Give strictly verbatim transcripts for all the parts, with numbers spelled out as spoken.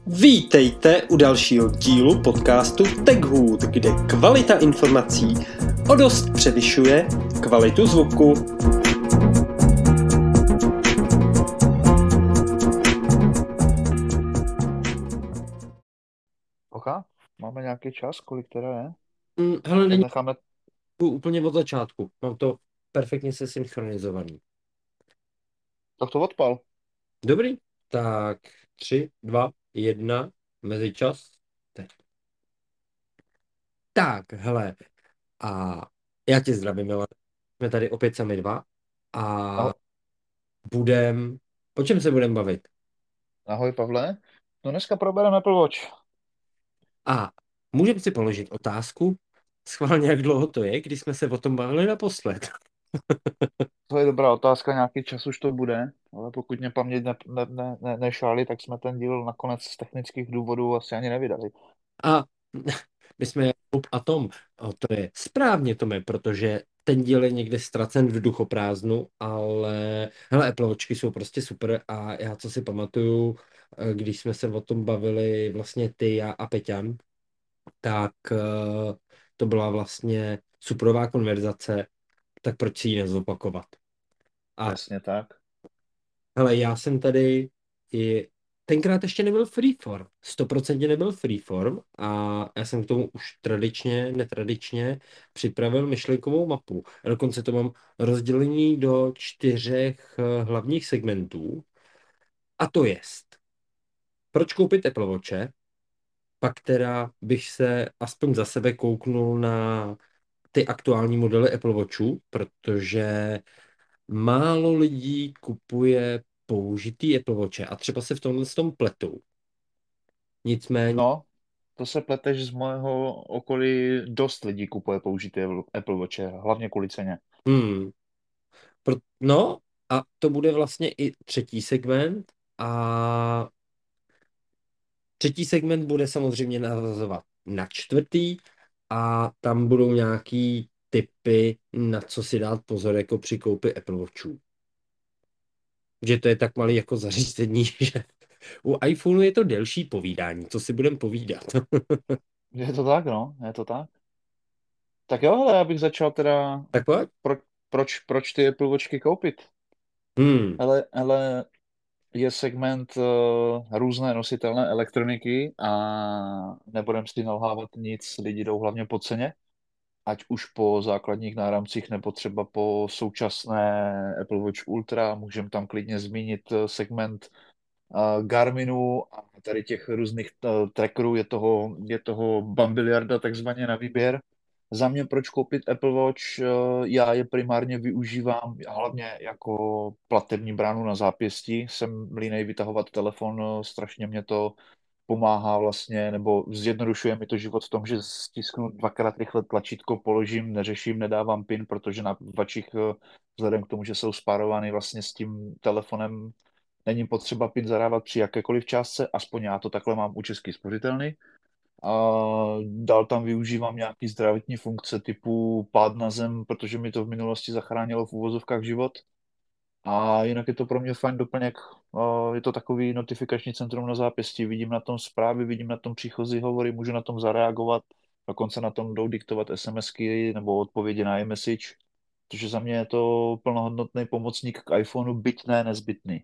Vítejte u dalšího dílu podcastu TechHood, kde kvalita informací o dost převyšuje kvalitu zvuku. Oka, máme nějaký čas, kolik teda je? Mm, hele, není Necháme... to úplně od začátku. Mám to perfektně se synchronizovaný. Tak to odpal. Dobrý, tak tři, dva, jedna, mezičas. Teď. Tak, hele, a já tě zdravím, Milan. Jsme tady opět sami dva a Ahoj, budem, o čem se budeme bavit? ahoj Pavle. No dneska probereme Apple Watch. A můžeme si položit otázku, schválně, jak dlouho to je, když jsme se o tom bavili naposled. To je dobrá otázka, nějaký čas už to bude, ale pokud mě paměť ne, ne, ne, ne, nešálí, tak jsme ten díl nakonec z technických důvodů asi ani nevydali. A my jsme Jakub a Tom. O, to je správně, Tome, protože ten díl je někde ztracen v vzduchoprázdnu, ale hele, Apple Watchky jsou prostě super a já co si pamatuju, eh, když jsme se o tom bavili vlastně ty, já a Peťan, tak eh, to byla vlastně superová konverzace, tak proč si ji nezopakovat? A Přesně tak. hele, já jsem tady i tenkrát ještě nebyl freeform. Stoprocentně nebyl freeform a já jsem k tomu už tradičně, netradičně připravil myšlenkovou mapu. A dokonce to mám rozdělení do čtyřech eh, hlavních segmentů. A to jest, proč koupit Apple Watche, pak teda bych se aspoň za sebe kouknul na ty aktuální modely Apple Watchů, protože málo lidí kupuje použitý Apple Watche a třeba se v tomhle tom pletou. Nicméně, No, to se pleteš z mého okolí, dost lidí kupuje použitý Apple Watch, hlavně kvůli ceně. hmm, pro, no a to bude vlastně i třetí segment a třetí segment bude samozřejmě navazovat na čtvrtý a tam budou nějaký tipy, na co si dát pozor jako při koupi Apple Watchů. Že to je tak malý jako zařízení, že u iPhoneu je to delší povídání, co si budem povídat. Je to tak, no, je to tak. Tak jo, ale já bych začal teda, Tak pojď. pro, proč, proč ty Apple Watchky koupit? Hmm. Hele, hele, je segment uh, různé nositelné elektroniky a nebudem si nalhávat nic, lidi jdou hlavně po ceně, ať už po základních náramcích nebo třeba po současné Apple Watch Ultra. Můžeme tam klidně zmínit eh, segment uh, Garminu a tady těch různých uh, trackerů, je toho, je toho bambiliarda takzvaně na výběr. Za mě proč koupit Apple Watch? Eh, Já je primárně využívám hlavně jako platební bránu na zápěstí. Jsem línej vytahovat telefon, eh, strašně mě to pomáhá vlastně, nebo zjednodušuje mi to život v tom, že stisknu dvakrát rychle tlačítko, položím, neřeším, nedávám PIN, protože na vačích, eh, vzhledem k tomu, že jsou spárovány vlastně s tím telefonem, není potřeba PIN zadávat při jakékoliv částce, aspoň já to takhle mám u Český spořitelny. A dál tam využívám nějaký zdravotní funkce typu pád na zem, protože mi to v minulosti zachránilo v úvozovkách život. A jinak je to pro mě fajn doplněk. A je to takový notifikační centrum na zápěstí. Vidím na tom zprávy, vidím na tom příchozí hovory, můžu na tom zareagovat. Dokonce na tom jdou diktovat SMSky nebo odpovědi na iMessage. Protože za mě je to plnohodnotný pomocník k iPhoneu, byť ne nezbytný.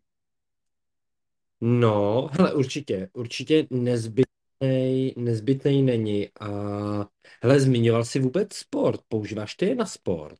No, hele, určitě, určitě nezbytnej, nezbytnej není. A hele, zmiňoval jsi vůbec sport, používáš ty je na sport?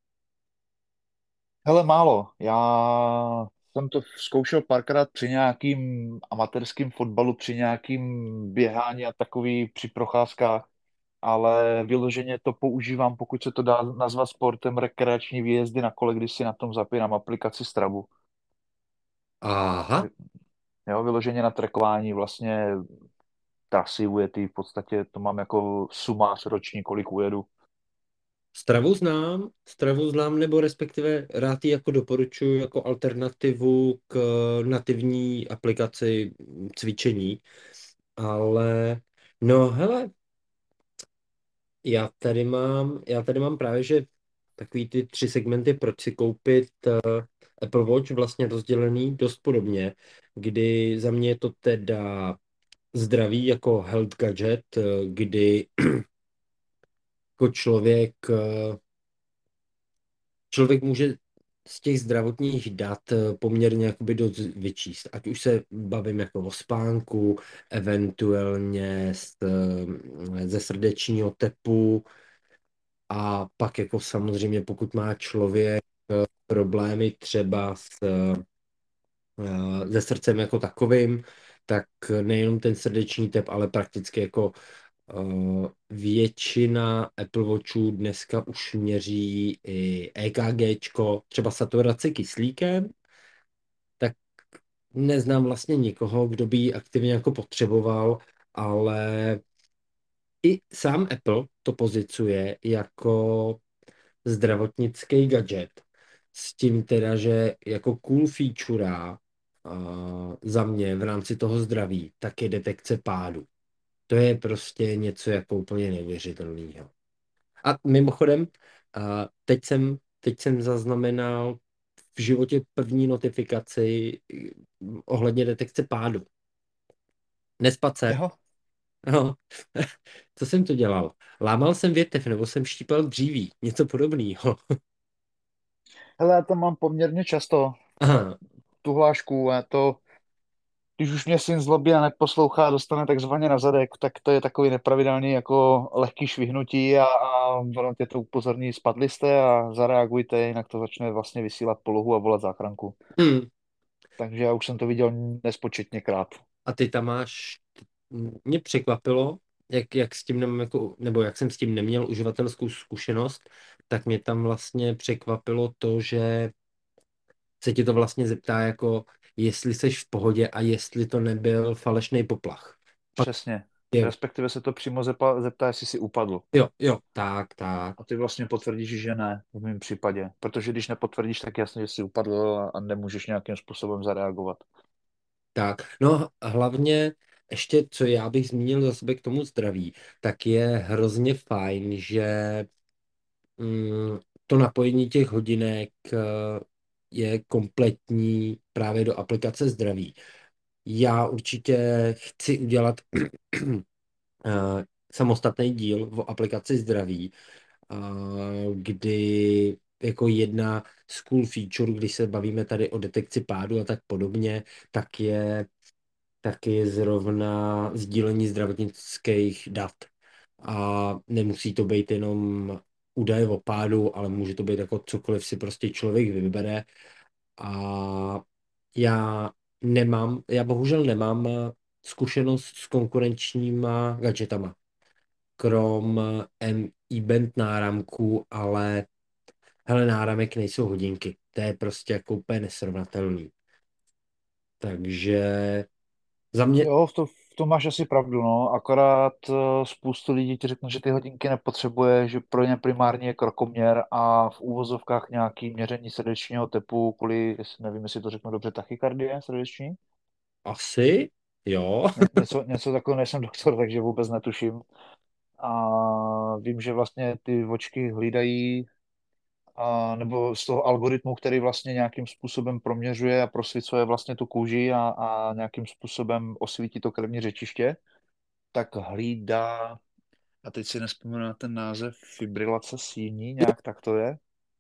Hele, málo. Já jsem to zkoušel párkrát při nějakým amatérském fotbalu, při nějakým běhání a takový při procházkách, ale vyloženě to používám, pokud se to dá nazvat sportem, rekreační výjezdy na kole, když si na tom zapínám aplikaci Stravu. Aha, Jo, vyloženě na trackování vlastně trasy ujetý, v podstatě to mám jako sumář roční, kolik ujedu. Stravu znám, Stravu znám, nebo respektive rád ji jako doporučuji jako alternativu k nativní aplikaci cvičení, ale no hele, já tady mám, já tady mám právě, že takový ty tři segmenty, proč si koupit uh, Apple Watch vlastně rozdělený dost podobně, kdy za mě je to teda zdraví jako health gadget, eh, kdy jako člověk, eh, člověk může z těch zdravotních dat eh, poměrně jakoby dost vyčíst. Ať už se bavím jako o spánku, eventuálně z, eh, ze srdečního tepu a pak jako samozřejmě pokud má člověk eh, problémy třeba s, eh, se srdcem jako takovým, tak nejenom ten srdeční tep, ale prakticky jako Uh, většina Apple Watchů dneska už měří i EKGčko, třeba saturaci kyslíkem, tak neznám vlastně nikoho, kdo by ji aktivně jako potřeboval, ale i sám Apple to pozicuje jako zdravotnický gadget. S tím teda, že jako cool feature uh, za mě v rámci toho zdraví, tak je detekce pádu. To je prostě něco jako úplně neuvěřitelného. A mimochodem, a teď jsem, teď jsem zaznamenal v životě první notifikaci mm, ohledně detekce pádu. Nespat se. Jo. No. Co jsem to dělal? Lámal jsem větev nebo jsem štípal dříví. Něco podobného. Hele, já to mám poměrně často, Aha. tu hlášku, a to, když už mě syn zlobí a neposlouchá, dostane takzvaně na zadek, tak to je takový nepravidelný jako lehký švihnutí a, a ono tě to upozorní, spadli jste a zareagujte, jinak to začne vlastně vysílat polohu a volat záchranku. Hmm. Takže já už jsem to viděl nespočetněkrát. A ty tam máš, mě překvapilo, jak, jak s tím nemám jako, nebo jak jsem s tím neměl uživatelskou zkušenost, tak mě tam vlastně překvapilo to, že se ti to vlastně zeptá jako, jestli seš v pohodě a jestli to nebyl falešný poplach. Pak Přesně. je, Respektive se to přímo zeptá, zeptá, jestli si upadl. jo, jo, tak, tak, A ty vlastně potvrdíš, že ne, v mém případě. Protože když nepotvrdíš, tak jasně, že jsi upadl a, a nemůžeš nějakým způsobem zareagovat. tak. No hlavně ještě, co já bych zmínil za sebe k tomu zdraví, tak je hrozně fajn, že mm, to napojení těch hodinek eh, je kompletní právě do aplikace zdraví. Já určitě chci udělat eh, samostatný díl o aplikaci zdraví, eh, kdy jako jedna z cool feature, když se bavíme tady o detekci pádu a tak podobně, tak je, tak je zrovna sdílení zdravotnických dat. A nemusí to být jenom údaje o pádu, ale může to být jako cokoliv si prostě člověk vybere. A já nemám, já bohužel nemám zkušenost s konkurenčníma gadgetama. Krom M E-band náramků, ale hele, náramek nejsou hodinky. To je prostě jako úplně nesrovnatelný. Takže za mě Jo, v, to, v tom máš asi pravdu, no. Akorát eh, spoustu lidí ti řekne, že ty hodinky nepotřebuje, že pro ně primárně je krokoměr a v úvozovkách nějaký měření srdečního tepu kvůli, jestli- nevím, jestli to řeknu dobře, tachykardie srdeční. asi, jo. Ně, něco, něco takového, nejsem doktor, takže vůbec netuším. A vím, že vlastně ty vočky hlídají a, nebo z toho algoritmu, který vlastně nějakým způsobem proměřuje a prosvěcuje vlastně tu kůži a, a nějakým způsobem osvítí to krevní řečiště, tak hlídá, a teď si nespomenu na ten název, fibrilace síní, nějak tak to je.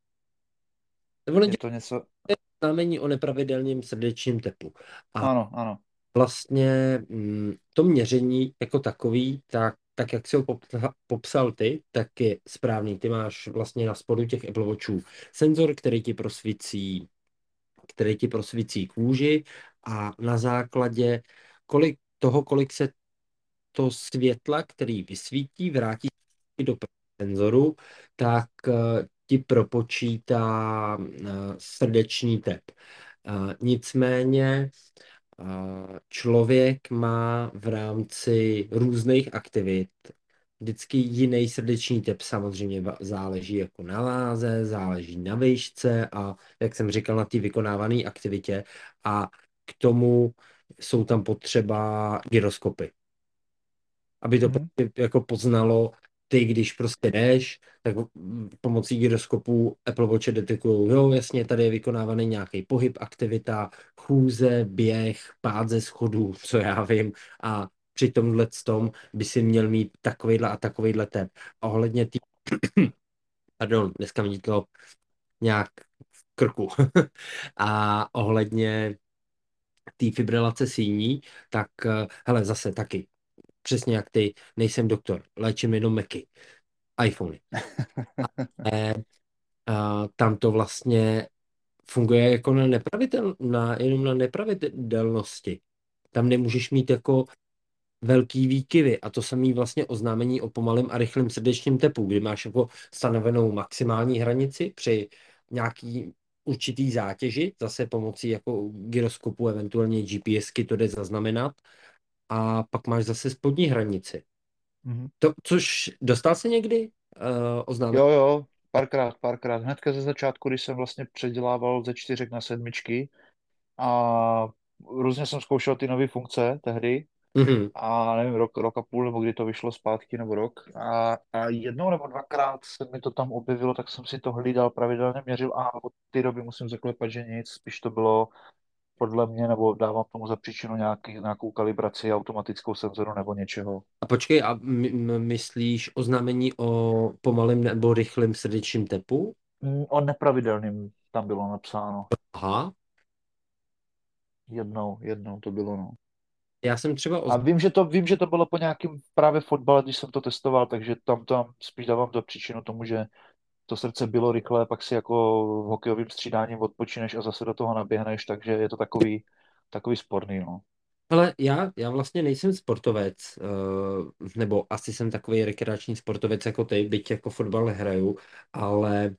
Ono Je dělá to něco, znamení o nepravidelném srdečním tepu. A ano, ano. vlastně mm, to měření jako takový, tak, tak jak jsi ho popsa- popsal ty, tak je správný. Ty máš vlastně na spodu těch Apple Watchů senzor, který ti prosvící, který ti prosvící kůži a na základě kolik, toho, kolik se to světla, který vysvítí, vrátí do senzoru, tak eh, ti propočítá eh, srdeční tep. Eh, Nicméně a člověk má v rámci různých aktivit vždycky jiný srdeční tep. Samozřejmě va- záleží jako na váze, záleží na výšce a jak jsem říkal, na té vykonávané aktivitě. A k tomu jsou tam potřeba gyroskopy, aby to Mhm. prostě jako poznalo, ty, když prostě jdeš, tak mm, pomocí gyroskopů Apple Watch detekují, jo, jasně, tady je vykonávaný nějaký pohyb, aktivita, chůze, běh, pád ze schodů, co já vím, a při tomhle tom by si měl mít takovejhle a takovejhle tep. A ohledně tý, pardon, dneska mi to nějak v krku. A ohledně té fibrilace síní, tak eh, hele, zase taky, přesně jak ty, nejsem doktor, léčím jenom Macy, iPhony. E, a tam to vlastně funguje jako na nepravitel, na, jenom na nepravidelnosti. Tam nemůžeš mít jako velký výkyvy a to samé vlastně oznámení o pomalém a rychlém srdečním tepu, kdy máš jako stanovenou maximální hranici při nějaký určitý zátěži, zase pomocí jako gyroskopu, eventuálně GPSky to jde zaznamenat a pak máš zase spodní hranici. Mhm. To, což dostal se někdy uh, oznámení? Jo, jo, párkrát, párkrát. Hnedka ze začátku, když jsem vlastně předělával ze čtyřek na sedmičky a různě jsem zkoušel ty nové funkce tehdy Mhm. a nevím, rok, rok a půl, nebo kdy to vyšlo zpátky, nebo rok. A, a jednou nebo dvakrát se mi to tam objevilo, tak jsem si to hlídal, pravidelně měřil a od té doby musím zaklepat, že nic, spíš to bylo podle mě, nebo dávám tomu za příčinu nějaký, nějakou kalibraci automatickou senzoru nebo něčeho. A počkej, a my, my- myslíš oznámení o pomalém nebo rychlém srdečním tepu? Mm, O nepravidelným tam bylo napsáno. Aha, Jednou, jednou to bylo, no. já jsem třeba A oznámil, vím, že to, vím, že to bylo po nějakém právě fotbale, když jsem to testoval, takže tam tam spíš dávám za příčinu tomu, že to srdce bylo rychlé, pak si jako hokejovým střídáním odpočineš a zase do toho naběhneš, takže je to takový, takový sporný, no. ale já, já vlastně nejsem sportovec, eh, nebo asi jsem takový rekreační sportovec jako ty, byť jako fotbal nehraju, ale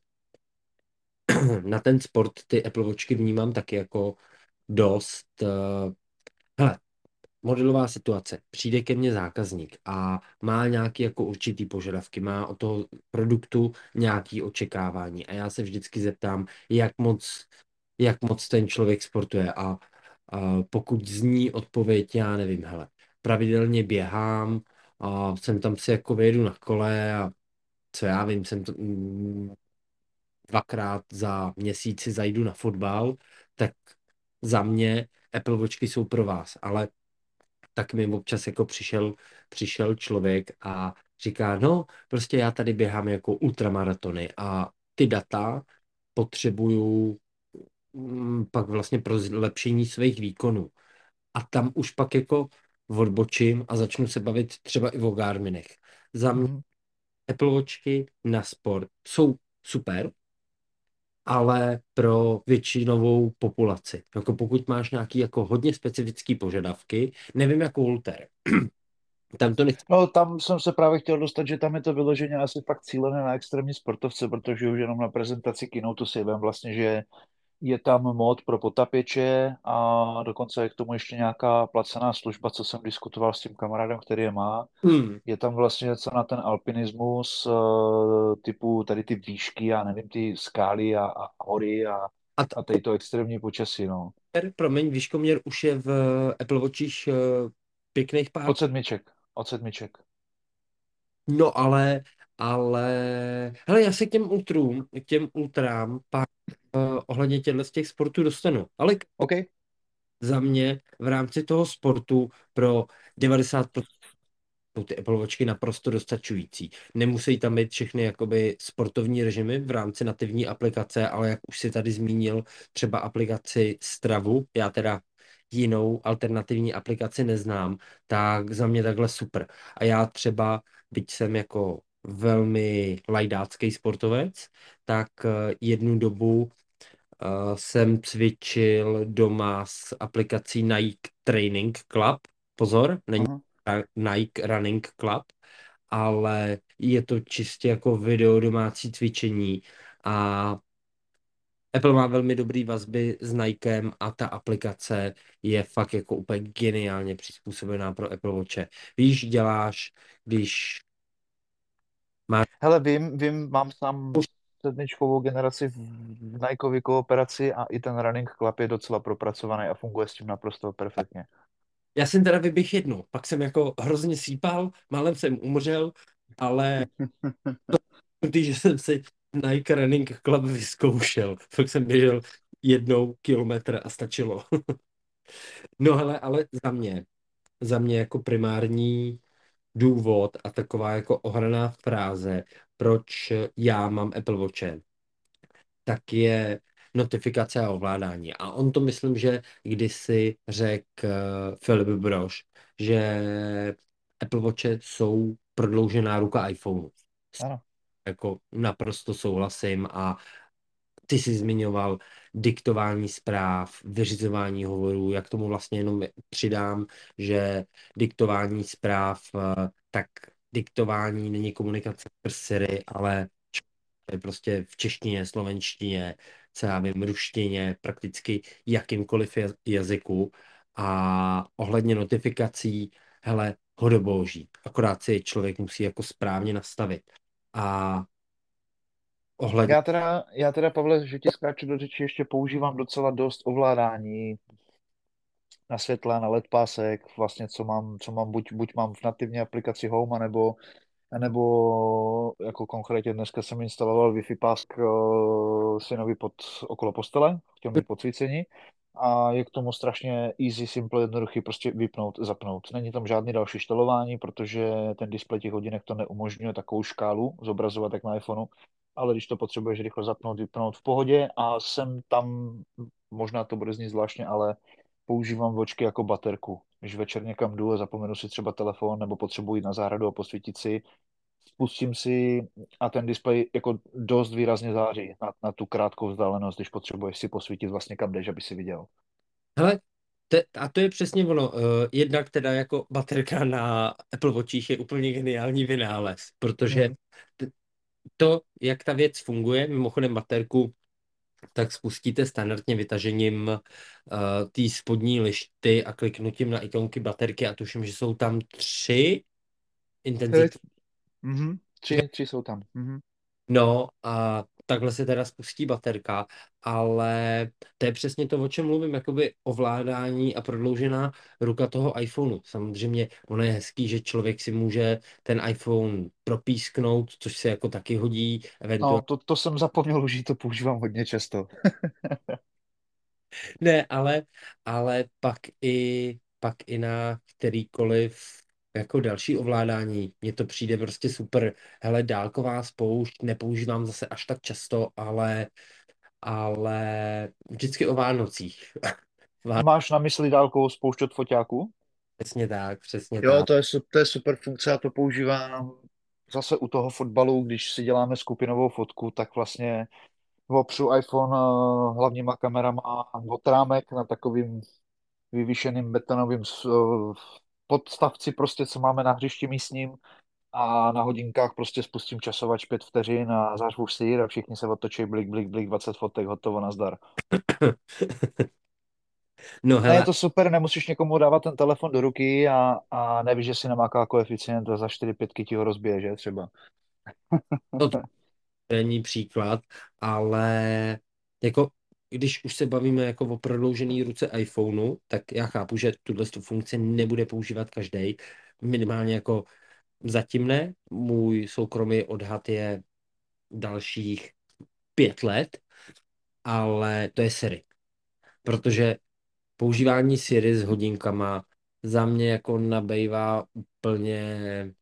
na ten sport ty Apple Watchky vnímám taky jako dost. eh, Hele, modelová situace. Přijde ke mně zákazník a má nějaký jako určitý požadavky, má od toho produktu nějaký očekávání a já se vždycky zeptám, jak moc, jak moc ten člověk sportuje a, a pokud zní odpověď, já nevím, hele, pravidelně běhám a jsem tam si jako vyjedu na kole a co já vím, jsem to, mm, dvakrát za měsíci zajdu na fotbal, tak za mě Apple Watchky jsou pro vás, ale tak mi občas jako přišel, přišel člověk a říká, no, prostě já tady běhám jako ultramaratony a ty data potřebuju mm, pak vlastně pro zlepšení svých výkonů. A tam už pak jako odbočím a začnu se bavit třeba i o Garminech. Za mě Mhm. Apple Watchky na sport jsou super, ale pro většinovou populaci. Jako pokud máš nějaký jako hodně specifický požadavky, nevím jako Volter, tam to nechci. No, tam jsem se právě chtěl dostat, že tam je to vyloženě asi fakt cílené na extrémní sportovce, protože už jenom na prezentaci Keynoteu si vím vlastně, že je tam mod pro potapěče a dokonce je k tomu ještě nějaká placená služba, co jsem diskutoval s tím kamarádem, který je má. Hmm. Je tam vlastně něco na ten alpinismus, eh, typu tady ty výšky, já nevím, ty skály a, a hory a, A a tady to extrémní počasí, no. ten, promiň, výškoměr už je v Apple Watchích eh, pěkných pár. Od sedmiček, od sedmiček. No ale, ale, hele, já se k těm ultrům, k těm ultrám pak uh, ohledně těchto z těch sportů dostanu. Ale OK. za mě v rámci toho sportu pro devadesát procent jsou ty Apple Watchky naprosto dostačující. Nemusí tam být všechny jakoby sportovní režimy v rámci nativní aplikace, ale jak už si tady zmínil, třeba aplikaci Stravu, já teda jinou alternativní aplikaci neznám, tak za mě takhle super. A já třeba, byť jsem jako velmi lajdácký sportovec, tak eh, jednu dobu eh, jsem cvičil doma s aplikací Nike Training Club. Pozor, není Aha. Ra- Nike Running Club, ale je to čistě jako video domácí cvičení a Apple má velmi dobrý vazby s Nikem a ta aplikace je fakt jako úplně geniálně přizpůsobená pro Apple Watche. Víš, děláš, když máš Hele, vím, vím, mám tam sedmičkovou generaci v v Nikeově kooperaci a i ten Running Club je docela propracovaný a funguje s tím naprosto perfektně. já jsem teda vyběh jednou, pak jsem jako hrozně sípal, málem jsem umřel, ale když jsem si Nike Running Club vyzkoušel, tak jsem běžel jednou kilometr a stačilo. No hele, ale za mě, za mě jako primární důvod a taková jako ohraná fráze, proč já mám Apple Watche, tak je notifikace a ovládání. A on to myslím, že kdysi řekl uh, Filip Brož, že Apple Watche jsou prodloužená ruka iPhoneu. Ano. Jako naprosto souhlasím a ty jsi zmiňoval diktování zpráv, vyřizování hovorů, jak tomu vlastně jenom přidám, že diktování zpráv, eh, tak diktování není komunikace přes Siri, ale je prostě v češtině, slovenštině, co já vím, ruštině, prakticky jakýmkoliv jaz- jazyku. A ohledně notifikací, hele, hodoboží. Akorát si je člověk musí jako správně nastavit. A ohledně Já teda, já teda, Pavle, že ti skáču do řeči, ještě používám docela dost ovládání na světla, na L E D pásek, vlastně co mám, co mám buď, buď mám v nativní aplikaci Home, anebo, anebo jako konkrétně dneska jsem instaloval Wi-Fi pásk uh, synovi pod, okolo postele, chtěl mít podsvícení a je k tomu strašně easy, simple, jednoduchý, prostě vypnout, zapnout. Není tam žádný další štelování, protože ten displej těch hodinek to neumožňuje takovou škálu zobrazovat jak na iPhoneu, ale když to potřebuješ rychle zapnout, vypnout v pohodě a jsem tam, možná to bude znít zvláštně, ale používám vočky jako baterku. Když večer někam jdu a zapomenu si třeba telefon nebo potřebuji jít na zahradu a posvítit si, spustím si a ten displej jako dost výrazně září na, na tu krátkou vzdálenost, když potřebuješ si posvítit vlastně kam jdeš, aby si viděl. Hele, te, a to je přesně ono. Uh, jednak teda jako baterka na Apple Watchích je úplně geniální vynález, protože Hmm. t- to, jak ta věc funguje, mimochodem baterku, tak spustíte standardně vytažením uh, té spodní lišty a kliknutím na ikonky baterky a tuším, že jsou tam tři Teď. intenzity. Mhm. Tři, tři jsou tam. Mhm. No a takhle se teda spustí baterka, ale to je přesně to, o čem mluvím, jakoby ovládání a prodloužená ruka toho iPhoneu. Samozřejmě ono je hezký, že člověk si může ten iPhone propísknout, což se jako taky hodí, No, eventuálně. to, to jsem zapomněl už, že to používám hodně často. Ne, ale, ale pak i, pak i na kterýkoliv jako další ovládání. Mně to přijde prostě super. Hele, dálková spoušť nepoužívám zase až tak často, ale ale vždycky o Vánocích. Vánoce, Máš na mysli dálkovou spoušť od foťáku? přesně tak, přesně Jo, tak. to je, su- to je super funkce, já to používám zase u toho fotbalu, když si děláme skupinovou fotku, tak vlastně opřu iPhone eh, hlavníma kamerama od rámek na takovým vyvýšeným betonovým s- eh, podstavci, prostě, co máme na hřišti místním a na hodinkách prostě spustím časovač pět vteřin a zařvu sír a všichni se otočí, blik, blik, blik, dvacet fotek, hotovo, nazdar. No Ne, je hele, to super, nemusíš někomu dávat ten telefon do ruky a, a nevíš, že si nemáká koeficient a za čtyři pětky ti ho rozbije, že třeba. to není příklad, ale jako když už se bavíme jako o prodloužený ruce iPhoneu, tak já chápu, že tuhle tu funkci nebude používat každý. Minimálně jako zatím ne. Můj soukromý odhad je dalších pět let, ale to je Siri. Protože používání Siri s hodinkama za mě jako nabývá úplně,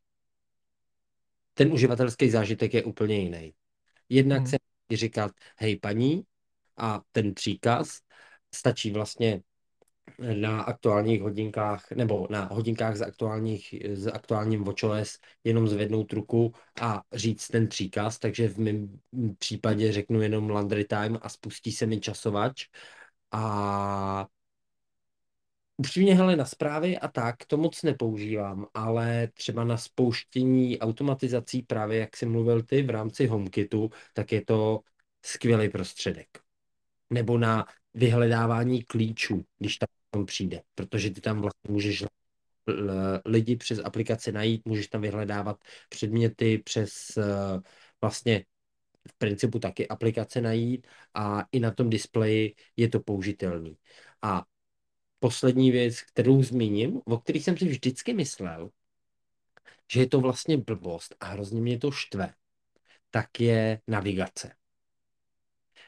ten uživatelský zážitek je úplně jiný. Jednak Hmm. se může říkat, hej paní, a ten příkaz stačí vlastně na aktuálních hodinkách nebo na hodinkách z aktuálních, z aktuálním watchOS jenom zvednout ruku a říct ten příkaz, takže v mém případě řeknu jenom laundry time a spustí se mi časovač a upřímně, hele, na zprávy a tak to moc nepoužívám, ale třeba na spouštění automatizací, právě jak jsi mluvil ty v rámci HomeKitu, tak je to skvělý prostředek. Nebo na vyhledávání klíčů, když tam přijde, protože ty tam vlastně můžeš l- lidi přes aplikaci najít, můžeš tam vyhledávat předměty přes eh, vlastně v principu taky aplikace najít a i na tom displeji je to použitelný. A poslední věc, kterou zmíním, o který jsem si vždycky myslel, že je to vlastně blbost a hrozně mě to štve, tak je navigace.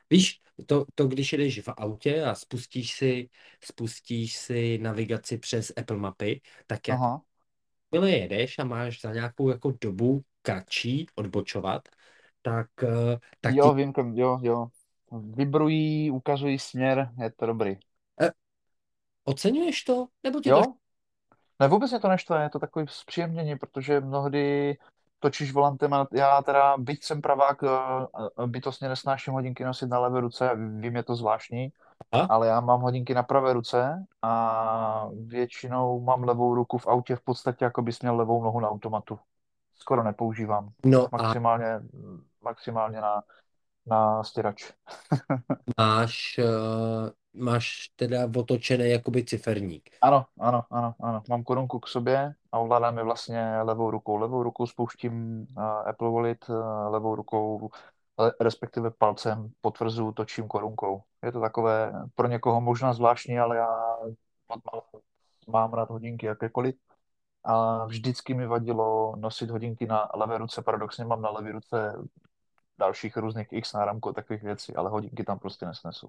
Víš, to, to když jedeš v autě a spustíš si, spustíš si navigaci přes Apple Mapy, tak jak Aha. milé jedeš a máš za nějakou jako dobu kratší odbočovat, tak, eh, tak ti Jo, vím, kam, jo, jo. Vybrují, ukazují směr, je to dobrý. eh, oceňuješ to? Nebo ti to... Jo? Ne, vůbec mě to neštve, je to takový zpříjemnění, protože mnohdy točíš volantem a já teda, byť jsem pravák, eh, eh, bytostně nesnáším hodinky nosit na levé ruce, vím, je to zvláštní, A? ale já mám hodinky na pravé ruce a většinou mám levou ruku v autě v podstatě, jako bys měl levou nohu na automatu. Skoro nepoužívám. No a Maximálně, maximálně na, na stěrač. máš, eh, máš teda otočený jakoby ciferník. Ano, ano, ano, ano. Mám korunku k sobě a ovládám je vlastně levou rukou. Levou rukou spouštím uh, Apple Wallet, uh, levou rukou, le- respektive palcem potvrzuju, točím korunkou. Je to takové pro někoho možná zvláštní, ale já od mala mám rád hodinky jakékoliv. A vždycky mi vadilo nosit hodinky na levé ruce. Paradoxně mám na levé ruce dalších různých X náramků, takových věcí, ale hodinky tam prostě nesnesu.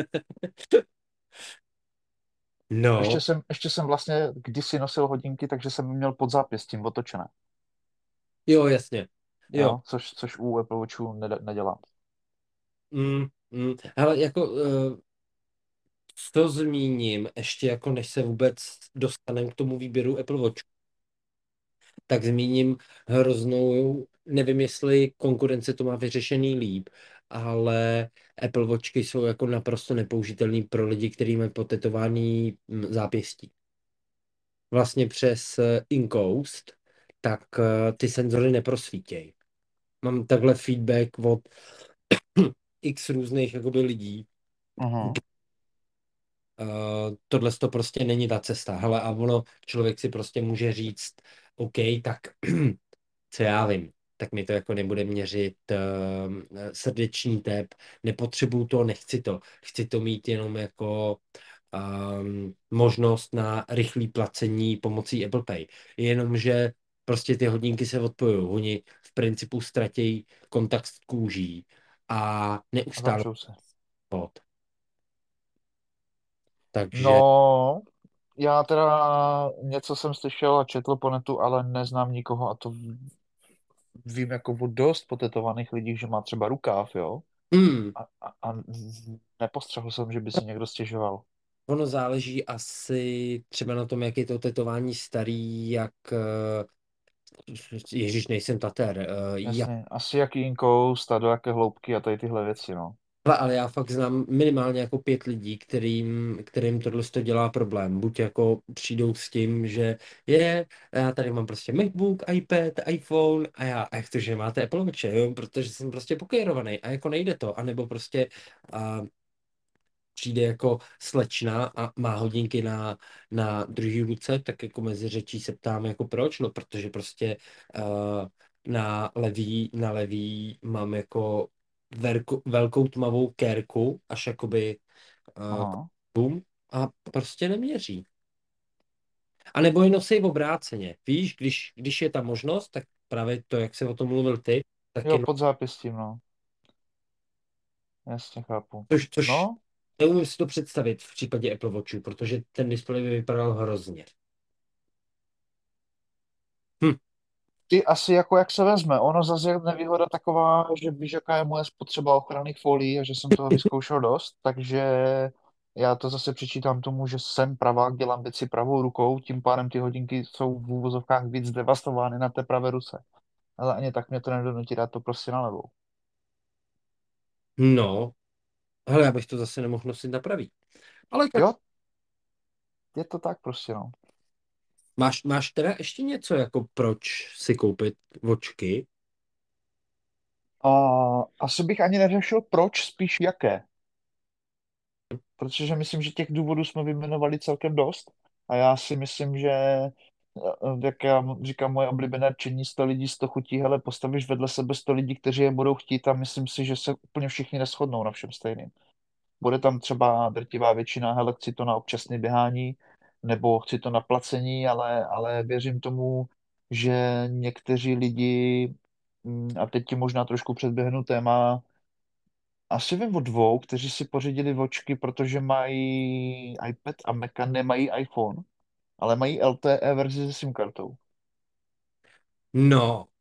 Ještě No, jsem, ještě jsem vlastně kdysi nosil hodinky, takže jsem měl pod zápěstím otočené. jo, jasně. Jo. Jo, což, což u Apple Watchu nede- nedělám. Mm, mm. Hele, jako uh, to zmíním, ještě jako než se vůbec dostaneme k tomu výběru Apple Watch, tak zmíním hroznou, nevím, jestli konkurence to má vyřešený líp, ale Apple Watchky jsou jako naprosto nepoužitelný pro lidi, kteří mají potetovaný mm, zápěstí. Vlastně přes eh, InCoast, tak eh, ty senzory neprosvítějí. Mám takhle feedback od x různých jakoby lidí. Mhm. Uh, tohle to prostě není ta cesta. Hele, a ono, člověk si prostě může říct, OK, tak co já vím, tak mi to jako nebude měřit uh, srdeční tep, nepotřebuju to, nechci to. Chci to mít jenom jako um, možnost na rychlé placení pomocí Apple Pay. Jenomže prostě ty hodinky se odpojují. Oni v principu ztratí kontakt s kůží a A neustále zamřou se. pod. Takže No, já teda něco jsem slyšel a četl po netu, ale neznám nikoho a to v- vím jako o dost potetovaných lidí, že má třeba rukáv, jo? mm, A, a, a nepostřehl jsem, že by si někdo stěžoval. ono záleží asi třeba na tom, jak je to tetování starý, jak eh, Ježíš, nejsem tater. eh, Jak, Jasně, asi jaký inkous, a do jaké hloubky a tady tyhle věci, no. ale já fakt znám minimálně jako pět lidí, kterým, kterým tohle to dělá problém. Buď jako přijdou s tím, že je, já tady mám prostě MacBook, iPad, iPhone a já, a jak to, že máte Apple Watch, jo? Protože jsem prostě pokérovaný a jako nejde to. A nebo prostě a přijde jako slečna a má hodinky na, na druhý ruce, tak jako mezi řečí se ptám jako proč, no protože prostě uh, na levý, na levý mám jako velkou, velkou tmavou kérku, až jakoby uh, Aha. bum, a prostě neměří. A nebo je nosí v obráceně. Víš, když, když je ta možnost, tak právě to, jak se o tom mluvil ty, tak Jo, je, pod zápěstím, no. Jasně, chápu. což, což No, neumím si to představit v případě Apple Watchu, protože ten displej by vypadal hrozně. Hm. ty asi jako jak se vezme. Ono zase je nevýhoda taková, že víš, jaká je moje spotřeba ochranných folií a že jsem toho vyzkoušel dost, takže já to zase přičítám tomu, že jsem pravák, dělám věci pravou rukou, tím pádem ty hodinky jsou v úvozovkách víc devastovány na té pravé ruce. Ale ani tak mě to nedonutí dát to prostě na levou. No, hele, já bych to zase nemohl nosit na pravý. Ale tak Jo, je to tak prostě, no. máš, máš teda ještě něco, jako proč si koupit vočky? A asi bych ani neřešil proč, spíš jaké. Protože myslím, že těch důvodů jsme vyjmenovali celkem dost. A já si myslím, že, eh, jak já říkám, moje oblíbené rčení, sto lidí, sto chutí, hele, postavíš vedle sebe sto lidí, kteří je budou chtít a myslím si, že se úplně všichni neshodnou na všem stejným. Bude tam třeba drtivá většina, hele, chci to na občasné běhání, nebo chci to na placení, ale, ale věřím tomu, že někteří lidi, mm, a teď ti možná trošku předběhnu téma, Asi vím o dvou, kteří si pořídili vočky, protože mají iPad a Maca, nemají iPhone, ale mají L T E verzi se SIM kartou. No,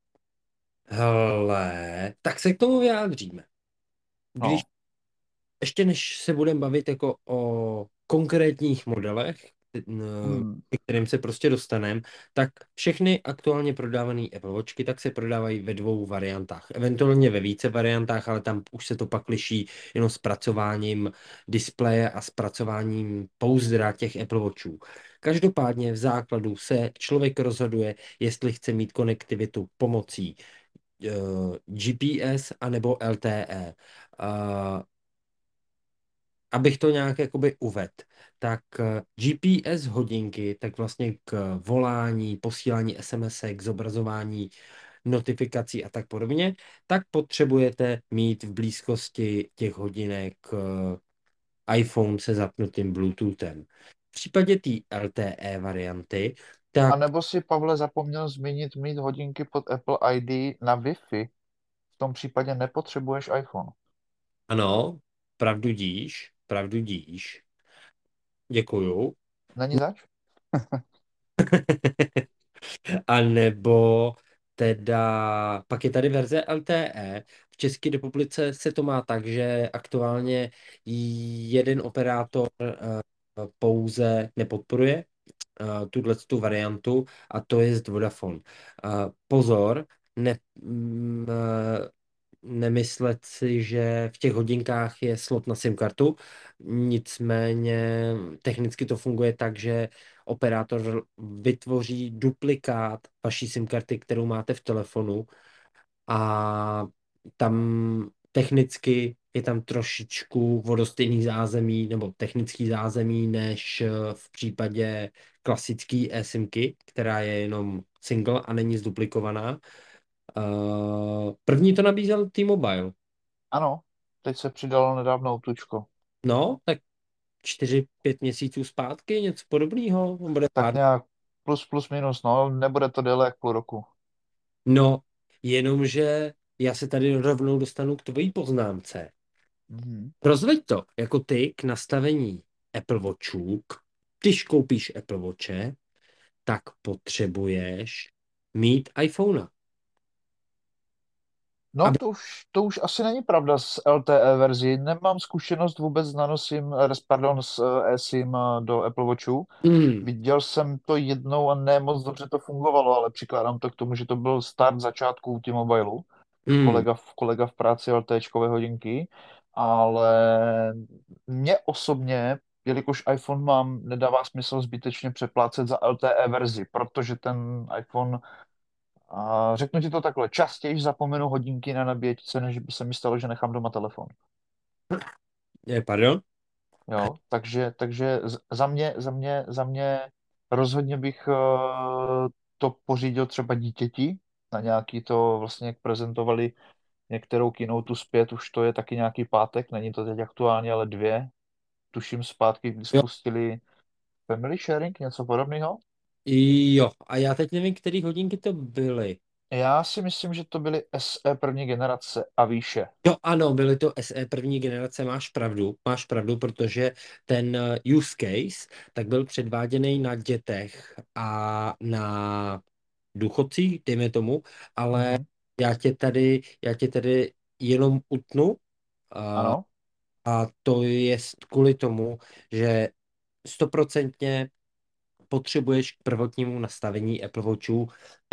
hele, tak se k tomu vyjádříme. Když No, ještě než se budeme bavit jako o konkrétních modelech, n- hmm. ke kterým se prostě dostaneme, tak všechny aktuálně prodávané Apple Watchky tak se prodávají ve dvou variantách. Eventuálně ve více variantách, ale tam už se to pak liší jenom zpracováním displeje a zpracováním pouzdra těch Apple Watchů. Každopádně v základu se člověk rozhoduje, jestli chce mít konektivitu pomocí eh, G P S anebo L T E. Abych to nějak jakoby uvedl, tak eh, G P S hodinky, tak vlastně k volání, posílání S M S, k zobrazování notifikací a tak podobně, tak potřebujete mít v blízkosti těch hodinek eh, iPhone se zapnutým Bluetoothem. V případě té L T E varianty, A tak nebo si, Pavle, zapomněl zmínit mít hodinky pod Apple I D na Wi-Fi. V tom případě nepotřebuješ iPhone. ano, pravdu díš, pravdu díš, děkuju. Není zač? A nebo teda, pak je tady verze L T E. V České republice se to má tak, že aktuálně jeden operátor eh, pouze nepodporuje tuhle tu variantu a to je z Vodafone. Eh, Pozor, ne, mm, eh, nemyslet si, že v těch hodinkách je slot na SIM kartu, nicméně technicky to funguje tak, že operátor vytvoří duplikát vaší SIM karty, kterou máte v telefonu a tam technicky je tam trošičku vodostejný zázemí nebo technický zázemí než eh, v případě klasické eSIMky, která je jenom single a není zduplikovaná. Uh, první to nabízel T-Mobile. Ano, teď se přidalo nedávno Tučko. No, tak čtyři, pět měsíců zpátky, něco podobného. Bude Tak pár. nějak plus, plus, minus, no, nebude to déle jak půl roku. No, jenomže já se tady rovnou dostanu k tvojí poznámce. Mhm. Rozveď to jako ty k nastavení Apple Watchů. K- Když koupíš Apple Watche, tak potřebuješ mít iPhonea. No Aby... to už, to už asi není pravda s L T E verzí. Nemám zkušenost vůbec s nanosím, res- pardon, s eh, eSIM eh, do Apple Watchu. Mm, Viděl jsem to jednou a ne moc dobře to fungovalo, ale přikládám to k tomu, že to byl start začátku T-Mobileu. mm. Kolega v, kolega v práci LTčkové hodinky, ale mě osobně, jelikož iPhone mám, nedává smysl zbytečně přeplácet za L T E verzi, protože ten iPhone, a řeknu ti to takhle, častěji zapomenu hodinky na nabíječce, než by se mi stalo, že nechám doma telefon. Je, pardon? Jo, takže, takže z- za mě, za mě, za mě rozhodně bych eh, to pořídil třeba dítěti, na nějaký to vlastně, jak prezentovali některou keynote zpět, už to je taky nějaký pátek, není to teď aktuálně, ale dvě, tuším zpátky, kdy Jo. spustili Family Sharing, něco podobného. Jo, a já teď nevím, který hodinky to byly. Já si myslím, že to byly S E první generace a výše. Jo, ano, byly to S E první generace, máš pravdu, máš pravdu, protože ten eh, use case tak byl předváděný na dětech a na důchodcích, dejme tomu, ale Mhm. já tě tady, já tě tady jenom utnu a, Ano, a to je kvůli tomu, že stoprocentně potřebuješ k prvotnímu nastavení Apple Watchů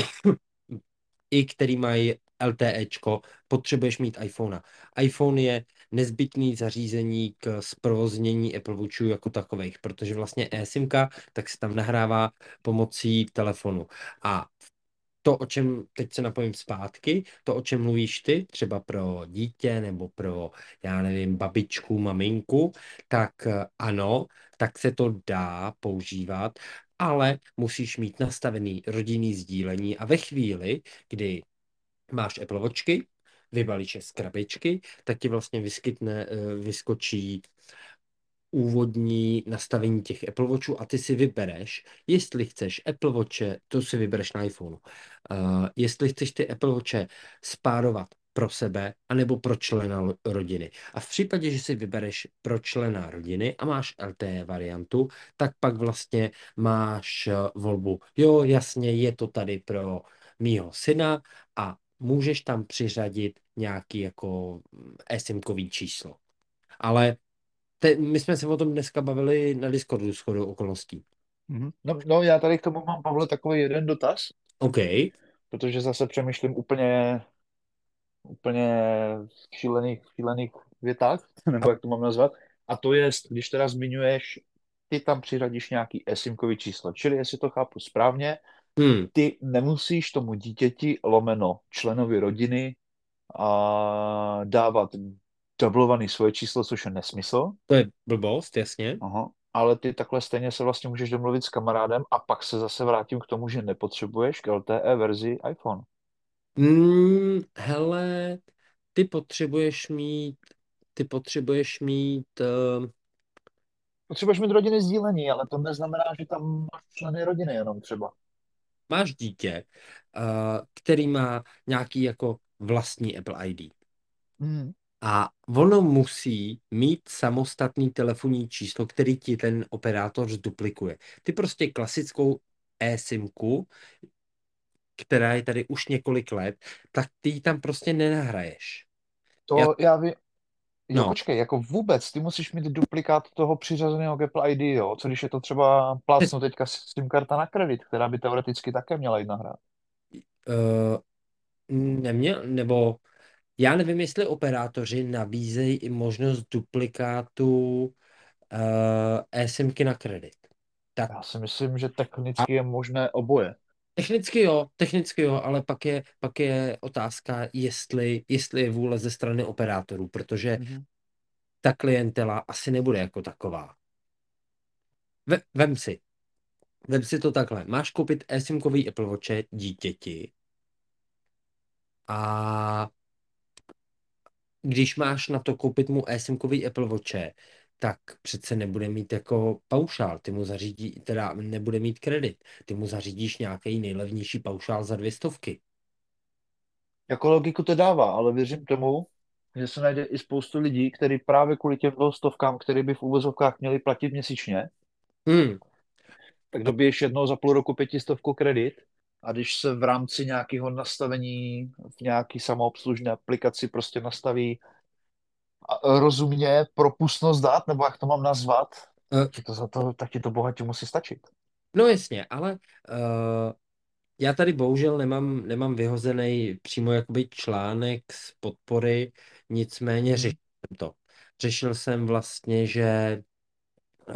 i který mají LTEčko, potřebuješ mít iPhonea. iPhone je nezbytný zařízení k zprovoznění Apple Watchů jako takových, protože vlastně eSIMka tak se tam nahrává pomocí telefonu. A to, o čem teď se napojím zpátky, to, o čem mluvíš ty, třeba pro dítě nebo pro, já nevím, babičku, maminku, tak eh, ano, tak se to dá používat, ale musíš mít nastavený rodinný sdílení a ve chvíli, kdy máš Apple Watchky, vybalíš je z krabičky, tak ti vlastně vyskytne, eh, vyskočí úvodní nastavení těch Apple Watchů a ty si vybereš, jestli chceš Apple Watche, to si vybereš na iPhoneu, uh, jestli chceš ty Apple Watche spárovat pro sebe anebo pro člena lo- rodiny. A v případě, že si vybereš pro člena rodiny a máš L T E variantu, tak pak vlastně máš eh, volbu, jo, jasně, je to tady pro mýho syna a můžeš tam přiřadit nějaký jako mm, eSIMkový číslo. Ale te, my jsme se o tom dneska bavili na Discordu shodou okolností. Mhm. No, no, já tady k tomu mám, Pavle, takový jeden dotaz, OK. protože zase přemýšlím úplně, úplně v šílených, šílených větách, nebo jak to mám nazvat. A to je, když teda zmiňuješ, ty tam přiřadíš nějaký eSIMkový číslo. Čili, jestli to chápu správně, Hmm, ty nemusíš tomu dítěti lomeno členovi rodiny a dávat dublovaný svoje číslo, což je nesmysl. to je blbost, jasně. Aha. Ale ty takhle stejně se vlastně můžeš domluvit s kamarádem a pak se zase vrátím k tomu, že nepotřebuješ k L T E verzi iPhone. Hmm, hele, ty potřebuješ mít, ty potřebuješ mít, uh, Potřebuješ mít rodiny sdílení, ale to neznamená, že tam máš členy rodiny jenom třeba. máš dítě, uh, který má nějaký jako vlastní Apple I D. Hmm. A ono musí mít samostatný telefonní číslo, který ti ten operátor zduplikuje. Ty prostě klasickou eSIMku, která je tady už několik let, tak ty ji tam prostě nenahraješ. Já, To já vím. Jo, no, počkej, jako vůbec, ty musíš mít duplikát toho přiřazeného k Apple I D, jo? Co když je to třeba plácnu teďka SIM karta na kredit, která by teoreticky také měla jít nahrát. uh, neměl, nebo já nevím, jestli operátoři nabízejí i možnost duplikátu uh, eSIMky na kredit. Tak Já si myslím, že technicky je možné oboje. technicky jo, technicky jo, ale pak je, pak je otázka, jestli, jestli je vůle ze strany operátorů, protože Mhm. ta klientela asi nebude jako taková. Ve, vem si, vem si to takhle. Máš koupit eSIMkový Apple Watche dítěti a když máš na to koupit mu eSIMkový Apple Watche, tak přece nebude mít jako paušál, ty mu zařídí, teda nebude mít kredit, ty mu zařídíš nějaký nejlevnější paušál za dvě stovky. Jako logiku to dává, ale věřím tomu, že se najde i spoustu lidí, kteří právě kvůli těm stovkám, které by v úvozovkách měli platit měsíčně, Hmm. tak dobiješ jednou za půl roku pětistovku kredit a když se v rámci nějakého nastavení v nějaký samoobslužné aplikaci prostě nastaví a- rozumně propustnost dat, nebo jak to mám nazvat, Eh, ti to za to, tak ti to bohatě musí stačit. No jasně, ale uh, já tady bohužel nemám, nemám vyhozený přímo jakoby článek z podpory, nicméně Mhm. řešil jsem to. Řešil jsem vlastně, že uh,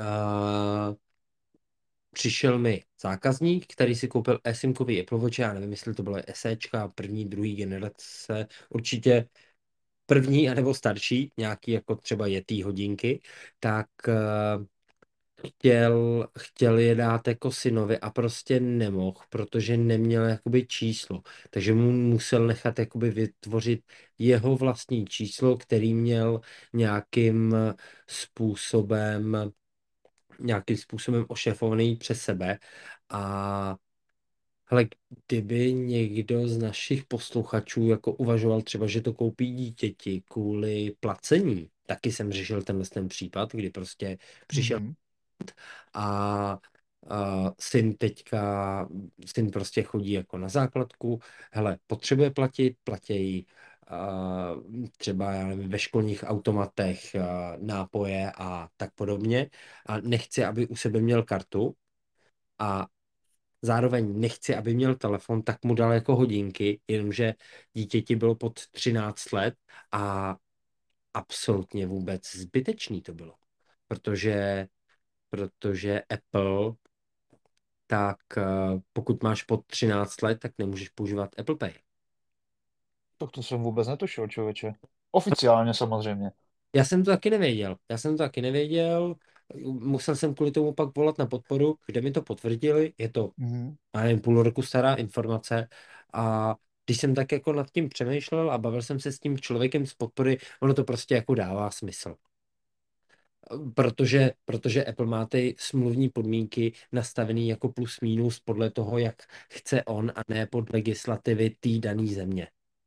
přišel mi zákazník, který si koupil eSIMkový Apple Watch, já nevím, jestli to bylo SEčka, první, druhý generace, určitě první anebo starší, nějaký jako třeba Yeti hodinky, tak uh, chtěl, chtěl je dát jako synovi a prostě nemohl, protože neměl jakoby číslo. Takže mu musel nechat jakoby vytvořit jeho vlastní číslo, který měl nějakým způsobem nějakým způsobem ošefovaný přes sebe. A hele, kdyby někdo z našich posluchačů jako uvažoval třeba, že to koupí dítěti kvůli placení, taky jsem řešil tenhle ten případ, kdy prostě přišel Mhm. a, a syn teďka, syn prostě chodí jako na základku, hele, potřebuje platit, platějí a třeba, já nevím, ve školních automatech a, nápoje a tak podobně a nechci, aby u sebe měl kartu a zároveň nechci, aby měl telefon, tak mu dal jako hodinky, jenomže dítěti bylo pod třináct let a absolutně vůbec zbytečný to bylo, protože protože Apple tak eh, pokud máš pod třináct let, tak nemůžeš používat Apple Pay. Tak to jsem vůbec netušil, člověče. Oficiálně samozřejmě. Já jsem to taky nevěděl. Já jsem to taky nevěděl. Musel jsem kvůli tomu pak volat na podporu, kde mi to potvrdili. Je to, Mhm. já nevím, půl roku stará informace. A když jsem tak jako nad tím přemýšlel a bavil jsem se s tím člověkem z podpory, ono to prostě jako dává smysl. Protože, protože Apple má ty smluvní podmínky nastavený jako plus minus podle toho, jak chce on a ne pod legislativy té dané země.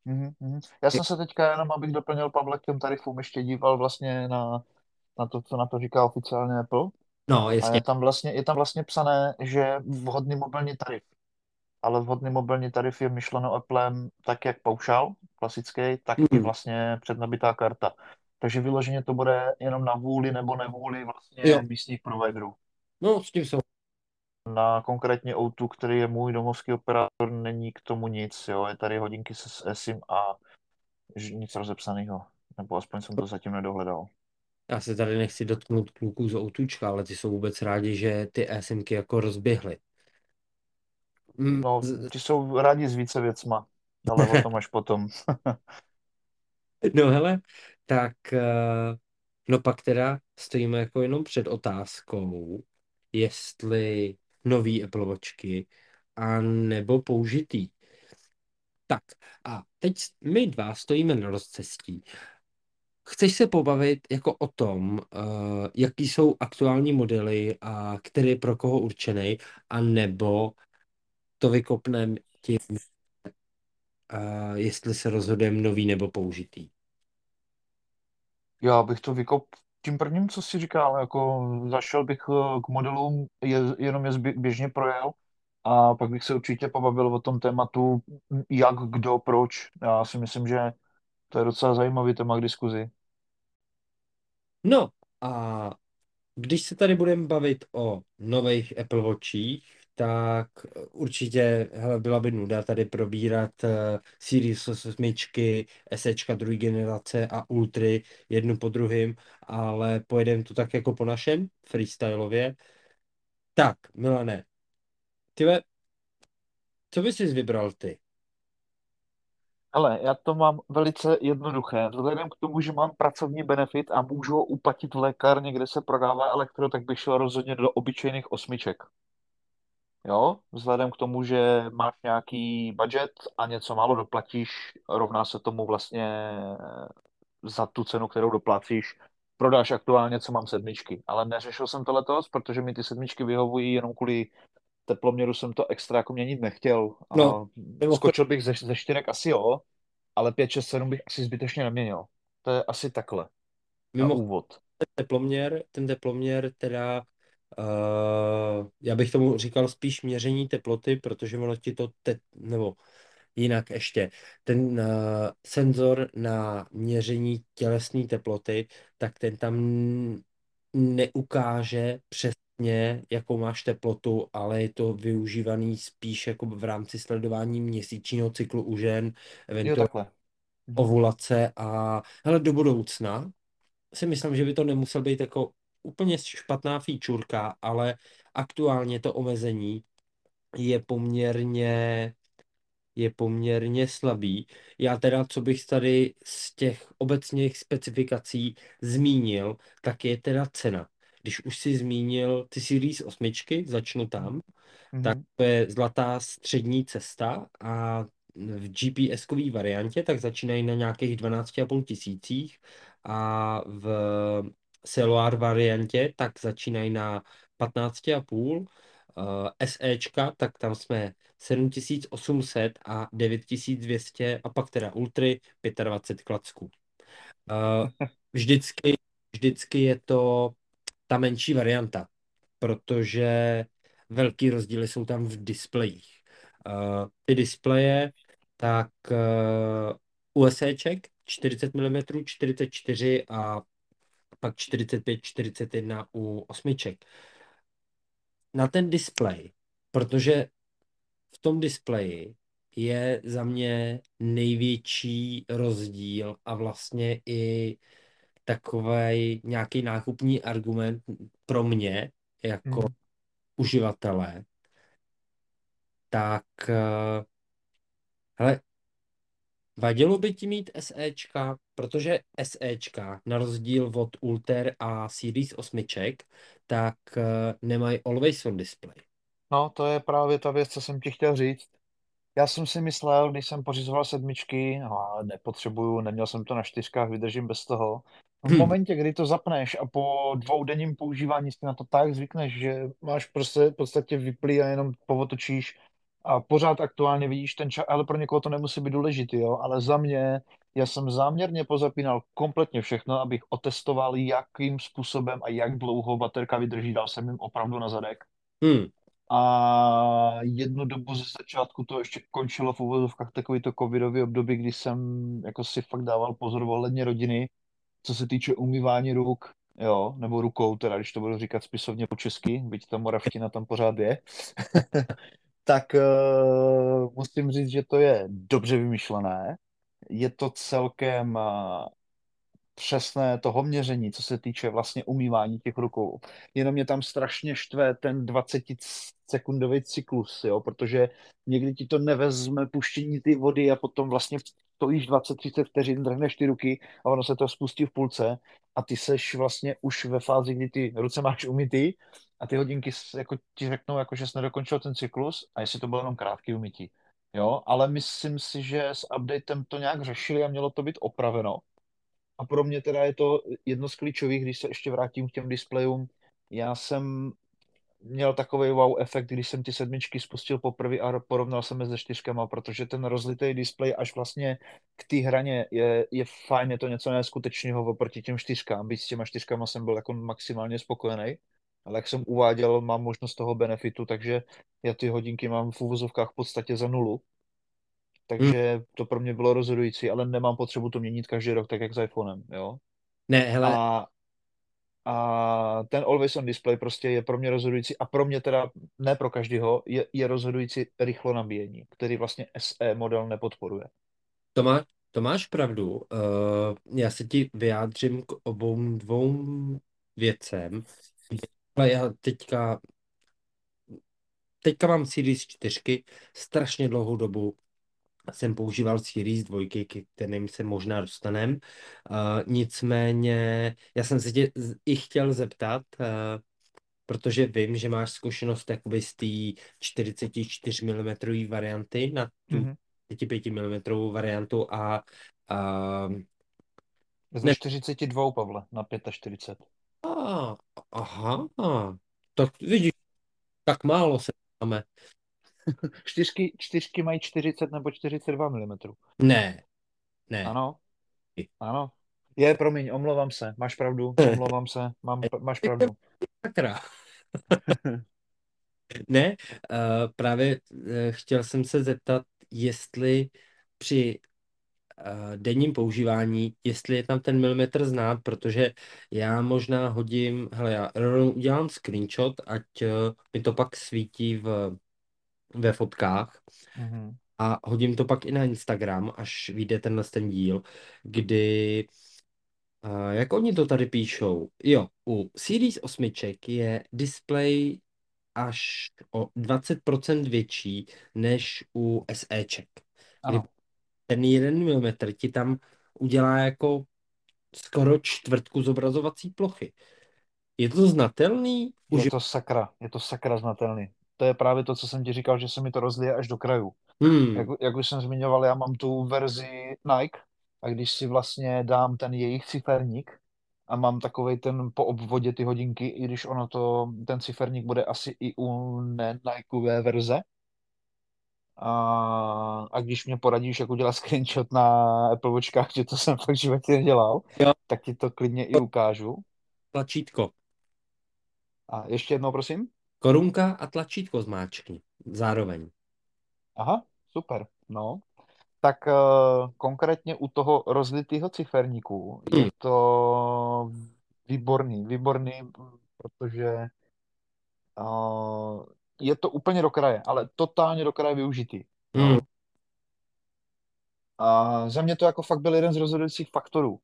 Mhm, mhm. Já jsem se teďka jenom, abych doplnil Pavle k těm tarifům, ještě díval vlastně na, na to, co na to říká oficiálně Apple. No, A jasně. je tam vlastně, je tam vlastně psané, že vhodný mobilní tarif. Ale vhodný mobilní tarif je myšleno Applem tak, jak paušál klasický, tak i Hmm. vlastně přednabitá karta. Takže vyloženě to bude jenom na vůli nebo nevůli Jo, vlastně místních providerů. no, s tím jsou. Na konkrétně O dva, který je můj domovský operátor, není k tomu nic. Jo. Je tady hodinky s eSIM a ž- nic rozepsaného. Nebo aspoň jsem to zatím nedohledal. Já se tady nechci dotknout kluků z Outučka, ale ty jsou vůbec rádi, že ty eSIMky jako rozběhly. Mm, No, z- ti jsou rádi s více věcma, ale o tom až potom. No hele, tak eh, no pak teda stojíme jako jenom před otázkou, jestli nový Apple Watchky a nebo použitý. Tak a teď my dva stojíme na rozcestí. Chceš se pobavit jako o tom, uh, jaký jsou aktuální modely a který je pro koho určený, a nebo to vykopneme tím, uh, jestli se rozhodujeme nový nebo použitý. Já bych to vykop tím prvním, co jsi říkal, jako zašel bych eh, k modelům, je, jenom je zbě- běžně projel a pak bych se určitě pobavil o tom tématu, jak, kdo, proč. Já si myslím, že to je docela zajímavý téma k diskuzi. No a když se tady budeme bavit o nových Apple Watchích, tak určitě hele, byla by nuda tady probírat uh, Series osm, SEčka druhé generace a Ultry jednu po druhém, ale pojedeme to tak jako po našem, freestylově. Tak, Milane, tyhle, co bys jsi vybral ty? Ale já to mám velice jednoduché. Vzhledem k tomu, že mám pracovní benefit a můžu ho uplatit v lékárně, kde se prodává elektro, tak bych šel rozhodně do obyčejných osmiček. Jo, vzhledem k tomu, že máš nějaký budget a něco málo doplatíš, rovná se tomu vlastně za tu cenu, kterou doplácíš, prodáš aktuálně, co mám sedmičky. Ale neřešil jsem to letos, protože mi ty sedmičky vyhovují jenom kvůli teploměru jsem to extra jako měnit nechtěl. No, A mimochodem, skočil bych ze, ze čtyřek asi jo, ale pět, šest, sedm bych asi zbytečně neměnil. To je asi takhle na mimochodem úvod. ten teploměr, ten teploměr teda, uh, já bych tomu říkal spíš měření teploty, protože ono ti to, te, nebo jinak ještě, ten uh, senzor na měření tělesné teploty, tak ten tam neukáže přesně, jakou máš teplotu, ale je to využívaný spíš jako v rámci sledování měsíčního cyklu u žen, Jo, eventuálně takhle. Mhm. ovulace a hele, do budoucna si myslím, že by to nemusel být jako úplně špatná fíčurka, ale aktuálně to omezení je poměrně je poměrně slabý. Já teda, co bych tady z těch obecných specifikací zmínil, tak je teda cena. Když už si zmínil ty Series osm, začnu tam, tak Mhm. to je zlatá střední cesta a v G P S-kové variantě tak začínají na nějakých dvanáct a půl tisících a v Cellular variantě tak začínají na patnáct a půl. Uh, SEčka, tak tam jsme sedm tisíc osm set a devět tisíc dvě stě a pak teda Ultry dvacet pět klacků. Uh, vždycky, vždycky je to ta menší varianta, protože velký rozdíly jsou tam v displejích. Uh, ty displeje, tak uh, USEček čtyřicet milimetrů, čtyřicet čtyři a pak čtyřicet pět, čtyřicet jedna u osmiček. Na ten displej, protože v tom displeji je za mě největší rozdíl a vlastně i takový nějaký nákupní argument pro mě jako Mhm. uživatele, tak eh, hele, vadilo by ti mít SEčka, protože SEčka na rozdíl od Ulter a Series osm, tak eh, nemají always on display. No, to je právě ta věc, co jsem ti chtěl říct. Já jsem si myslel, když jsem pořizoval sedmičky, no, ale nepotřebuju, neměl jsem to na čtyřkách, vydržím bez toho. V Hm. momentě, kdy to zapneš a po dvoudenním používání si na to tak zvykneš, že máš prostě v podstatě vyplý a jenom povotočíš A pořád aktuálně vidíš ten čas, ale pro někoho to nemusí být důležitý, jo, ale za mě, já jsem záměrně pozapínal kompletně všechno, abych otestoval, jakým způsobem a jak dlouho baterka vydrží, dal jsem jim opravdu na zadek. Hmm. A jednu dobu ze začátku to ještě končilo v uvozovkách takový to covidový období, kdy jsem jako si fakt dával pozor ohledně rodiny, co se týče umývání ruk, jo, nebo rukou, teda když to budu říkat spisovně po česky, byť ta moravština tam pořád je, tak uh, musím říct, že to je dobře vymyšlené. Je to celkem uh, přesné toho měření, co se týče vlastně umývání těch rukou. Jenom mě tam strašně štve ten dvacetisekundový cyklus, jo, protože někdy ti to nevezme puštění ty vody a potom vlastně stojíš dvacet třicet vteřin, drhneš ty ruky a ono se to spustí v půlce a ty seš vlastně už ve fázi, kdy ty ruce máš umytý a ty hodinky s- jako ti řeknou, jako, že jsi nedokončil ten cyklus a jestli to bylo jenom krátký umytí. Jo, ale myslím si, že s updatem to nějak řešili a mělo to být opraveno. A pro mě teda je to jedno z klíčových, když se ještě vrátím k těm displejům. Já jsem měl takový wow efekt, když jsem ty sedmičky spustil poprvé a porovnal jsem je se čtyřkama, protože ten rozlitý displej až vlastně k té hraně je, je fajn, je to něco neskutečného oproti těm čtyřkám, byť s těma čtyřkama jsem byl jako maximálně spokojený, ale jak jsem uváděl, mám možnost toho benefitu, takže já ty hodinky mám v úvozovkách v podstatě za nulu, Hmm. takže to pro mě bylo rozhodující, ale nemám potřebu to měnit každý rok, tak jak s iPhonem, jo. Ne, hele, A, a ten Always On display prostě je pro mě rozhodující a pro mě teda, ne pro každého, je, je rozhodující rychlo nabíjení, který vlastně S E model nepodporuje. to, má, to máš pravdu. Uh, já se ti vyjádřím k obou dvou věcem. Ale já teďka, teďka mám Series čtyři, strašně dlouhou dobu jsem používal Series dva, ke kterým se možná dostanem. Uh, nicméně, já jsem se tě z- i chtěl zeptat, uh, protože vím, že máš zkušenost jakoby z té čtyřicet čtyři milimetrové varianty na tu Mhm. třicet pět milimetrů variantu a, a Ze ne, čtyřicet dva, Pavle, na čtyřicet pět. a, aha, tak vidíš, tak málo se máme. Čtyřky, čtyřky mají čtyřicet nebo čtyřicet dva milimetrů. Ne, ne. Ano, ano. Je, promiň, omlouvám se, máš pravdu, omlouvám se, mám, máš pravdu. Sakra. Ne, uh, právě uh, chtěl jsem se zeptat, jestli při uh, denním používání, jestli je tam ten milimetr znát, protože já možná hodím, hele, já rovnou udělám screenshot, ať uh, mi to pak svítí v, ve fotkách Mhm. a hodím to pak i na Instagram, až vyjde tenhle ten díl, kdy, uh, jak oni to tady píšou, jo, u Series osm je display až o dvacet procent větší než u SEček. Kdy Ano. ten jeden milimetr ti tam udělá jako skoro čtvrtku zobrazovací plochy. Je to znatelný? Je Už... to sakra, je to sakra znatelný. To je právě to, co jsem ti říkal, že se mi to rozlije až do krajů. Jak, Hmm, jak už jsem zmiňoval, já mám tu verzi Nike a když si vlastně dám ten jejich ciferník a mám takovej ten po obvodě ty hodinky, i když ono to, ten ciferník bude asi i u ne Nikeové verze. A, a když mě poradíš, jak udělat screenshot na Apple Watchkách, že to jsem fakt v životě nedělal, jo, tak ti to klidně i ukážu. tlačítko. A ještě jednou, prosím. Korunka a tlačítko zmáčkni. Zároveň. Aha, super. No, tak eh, konkrétně u toho rozlitého ciferníku Hmm, je to výborný, výborný, protože eh, je to úplně do kraje, ale totálně do kraje využitý. hmm. Jo? A za mě to jako fakt byl jeden z rozhodujících faktorů.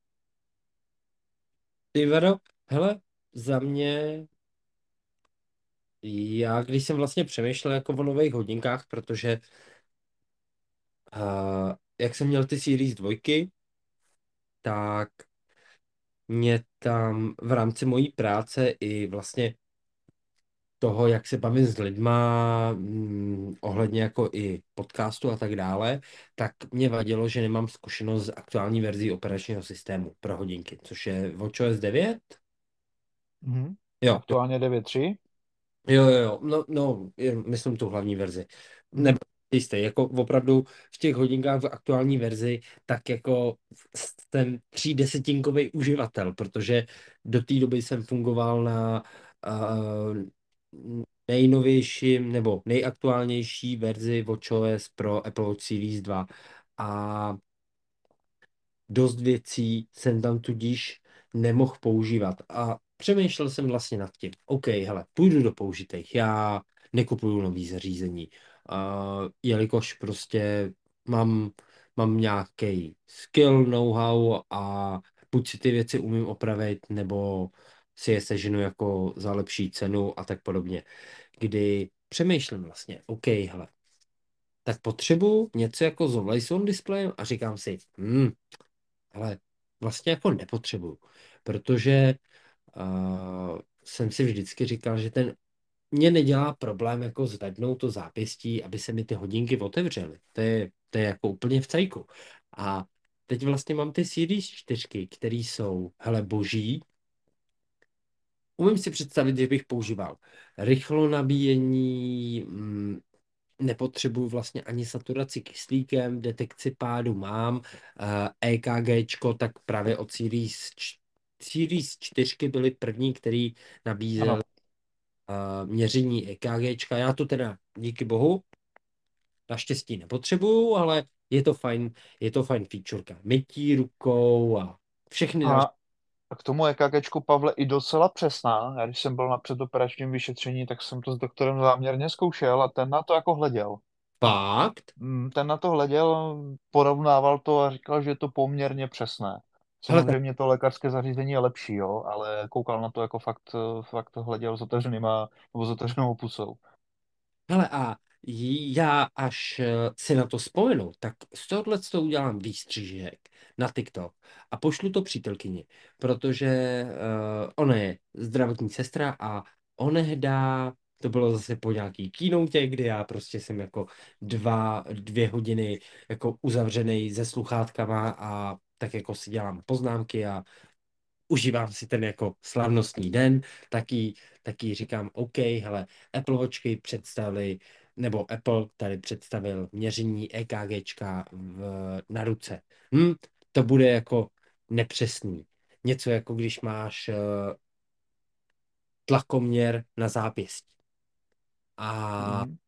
Ty Vero, hele, za mě, já když jsem vlastně přemýšlel jako o nových hodinkách, protože uh, jak jsem měl ty Series dva, tak mě tam v rámci mojí práce i vlastně toho, jak se bavím s lidma, mm, ohledně jako i podcastu a tak dále, tak mě vadilo, že nemám zkušenost s aktuální verzí operačního systému pro hodinky, což je watchOS devět. Mhm. Jo, to, Aktuálně devět tečka tři. jo, jo, jo, no, no, je- myslím tu hlavní verzi. Mhm. Nebo jistý, jako opravdu v těch hodinkách v aktuální verzi, tak jako jsem třídesetinkový uživatel, protože do té doby jsem fungoval na uh, nejnovějším nebo nejaktuálnější verzi watchOS pro Apple Watch Series dva a dost věcí jsem tam tudíž nemohl používat. A přemýšlel jsem vlastně nad tím. OK, hele, půjdu do použitých. Já nekupuju nový zařízení, uh, jelikož prostě mám, mám nějaký skill, know-how a buď si ty věci umím opravit, nebo si je seženu jako za lepší cenu a tak podobně. Kdy přemýšlím vlastně, OK, hele, tak potřebuju něco jako s Always-on displejem a říkám si, hmm, ale vlastně jako nepotřebuju, protože uh, jsem si vždycky říkal, že ten mě nedělá problém jako zvednout to zápěstí, aby se mi ty hodinky otevřely. To je, to je jako úplně v cajku. A teď vlastně mám ty Series čtyři, které jsou, hele, boží. Umím si představit, že bych používal rychlo nabíjení, mm, nepotřebuju vlastně ani saturaci kyslíkem, detekci pádu mám, eh, EKGčko, tak právě od Series, č- Series čtyři byly první, který nabízel Ano. eh, měření EKGčka. Já to teda díky bohu naštěstí nepotřebuju, ale je to fajn, je to fajn featureka. Mytí rukou a všechny další. A k tomu EKGčku, Pavle, i docela přesná. Já když jsem byl na předoperačním vyšetření, tak jsem to s doktorem záměrně zkoušel a ten na to jako hleděl. Fakt? Mm, Ten na to hleděl, porovnával to a říkal, že je to poměrně přesné. Hele, tak, Samozřejmě to lékařské zařízení je lepší, jo, ale koukal na to jako fakt, fakt to hleděl s otevřenýma, nebo s otevřenou pusou. hele a já až eh, si na to vzpomenu, tak z tohohle to udělám výstřižek na TikTok a pošlu to přítelkyni, protože uh, ona je zdravotní sestra a onehda, to bylo zase po nějaký keynote, kdy já prostě jsem jako dva, dvě hodiny jako uzavřený se sluchátkama a tak jako si dělám poznámky a užívám si ten jako slavnostní den, taky, taky říkám, OK, hele, Apple Watchky představili, nebo Apple tady představil měření EKGčka v, na ruce. Hm, to bude jako nepřesný. Něco jako když máš uh, tlakoměr na zápěstí. A Mhm.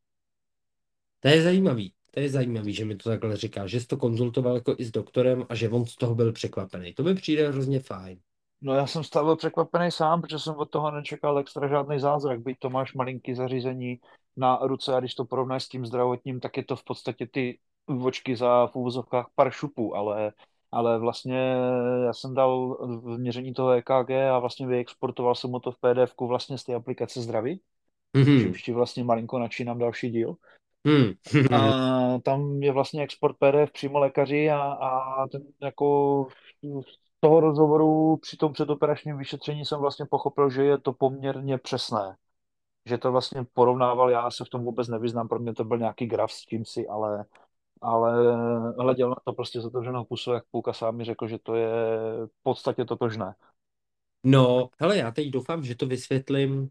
to je zajímavý. To je zajímavý, že mi to takhle říká, že jsi to konzultoval jako i s doktorem a že on z toho byl překvapený. To mi přijde hrozně fajn. No já jsem stál překvapený sám, protože jsem od toho nečekal extra žádný zázrak. Byť to máš malinký zařízení na ruce a když to porovnáš s tím zdravotním, tak je to v podstatě ty vočky za v úvozovkách pár šupů, ale, ale vlastně já jsem dal v měření toho E K G a vlastně vyexportoval jsem mu to v P D F ku vlastně z té aplikace Zdraví, Mhm. čímž ti vlastně malinko načínám další díl. Hmm. A tam je vlastně export P D F přímo lékaři a, a ten jako z toho rozhovoru při tom předoperačním vyšetření jsem vlastně pochopil, že je to poměrně přesné. Že to vlastně porovnával, já se v tom vůbec nevyznám, pro mě to byl nějaký graf s tím si, ale, ale hleděl na to prostě s otevřenou pusou, jak půlka sám mi řekl, že to je v podstatě totožné. No, hele, já teď doufám, že to vysvětlím,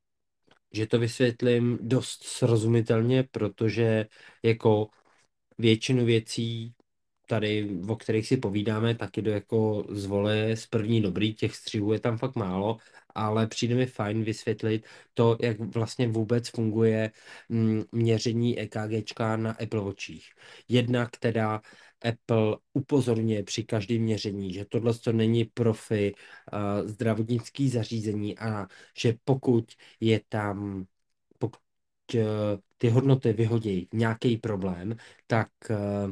že to vysvětlím dost srozumitelně, protože jako většinu věcí tady, o kterých si povídáme, taky do jako z vole z první dobrý, těch střihů je tam fakt málo, ale přijde mi fajn vysvětlit to, jak vlastně vůbec funguje mm, měření EKGčka na Apple Watchích. Jednak teda Apple upozorňuje při každém měření, že tohle to není profi uh, zdravotnický zařízení a že pokud je tam, pokud uh, ty hodnoty vyhodí nějaký problém, tak uh,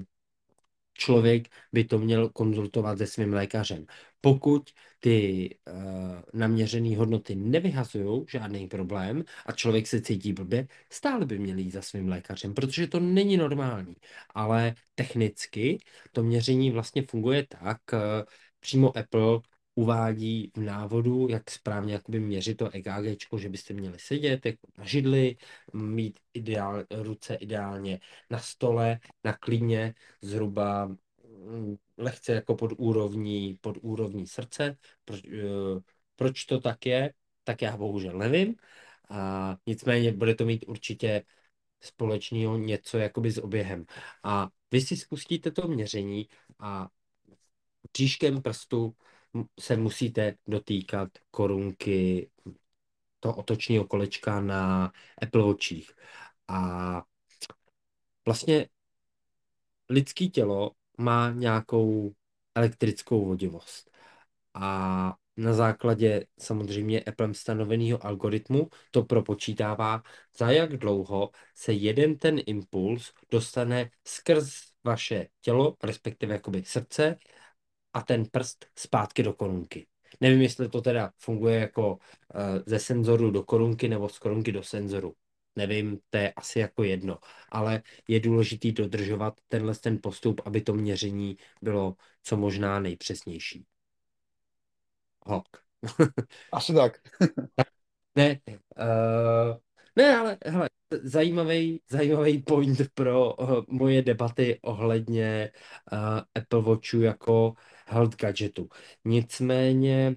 člověk by to měl konzultovat se svým lékařem. Pokud ty uh, naměřené hodnoty nevyhazují žádný problém a člověk se cítí blbě, stále by měl jít za svým lékařem, protože to není normální. Ale technicky to měření vlastně funguje tak, uh, přímo Apple uvádí v návodu, jak správně jakoby měřit to E K G, že byste měli sedět jako na židli, mít ideál, ruce ideálně na stole, na klíně, zhruba mm, lehce jako pod úrovní, pod úrovní srdce. Proč, eh, proč to tak je, tak já bohužel nevím. A nicméně bude to mít určitě společného něco jakoby s oběhem. A vy si spustíte to měření a příškem prstu m- se musíte dotýkat korunky toho otočního kolečka na Apple Watchích. A vlastně lidský tělo má nějakou elektrickou vodivost. A na základě samozřejmě Applem stanoveného algoritmu to propočítává, za jak dlouho se jeden ten impuls dostane skrz vaše tělo, respektive jakoby srdce a ten prst zpátky do korunky. Nevím, jestli to teda funguje jako uh, ze senzoru do korunky nebo z korunky do senzoru. Nevím, to je asi jako jedno, ale je důležitý dodržovat tenhle ten postup, aby to měření bylo co možná nejpřesnější. Hok. Asi tak. Ne, uh, ne, ale hele, zajímavý, zajímavý point pro uh, moje debaty ohledně uh, Apple Watchu jako health gadgetu. Nicméně,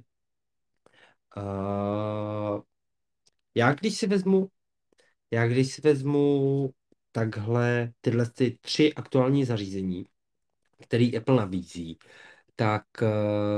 uh, já když si vezmu, já když si vezmu takhle tyhle ty tři aktuální zařízení, který Apple nabízí, tak uh,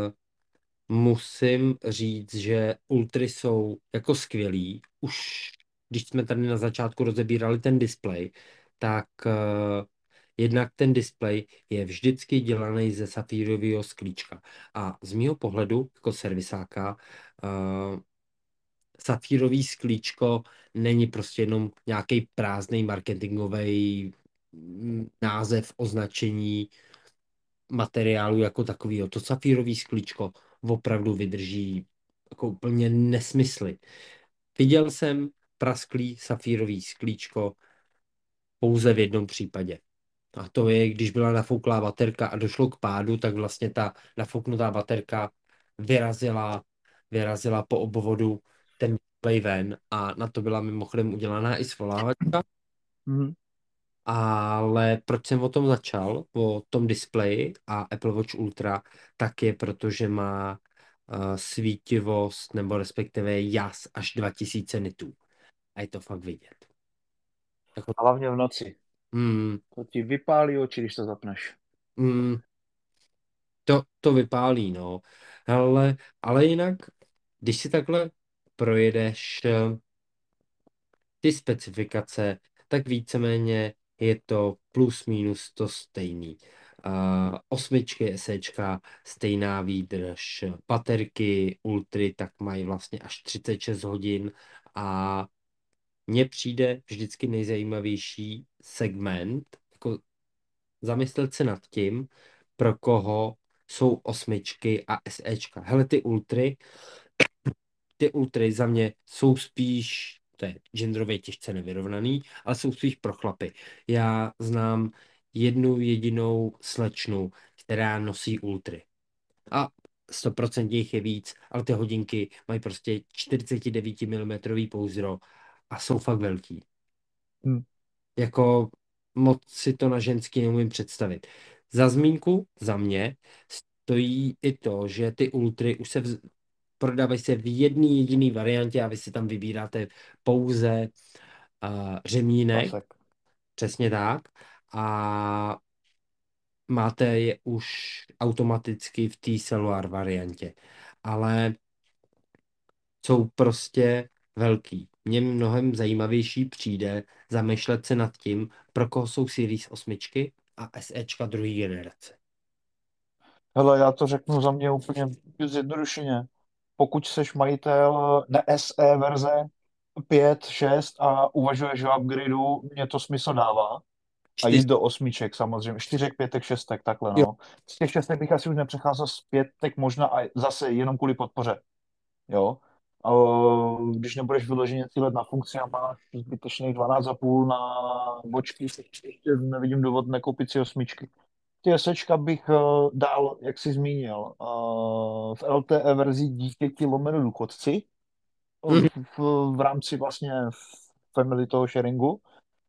musím říct, že Ultry jsou jako skvělý. Už když jsme tady na začátku rozebírali ten displej, tak uh, jednak ten displej je vždycky dělaný ze safírového sklíčka. A z mýho pohledu, jako servisáka, uh, safírový sklíčko není prostě jenom nějaký prázdný marketingový název, označení materiálu jako takového. To safírový sklíčko opravdu vydrží jako úplně nesmysly. Viděl jsem prasklý safírový sklíčko pouze v jednom případě. A to je, když byla nafouklá baterka a došlo k pádu, tak vlastně ta nafouknutá baterka vyrazila, vyrazila po obvodu ten display ven a na to byla mimochodem udělaná i svolávačka. Mhm. Ale proč jsem o tom začal, o tom displeji a Apple Watch Ultra, tak je proto, že má uh, svítivost nebo respektive jas až dva tisíce nitů. A je to fakt vidět. Jako, Hlavně v noci. mm, To ti vypálí oči, když to zapneš. mm, to, to vypálí, no. Ale, ale jinak, když si takhle projedeš eh, ty specifikace, tak víceméně je to plus minus to stejný. Uh, osmičky SEčka, stejná výdrž, baterky Ultry tak mají vlastně až třicet šest hodin a mně přijde vždycky nejzajímavější segment, jako zamyslet se nad tím, pro koho jsou osmičky a SEčka. Hele, ty Ultry ty ultry za mě jsou spíš, to je genderově těžce nevyrovnaný, ale jsou spíš pro chlapy. Já znám jednu jedinou slečnu, která nosí ultry. A sto procent jich je víc, ale ty hodinky mají prostě čtyřicet devět milimetrů pouzdro a jsou fakt velký. Hmm. Jako moc si to na ženský neumím představit. Za zmínku, za mě, stojí i to, že ty ultry už se vz- prodávají se v jedné jediné variantě a vy si tam vybíráte pouze uh, řemínek, Pasek. přesně tak, a máte je už automaticky v té cellular variantě. Ale jsou prostě velký. Mně mnohem zajímavější přijde zamýšlet se nad tím, pro koho jsou Series osmičky a SEčka druhé generace. Hele, já to řeknu za mě úplně zjednodušeně. Pokud seš majitel ne S E verze pět, šest a uvažuješ o upgradeu, mě to smysl dává. A jít Čtyři. do osmiček samozřejmě. Čtyřek, pětek, šestek, takhle Jo. no. Z těch šestek bych asi už nepřecházel z pětek možná a zase jenom kvůli podpoře. Jo. A když nebudeš vyloženě cílet na funkci a máš zbytečných dvanáct a půl na bočky, ještě nevidím důvod nekoupit si osmičky. Ty SEčka bych uh, dál, jak jsi zmínil, uh, v L T E verzi dítěti lomeno důchodci v, Mhm. v, v rámci vlastně family toho sharingu.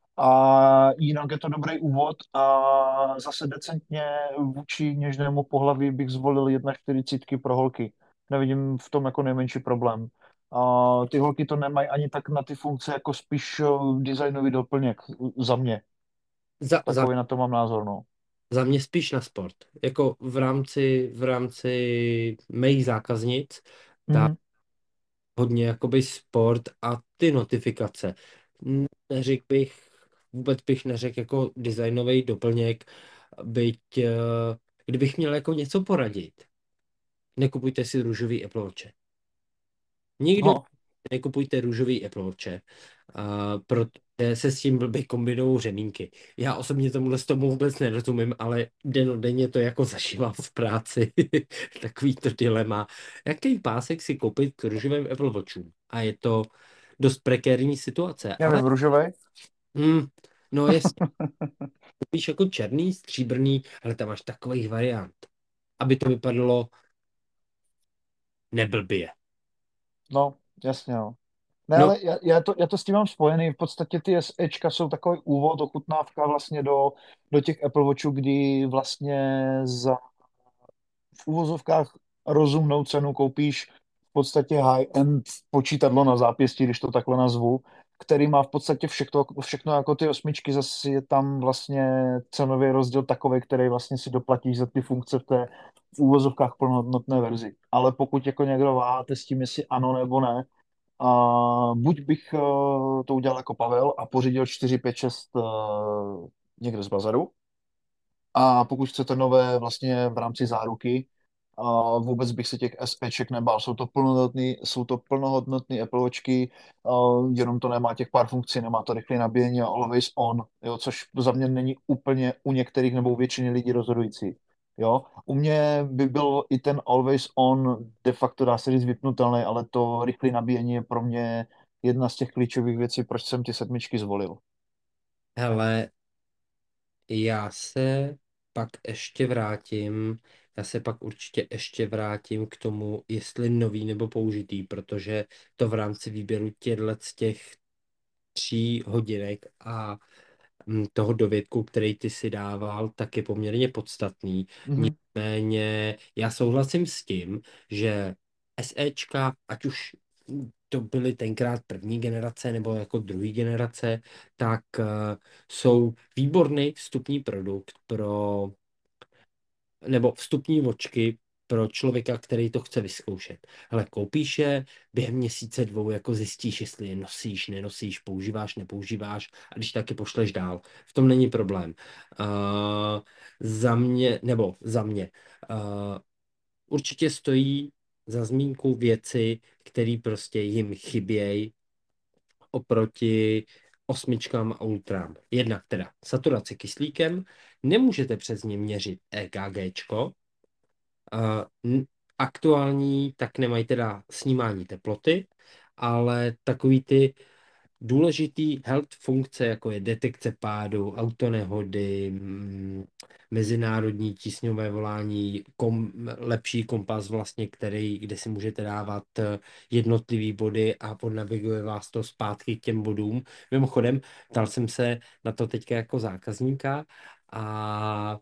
A jinak je to dobrý úvod a zase decentně vůči něžnému pohlaví bych zvolil jedna čtyřicítky pro holky. Nevidím v tom jako nejmenší problém. A ty holky to nemají ani tak na ty funkce, jako spíš uh, designový doplněk za mě. Za, za, Takový na to mám názor, no. za mě spíš na sport. Jako v rámci, v rámci mých zákaznic, tak Mhm. hodně jakoby sport a ty notifikace. N- Neřekl bych, vůbec bych neřekl jako designový doplněk, byť eh, kdybych měl jako něco poradit, nekupujte si růžový Apple Watche. Nikdo No, nekupujte růžový Apple Watche, a protože se s tím blbě kombinují řemínky. Já osobně tomuhle z tomu vůbec nerozumím, ale dennodenně to jako zažívám v práci. Takový to dilema. Jaký pásek si koupit k růžovým Apple Watchům? A je to dost prekérní situace, já ale vím, růžovej. hm, no jestli koupíš jako černý, stříbrný, ale tam máš takových variant, aby to vypadalo neblbě. No, jasně, no. Ne, No, ale já, já, to, já to s tím mám spojený. V podstatě ty SEčka jsou takový úvod, ochutnávka vlastně do, do těch Apple Watchů, kdy vlastně za v úvozovkách rozumnou cenu koupíš v podstatě high-end počítadlo na zápěstí, když to takhle nazvu, který má v podstatě všechno, všechno jako ty osmičky, zase je tam vlastně cenový rozdíl takový, který vlastně si doplatíš za ty funkce v té v úvozovkách plnohodnotné verzi. Ale pokud jako někdo váháte s tím, jestli ano nebo ne, a buď bych uh, to udělal jako Pavel a pořídil čtyři, pět, šest uh, někde z bazaru, a pokud chcete nové vlastně v rámci záruky, a vůbec bych se těch SEček nebál. Jsou to plnohodnotný, jsou to plnohodnotné Apple Watchky, a jenom to nemá těch pár funkcí, nemá to rychlé nabíjení a always on, jo, což za mě není úplně u některých nebo u většiny lidí rozhodující. Jo. U mě by byl i ten always on de facto dá se říct vypnutelný, ale to rychlé nabíjení je pro mě jedna z těch klíčových věcí, proč jsem ty sedmičky zvolil. hele, Já se pak ještě vrátím, já se pak určitě ještě vrátím k tomu, jestli nový nebo použitý, protože to v rámci výběru těchto z těch tří hodinek a mm, toho dovědku, který ty si dával, tak je poměrně podstatný. Mhm. Nicméně já souhlasím s tím, že SEčka, ať už to byly tenkrát první generace nebo jako druhý generace, tak uh, jsou výborný vstupní produkt pro, nebo vstupní vočky pro člověka, který to chce vyzkoušet. Ale koupíš je, během měsíce dvou jako zjistíš, jestli je nosíš, nenosíš, používáš, nepoužíváš a když taky pošleš dál. V tom není problém. Uh, za mě, nebo za mě, uh, určitě stojí za zmínku věci, které prostě jim chybějí oproti osmičkám a ultrám. Jednak teda saturace kyslíkem, nemůžete přes ně měřit EKGčko, a n- aktuální tak nemají teda snímání teploty, ale takový ty důležitý health funkce, jako je detekce pádu, autonehody, mm, mezinárodní tísňové volání, kom, lepší kompas vlastně, který, kde si můžete dávat eh, jednotlivý body a podnaviguje vás to zpátky k těm bodům. Mimochodem, ptal jsem se na to teďka jako zákazníka a,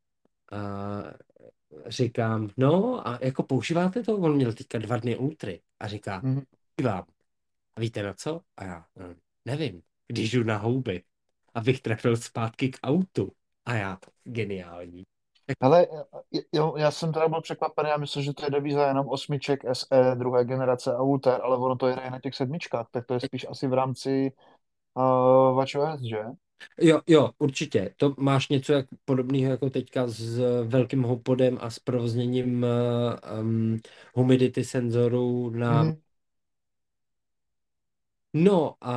a říkám, no a jako používáte to? On měl teďka dva dny ultry a říká, Mhm. používám. A víte na co? A já, "No, nevím, když jdu na houby, abych trefil zpátky k autu. A já, geniální. Tak Hele, jo, já jsem teda byl překvapený, já myslím, že to je devíza jenom osmiček S E druhé generace a Ulter, ale ono to jde i na těch sedmičkách, tak to je spíš asi v rámci uh, WatchOS, že? jo, jo, určitě. To máš něco jak, podobného jako teďka s velkým HomePodem a s provozněním uh, um, humidity senzoru na... Mhm. No a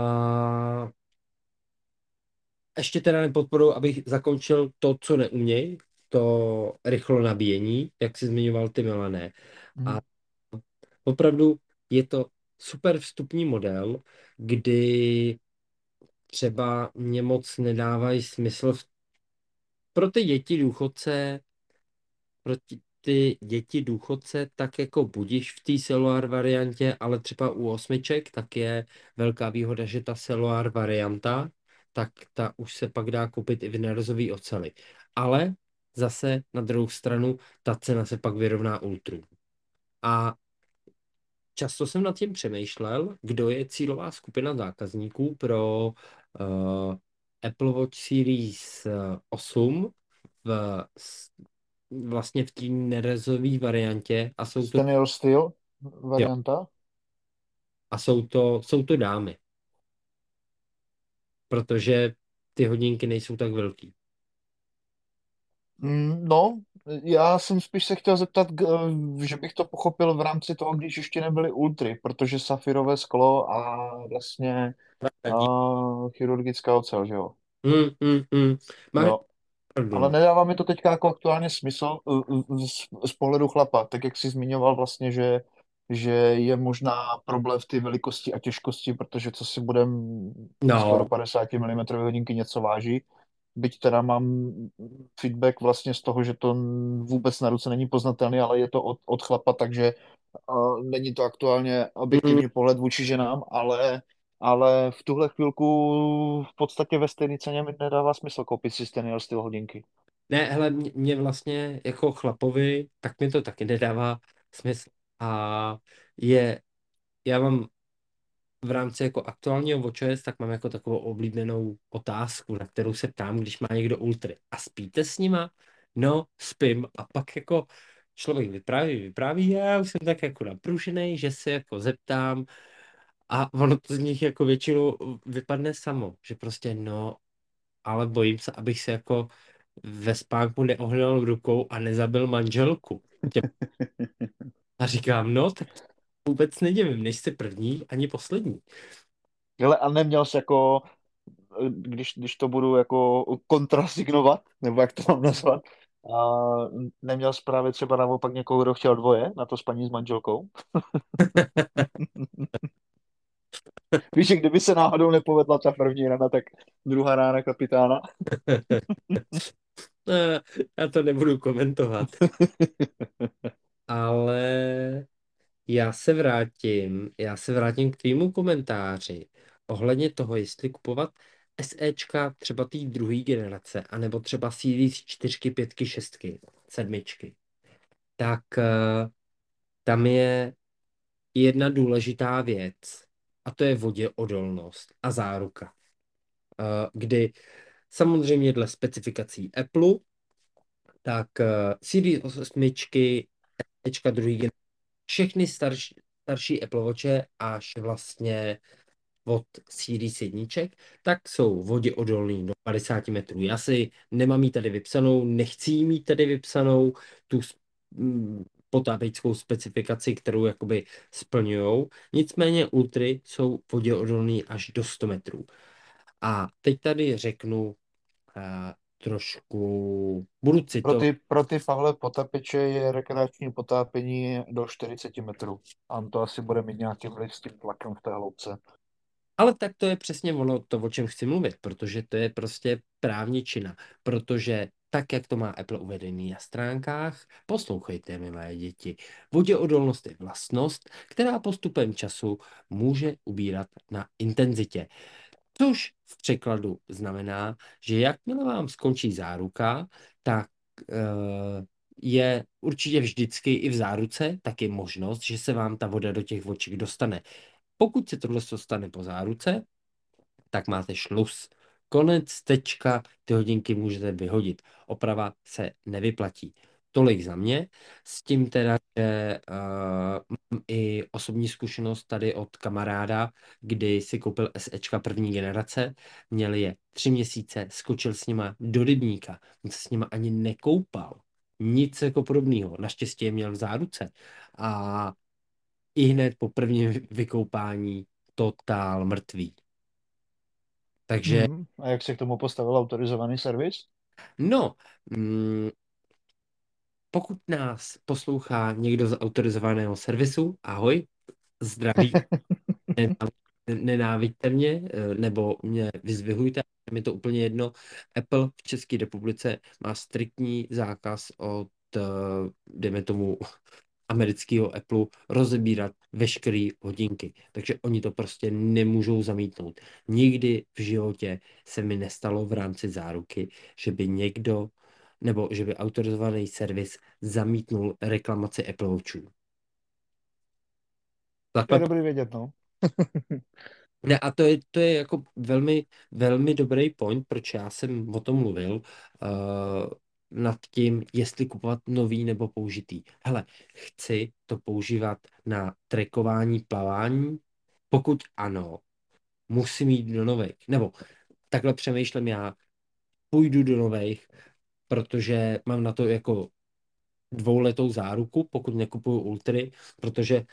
ještě teda nepodporuji, abych zakončil to, co neuměj, to rychlo nabíjení, jak jsi zmiňoval ty Milané. Mhm. A opravdu je to super vstupní model, kdy třeba mě moc nedávají smysl v, pro ty děti důchodce, pro ti- ty děti důchodce, tak jako budíš v té Celular variantě, ale třeba u osmiček, tak je velká výhoda, že ta Celular varianta, tak ta už se pak dá koupit i v nerezový oceli. Ale zase na druhou stranu ta cena se pak vyrovná ultru. A často jsem nad tím přemýšlel, kdo je cílová skupina zákazníků pro uh, Apple Watch Series eh, osm v, s- vlastně v té nerezové variantě a jsou to, Senior Steel jo, varianta? a jsou to, jsou to dámy, protože ty hodinky nejsou tak velký. Mm, No, já jsem spíš se chtěl zeptat, g- že bych to pochopil v rámci toho, když ještě nebyly ultry, protože safirové sklo a vlastně a, Radí. chirurgická ocel, že jo? Hmm, hmm, hmm. Máš Jo, pravdu, ale no. nedává mi to teďka jako aktuálně smysl uh, uh, z, z pohledu chlapa, tak jak jsi zmiňoval vlastně, že, že je možná problém v té velikosti a těžkosti, protože co si budem skoro No, padesát milimetrů hodinky něco váží, byť teda mám feedback vlastně z toho, že to vůbec na ruce není poznatelný, ale je to od, od chlapa, takže uh, není to aktuálně hmm. objektivní pohled vůči ženám, ale, ale v tuhle chvilku v podstatě ve stejné ceně mi nedává smysl koupit si stejný styl hodinky. Ne, hele, mě, mě vlastně jako chlapovi, tak mi to taky nedává smysl. A je, já mám v rámci jako aktuálního WatchOS, tak mám jako takovou oblíbenou otázku, na kterou se ptám, když má někdo ultry. A spíte s nima? No, spím. A pak jako člověk vypráví, vypráví, a já už jsem tak jako naprušený, že se jako zeptám a ono to z nich jako většinou vypadne samo, že prostě no, ale bojím se, abych se jako ve spánku neohnul rukou a nezabil manželku. Tě- A říkám, no, tak vůbec nedivím, nejsi první ani poslední. Ale a neměl jsi jako, eh, když, když to budu jako kontrasignovat, nebo jak to mám nazvat, a neměl jsi právě třeba naopak někoho, kdo chtěl dvoje, na to s paní s manželkou? Víš, že kdyby se náhodou nepovedla ta první rana, tak druhá rána kapitána. Eh, Já to nebudu komentovat, ale já se vrátím, já se vrátím k tvýmu komentáři ohledně toho, jestli kupovat SEčka třeba té druhé generace, anebo třeba Series čtyři, pět, šest, sedm. Tak eh, tam je jedna důležitá věc, a to je voděodolnost a záruka. Eh, Kdy samozřejmě dle specifikací Apple, tak eh, Series osm, Ečka druhý gen, všechny starší, starší Apple Watche až vlastně od Series jedniček, tak jsou voděodolný do padesát metrů. Já si nemám jí tady vypsanou, nechci jí mít tady vypsanou tu mm, potápěčskou specifikaci, kterou jakoby splňujou. Nicméně ultry jsou voděodolný až do sto metrů. A teď tady řeknu uh, trošku, budu Pro citovat. ty, pro ty fahle potapeče je rekreační potápění do čtyřicet metrů. A to asi bude mít nějaký vliv s tím tlakem v té hloubce. Ale tak to je přesně ono, to, o čem chci mluvit, protože to je prostě právničina. Protože tak, jak to má Apple uvedený na stránkách, poslouchejte, milé děti, voděodolnost je vlastnost, která postupem času může ubírat na intenzitě. Což v překladu znamená, že jakmile vám skončí záruka, tak eh, je určitě vždycky i v záruce taky možnost, že se vám ta voda do těch očí dostane. Pokud se tohle stane po záruce, tak máte šluz. Konec, tečka, ty hodinky můžete vyhodit. Oprava se nevyplatí. Tolik za mě. S tím teda, že uh, mám i osobní zkušenost tady od kamaráda, kdy si koupil SEčka první generace, měl je tři měsíce, skočil s nima do rybníka, on se s nima ani nekoupal. Nic jako podobného. Naštěstí je měl v záruce. A i hned po prvním vykoupání totál mrtvý. Takže, Hmm. A jak se k tomu postavil autorizovaný servis? no, mm, pokud nás poslouchá někdo z autorizovaného servisu, ahoj, zdraví, nenáviďte mě, eh, nebo mě vyzvihujte, je mi to úplně jedno. Apple v České republice má striktní zákaz od, eh, dejme tomu, amerického Apple rozebírat veškeré hodinky. Takže oni to prostě nemůžou zamítnout. Nikdy v životě se mi nestalo v rámci záruky, že by někdo nebo že by autorizovaný servis zamítnul reklamaci Apple Watchů. To je Takhle. dobrý vědět, no. Ne, a to je, to je jako velmi, velmi dobrý point, proč já jsem o tom mluvil, uh, nad tím, jestli kupovat nový nebo použitý. Hele, chci to používat na trackování plavání? Pokud ano, musím jít do nových. Nebo takhle přemýšlím já, půjdu do nových, protože mám na to jako dvouletou záruku, pokud nekupuju Ultry, protože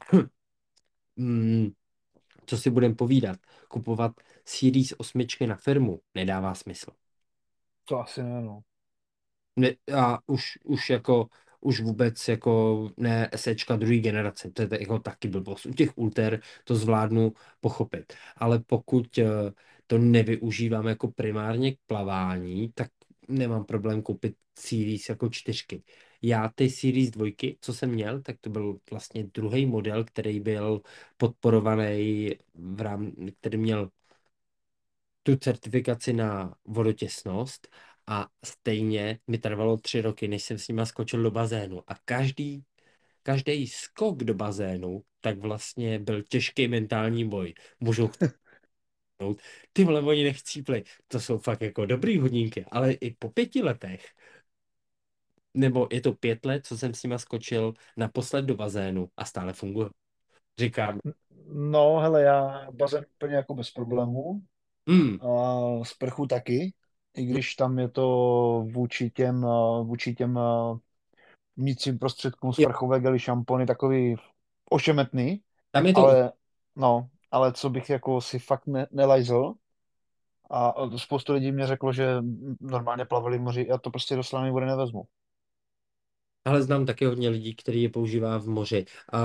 mm, co si budem povídat, kupovat Series osm na firmu nedává smysl. To asi ne, no. Ne, a už, už jako, už vůbec jako ne SEčka druhé generace, to je tak- jako taky blbost. U těch Ulter to zvládnu pochopit, ale pokud eh, to nevyužívám jako primárně k plavání, tak nemám problém koupit Series jako čtyřky. Já ty Series dvojky, co jsem měl, tak to byl vlastně druhý model, který byl podporovaný v rám, který měl tu certifikaci na vodotěsnost a stejně mi trvalo tři roky, než jsem s nima skočil do bazénu. A každý, každý skok do bazénu, tak vlastně byl těžký mentální boj. Můžou chcípnout, ty vole, oni nechcípli. To jsou fakt jako dobrý hodinky, ale i po pěti letech, nebo je to pět let, co jsem s nima skočil naposled do bazénu a stále funguje. Říkám, No, hele, já bazén úplně jako bez problémů. hmm, A sprchu taky, i když tam je to vůči těm, eh, vůči těm eh, vnitřním prostředkům jo, sprchové gely, šampony takový ošemetný, tam je to, ale no, ale co bych jako si fakt ne, nelajzl a spoustu lidí mě řeklo, že normálně plavili v moři, já to prostě do slané vody nevezmu. ale znám taky hodně lidí, kteří je používá v moři. A,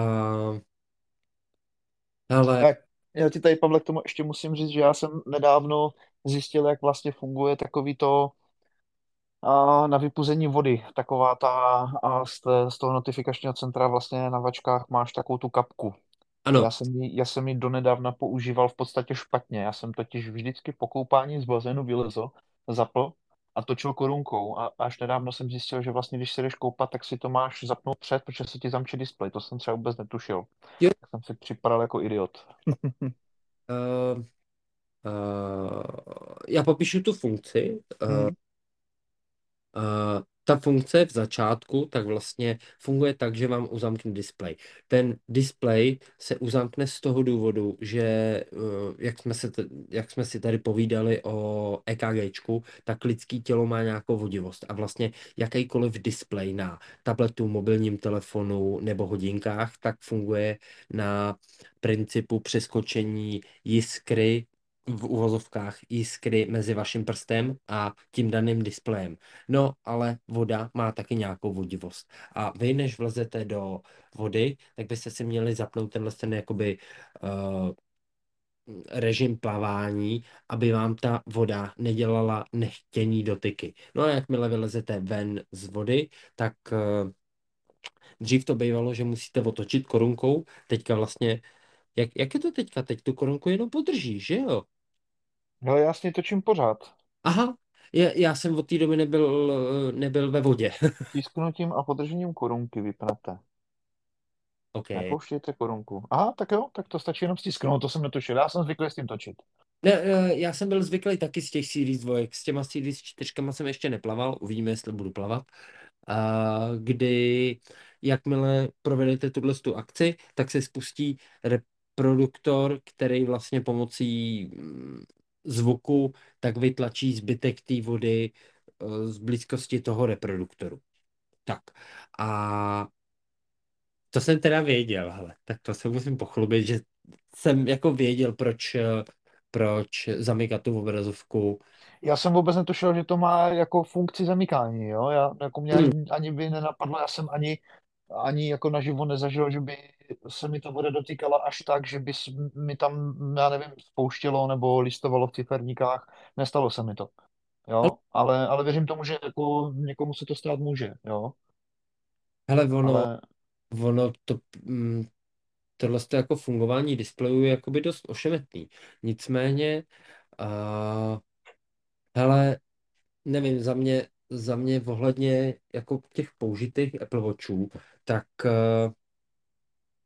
ale Já, já ti tady, Pavle, k tomu ještě musím říct, že já jsem nedávno zjistil, jak vlastně funguje takový to a na vypuzení vody. Taková ta, a z, té, z toho notifikačního centra vlastně na vačkách máš takovou tu kapku. Já ano, jsem ji, já jsem ji donedávna používal v podstatě špatně. Já jsem totiž vždycky po koupání z bazénu vylezl, zapl a točil korunkou. A až nedávno jsem zjistil, že vlastně, když se jdeš koupat, tak si to máš zapnout před, protože se ti zamčí displej. To jsem třeba vůbec netušil. jo, Tak jsem si připadal jako idiot. uh, uh, já popíšu tu funkci. Uh, Hmm. uh, ta funkce v začátku tak vlastně funguje tak, že vám uzamkne displej. Ten displej se uzamkne z toho důvodu, že uh, jak jsme, se t- jak jsme si tady povídali o EKGčku, tak lidský tělo má nějakou vodivost a vlastně jakýkoliv displej na tabletu, mobilním telefonu nebo hodinkách, tak funguje na principu přeskočení jiskry v uvozovkách jiskry mezi vaším prstem a tím daným displejem. No, ale voda má taky nějakou vodivost. A vy, než vlezete do vody, tak byste si měli zapnout tenhle ten jakoby uh, režim plavání, aby vám ta voda nedělala nechtěný dotyky. No a jakmile vylezete ven z vody, tak uh, dřív to bývalo, že musíte otočit korunkou, teďka vlastně, jak, jak je to teďka? Teď tu korunku jenom podržíš, že jo? No já s ní točím pořád. Aha, já, já jsem od té doby nebyl, eh, nebyl ve vodě. Stisknutím a podržením korunky vypnete. OK. Nepouštějte korunku. Aha, tak jo, tak to stačí jenom stisknout, to jsem netušil. Já jsem zvyklý s tím točit. Ne, eh, já jsem byl zvyklý taky z těch Series dvojek. S těma Series čtyřkama jsem ještě neplaval. Uvidíme, jestli budu plavat. A kdy, jakmile provedete tuhle tu akci, tak se spustí reproduktor, který vlastně pomocí mm, zvuku tak vytlačí zbytek té vody eh, z blízkosti toho reproduktoru. Tak. A to jsem teda věděl, hele. Tak to se musím pochlubit, že jsem jako věděl, proč, eh, proč zamykat tu obrazovku. Já jsem vůbec netušil, že to má jako funkci zamykání, jo. Já, jako mě Hmm. ani, ani by nenapadlo, já jsem ani, ani jako naživo nezažil, že by se mi ta voda dotýkala až tak, že by s- mi tam, já nevím, spouštělo nebo listovalo v ciferníkách. Nestalo se mi to, Ale, jo. Ale, ale věřím tomu, že jako někomu se to stát může, jo. hele, ono, Ale ono to, mm, tohle to jako fungování displejů je jakoby dost ošemetný. Nicméně, uh, hele, nevím, za mě, za mě ohledně jako těch použitých Apple Watchů, tak uh,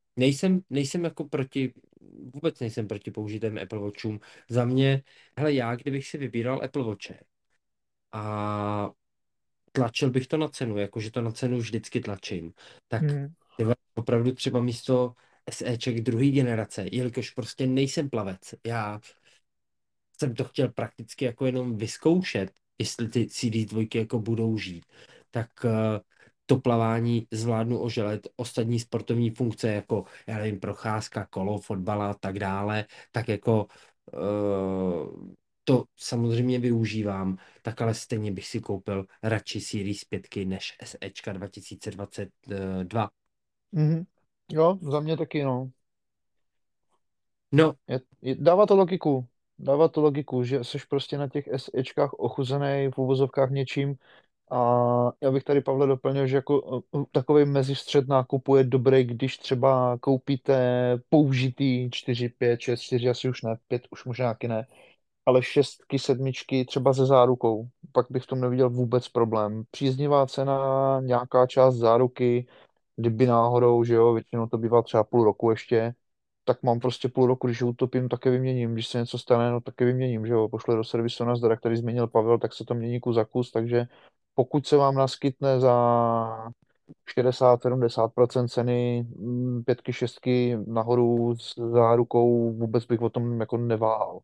nejsem, nejsem jako proti, vůbec nejsem proti použitým Apple Watchům. Za mě, hele, já, kdybych si vybíral Apple Watche a tlačil bych to na cenu, jakože to na cenu vždycky tlačím, tak Hmm. tyhle, opravdu třeba místo SEček druhé generace, jelikož prostě nejsem plavec. Já jsem to chtěl prakticky jako jenom vyzkoušet, jestli ty C D dva jako budou žít. Tak uh, to plavání zvládnu oželet, ostatní sportovní funkce, jako, já nevím, procházka, kolo, fotbal a tak dále, tak jako uh, to samozřejmě využívám, tak ale stejně bych si koupil radši Series pět než SEčka dva tisíce dvacet dva. Mhm. Jo, za mě taky, no. No, Je, je, dává to logiku. Dává to logiku, že jsi prostě na těch SEčkách ochuzený v úvozovkách něčím. A já bych tady, Pavle, doplnil, že jako uh, takový mezistřed nákupu je dobrý, když třeba koupíte použitý čtyři pět šest čtyři asi už ne, pět už možná taky ne, ale šestky, sedmičky třeba se zárukou. Pak bych v tom neviděl vůbec problém. Příznivá cena, nějaká část záruky, kdyby náhodou, že jo, většinou to bývá třeba půl roku ještě, tak mám prostě půl roku, když ho utopím, tak je vyměním. Když se něco stane, no tak je vyměním, že jo. Pošle do servisu na zdar, který změnil Pavel, tak se to mění kus za kus, takže pokud se vám naskytne za šedesát sedmdesát procent ceny, mm, pětky, šestky nahoru s zárukou, vůbec bych o tom jako neváhal.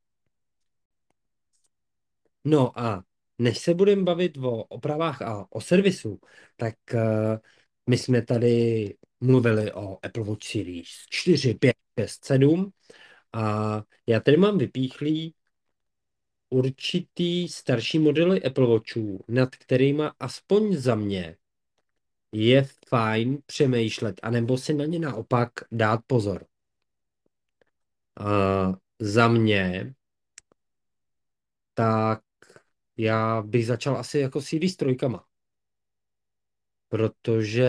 no a než se budeme bavit o opravách a o servisu, tak uh, my jsme tady mluvili o Apple Watch Series čtyři, pět, šest, sedm a já tady mám vypíchlý určitý starší modely Apple Watchů, nad kterýma aspoň za mě je fajn přemýšlet, anebo si na ně naopak dát pozor. Uh, za mě, tak já bych začal asi jako Series trojkama, protože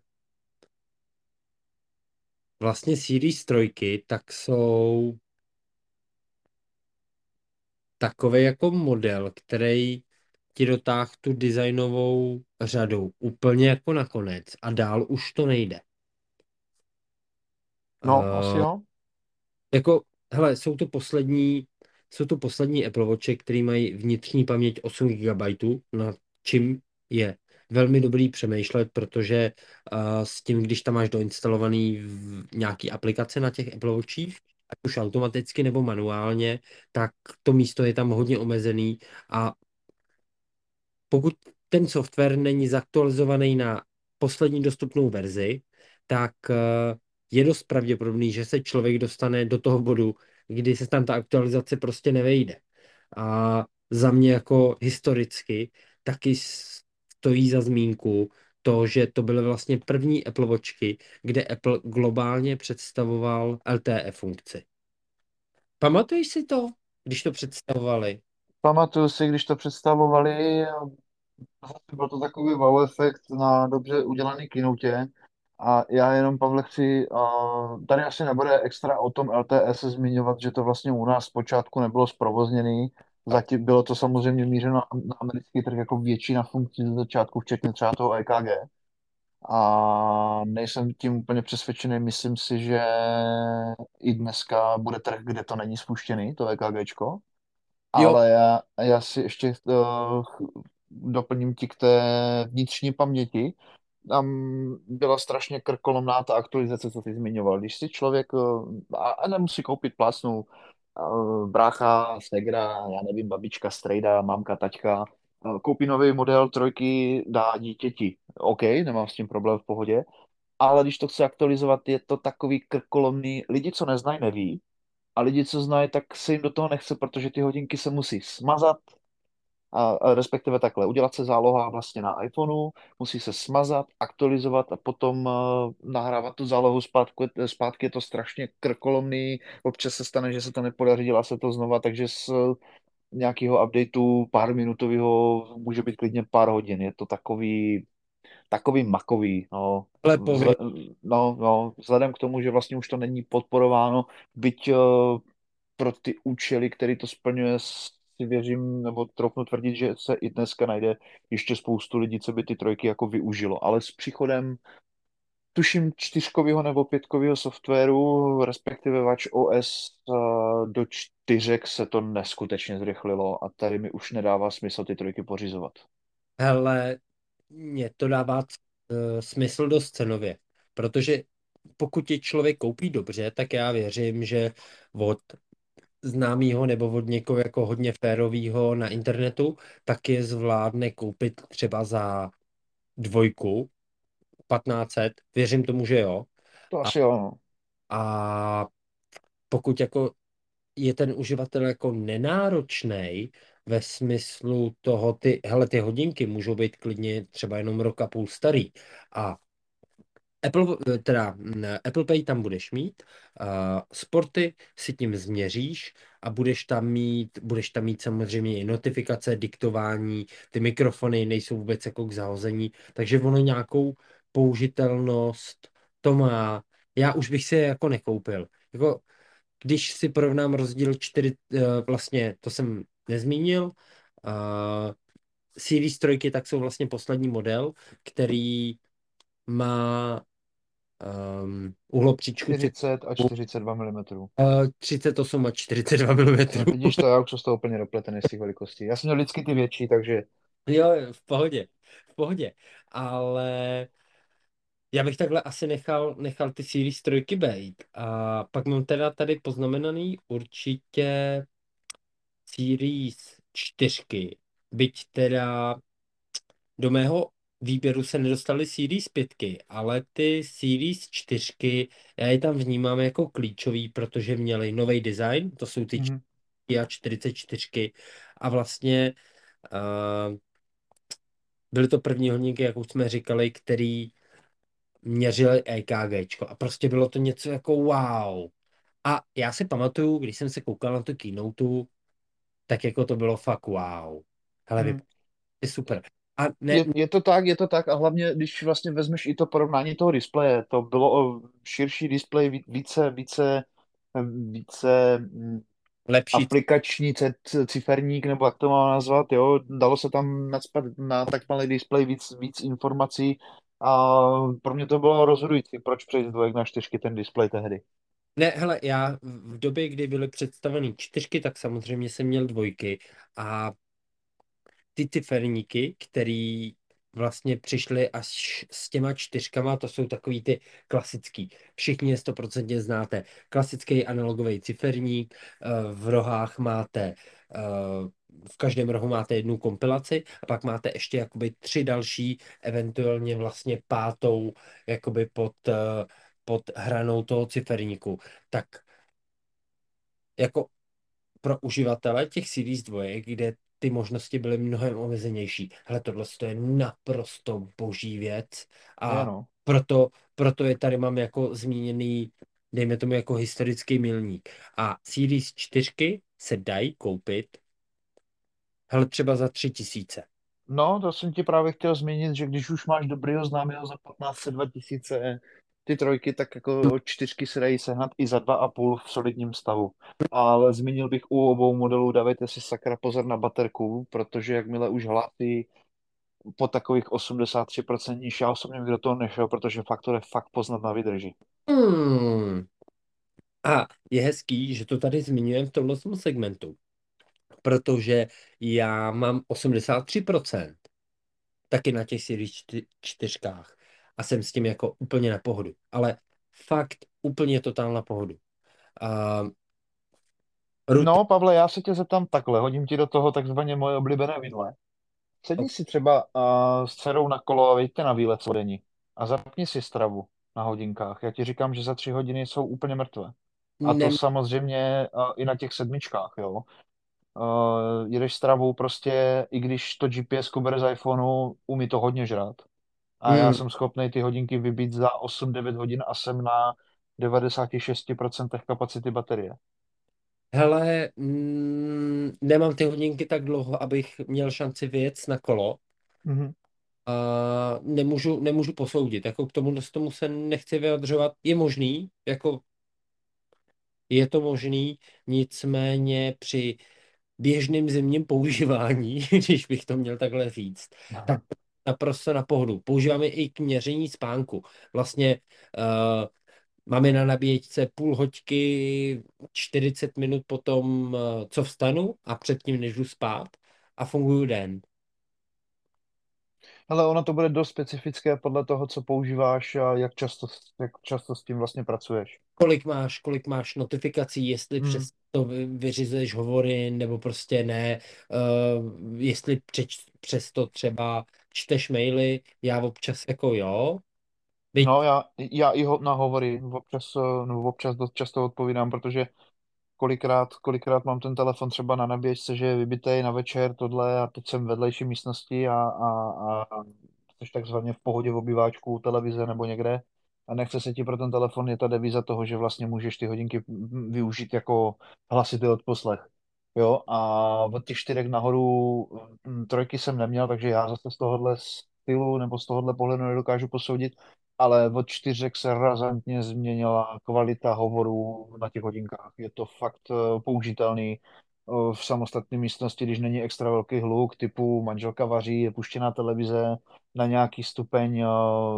vlastně Series trojky, tak jsou takový jako model, který ti dotáhl tu designovou řadu úplně jako nakonec a dál už to nejde. No, asi Uh, jo. jako, hele, jsou to poslední, jsou to poslední Apple Watche, který mají vnitřní paměť osm gigabajtů, na čím je velmi dobrý přemýšlet, protože uh, s tím, když tam máš doinstalovaný v nějaký aplikace na těch Apple Watchích, ať už automaticky nebo manuálně, tak to místo je tam hodně omezený a pokud ten software není zaktualizovaný na poslední dostupnou verzi, tak eh, je dost pravděpodobný, že se člověk dostane do toho bodu, kdy se tam ta aktualizace prostě nevejde. A za mě jako historicky taky stojí za zmínku to, že to byly vlastně první Apple Watchky, kde Apple globálně představoval L T E funkci. Pamatuješ si to, když to představovali? Pamatuju si, když to představovali, byl to takový wow efekt na dobře udělaný kinotě. A já jenom, Pavle, chci, uh, tady asi nebude extra o tom L T E se zmiňovat, že to vlastně u nás zpočátku nebylo zprovozněný. Zatím bylo to samozřejmě mířeno na, na americký trh jako většina funkcí ze začátku, včetně třeba toho E K G. A nejsem tím úplně přesvědčený, myslím si, že i dneska bude trh, kde to není spuštěný, to EKGčko. Jo, Ale já, já si ještě uh, doplním ti k té vnitřní paměti. Tam byla strašně krkolomná ta aktualizace, co ty zmiňoval. Když si člověk, eh, a, a nemusí koupit plácnu, eh, brácha, segra, já nevím, babička, strejda, mamka, taťka, eh, koupí nový model trojky, dá dítěti. OK, nemám s tím problém v pohodě, ale když to chce aktualizovat, je to takový krkolomný. Lidi, co neznají, neví, a lidi, co znají, tak se jim do toho nechce, protože ty hodinky se musí smazat, a, a respektive takhle, udělat se záloha vlastně na iPhoneu, musí se smazat, aktualizovat a potom uh, nahrávat tu zálohu zpátky, zpátky je to strašně krkolomný, občas se stane, že se to nepodaří, dělá se to znova, takže z uh, nějakého updateu pár minutového může být klidně pár hodin, je to takový, takový makový, no. Vzhle, lepový. no, no, vzhledem k tomu, že vlastně už to není podporováno, byť uh, pro ty účely, který to splňuje, si věřím, nebo troufnu tvrdit, že se i dneska najde ještě spoustu lidí, co by ty trojky jako využilo. Ale s příchodem tuším čtyřkového nebo pětkového softwaru, respektive WatchOS eh, do čtyřek se to neskutečně zrychlilo a tady mi už nedává smysl ty trojky pořizovat. Hele, mně to dává uh, smysl dost cenově, protože pokud je člověk koupí dobře, tak já věřím, že od známýho nebo od někoho jako hodně férovýho na internetu, tak je zvládne koupit třeba za dvojku, patnáct set, věřím tomu, že jo. To A, asi jo, no. a pokud jako je ten uživatel jako nenáročný ve smyslu toho, ty, hele, ty hodinky můžou být klidně třeba jenom rok a půl starý a Apple, teda mm, Apple Pay tam budeš mít, uh, sporty si tím změříš a budeš tam mít, budeš tam mít samozřejmě i notifikace, diktování, ty mikrofony nejsou vůbec jako k zahození, takže ono nějakou použitelnost to má. Já už bych si je jako nekoupil. Jako, když si porovnám rozdíl čtyři, uh, vlastně to jsem nezmínil, uh, Series tři, tak jsou vlastně poslední model, který má um, uhlopříčku čtyřicet a čtyřicet dva milimetrů. uh, třicet osm a čtyřicet dva milimetrů. Vidíš to, já už jsem z toho úplně dopletený z těch velikostí. Já jsem měl vždycky ty větší, takže Jo, v pohodě, v pohodě. Ale já bych takhle asi nechal, nechal ty Series tři být. A pak mám teda tady poznamenaný určitě Series čtyři. Byť teda do mého výběru se nedostaly Series pět, ale ty Series čtyři, já je tam vnímám jako klíčový, protože měly nový design, to jsou ty mhm. a čtyřicet čtyři a vlastně uh, byly to první hodinky, jak už jsme říkali, který měřili E K G a prostě bylo to něco jako wow. A já si pamatuju, když jsem se koukal na tu keynote, tak jako to bylo fakt wow. Hele, Hmm. vypadá super. A ne, Je, je to tak, je to tak a hlavně, když vlastně vezmeš i to porovnání toho displeje, to bylo o širší displej, ví- více, více, více mm, lepší. aplikační c- c- ciferník, nebo jak to mám nazvat, jo, dalo se tam nacpat na tak malý displej víc, víc informací a pro mě to bylo rozhodující, proč přejít z dvojek na čtyřky ten displej tehdy. Ne, hele, já v době, kdy byly představeny čtyřky, tak samozřejmě jsem měl dvojky a ty ciferníky, který vlastně přišly až s těma čtyřkama, to jsou takový ty klasický. Všichni je stoprocentně znáte. Klasický analogový ciferník, eh, v rohách máte, eh, v každém rohu máte jednu kompilaci a pak máte ještě jakoby tři další, eventuálně vlastně pátou, jakoby pod, eh, pod hranou toho ciferníku. Tak jako pro uživatele těch Series dva, kde ty možnosti byly mnohem omezenější. Hele, tohle je naprosto boží věc Je a no. proto, proto je tady mám jako zmíněný, dejme tomu jako historický milník. A Series čtyři se dají koupit, hele, třeba za tři tisíce. No, to jsem ti právě chtěl zmínit, že když už máš dobrýho známého za patnáct set, dva tisíce ty trojky, tak jako čtyřky se dají sehnat i za dva a půl v solidním stavu. Ale zmínil bych u obou modelů, dávejte si sakra pozor na baterku, protože jakmile už hlásí po takových osmdesát tři procent níž, já osobně bych do toho nešel, protože fakt to je fakt poznat na výdrži. Hmm. A je hezký, že to tady zmiňujeme v tomhle segmentu, protože já mám osmdesát tři procent taky na těch Series čty- čtyřkách. A jsem s tím jako úplně na pohodu. Ale fakt úplně totál na pohodu. Uh, Rut, No, Pavle, já se tě zeptám takhle, hodím ti do toho takzvaně moje oblíbené vidle. Sedni si třeba uh, s dcerou na kolo a vyjďte na výlet v denní a zapni si stravu na hodinkách. Já ti říkám, že za tři hodiny jsou úplně mrtvé. A to nem, samozřejmě uh, i na těch sedmičkách, jo. Uh, jedeš stravu prostě, i když to G P S bere z iPhoneu, umí to hodně žrát. A já mm, jsem schopný ty hodinky vybít za osm devět hodin a jsem na devadesát šest procent kapacity baterie. hele, mm, nemám ty hodinky tak dlouho, abych měl šanci vyjet na kolo. Mhm. A nemůžu, nemůžu posoudit. Jako k tomu, z tomu se nechci vyjadřovat. Je možný, jako je to možný, nicméně při běžném zimním používání, když bych to měl takhle říct, tak Aha. naprosto na pohodu. Používáme i k měření spánku. Vlastně uh, máme na nabíječce půl hoďky, čtyřicet minut potom, uh, co vstanu a předtím, než jdu spát a funguju den. Ale ono to bude dost specifické podle toho, co používáš a jak často, jak často s tím vlastně pracuješ. Kolik máš, kolik máš notifikací, jestli Hmm. přes to vy- vyřizuješ hovory, nebo prostě ne, uh, jestli přeč, přes to třeba čteš maily, já občas jako jo, byť, No, já, já i ho, na hovory občas, eh, no, občas dost často odpovídám, protože kolikrát, kolikrát mám ten telefon třeba na nabíječce, že je vybitej na večer tohle a teď jsem v vedlejší místnosti a, a, a, a jsi takzvaně v pohodě v obýváčku, u televize nebo někde a nechce se ti pro ten telefon, je ta devíza toho, že vlastně můžeš ty hodinky využít jako hlasitý odposlech. Jo, a od těch čtyřek nahoru hm, trojky jsem neměl, takže já zase z tohohle stylu nebo z tohohle pohledu nedokážu posoudit, ale od čtyřek se razantně změnila kvalita hovorů na těch hodinkách. Je to fakt eh, použitelný eh, v samostatné místnosti, když není extra velký hluk, typu manželka vaří, je puštěná televize na nějaký stupeň, eh,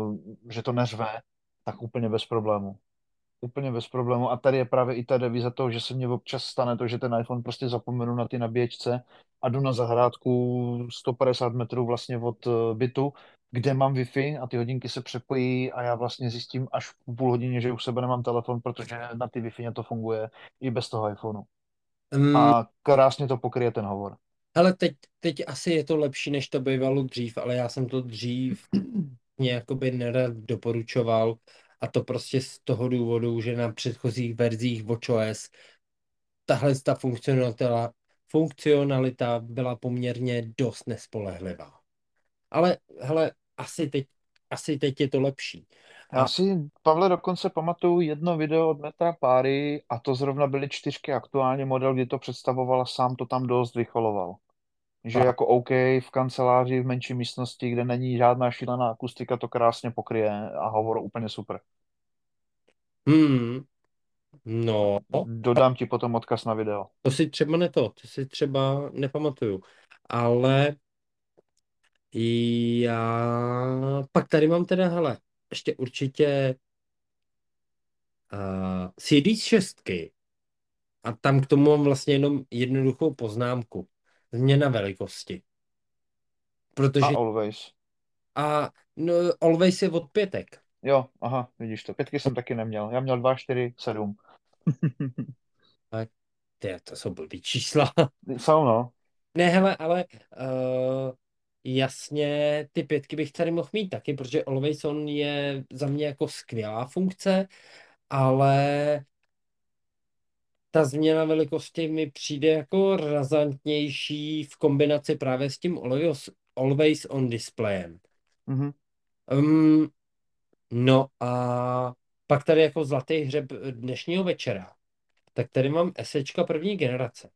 že to neřve, tak úplně bez problému. Úplně bez problému. A tady je právě i ta devíza toho, že se mně občas stane to, že ten iPhone prostě zapomenu na ty nabíječce a jdu na zahrádku sto padesát metrů vlastně od eh, bytu, kde mám Wi-Fi a ty hodinky se přepojí a já vlastně zjistím až po půl hodině, že u sebe nemám telefon, protože na ty Wi-Fi to funguje i bez toho iPhoneu. um, A krásně to pokryje ten hovor. ale teď, teď asi je to lepší, než to bývalo dřív, ale já jsem to dřív jakoby nerad doporučoval a to prostě z toho důvodu, že na předchozích verzích watchOS tahle ta funkcionalita, funkcionalita byla poměrně dost nespolehlivá. Ale hele, asi teď, asi teď je to lepší. Já A si, Pavle, dokonce pamatuju jedno video od Metra Páry a to zrovna byly čtyřky aktuální model, kdy to představoval a sám to tam dost vychvaloval. Že tak, jako OK, v kanceláři, v menší místnosti, kde není žádná šílená akustika, to krásně pokryje a hovor úplně super. hmm, no, Dodám ti potom odkaz na video. to si třeba ne to, to si třeba nepamatuju. Ale já pak tady mám teda, hele, ještě určitě uh, C D šestky a tam k tomu mám vlastně jenom jednoduchou poznámku. Změna velikosti. A Protože always. a no, Always je od pětek. Jo, aha, vidíš to. Pětky jsem taky neměl. Já měl dva, čtyři, sedm. A ty, to jsou blbý čísla. Jsou, no. Ne, hele, ale uh, jasně, ty pětky bych tady mohl mít taky, protože Always On je za mě jako skvělá funkce, ale ta změna velikosti mi přijde jako razantnější v kombinaci právě s tím Always, always On displejem. Mhm. Um, no a pak tady jako zlatý hřeb dnešního večera, tak tady mám esečka první generace.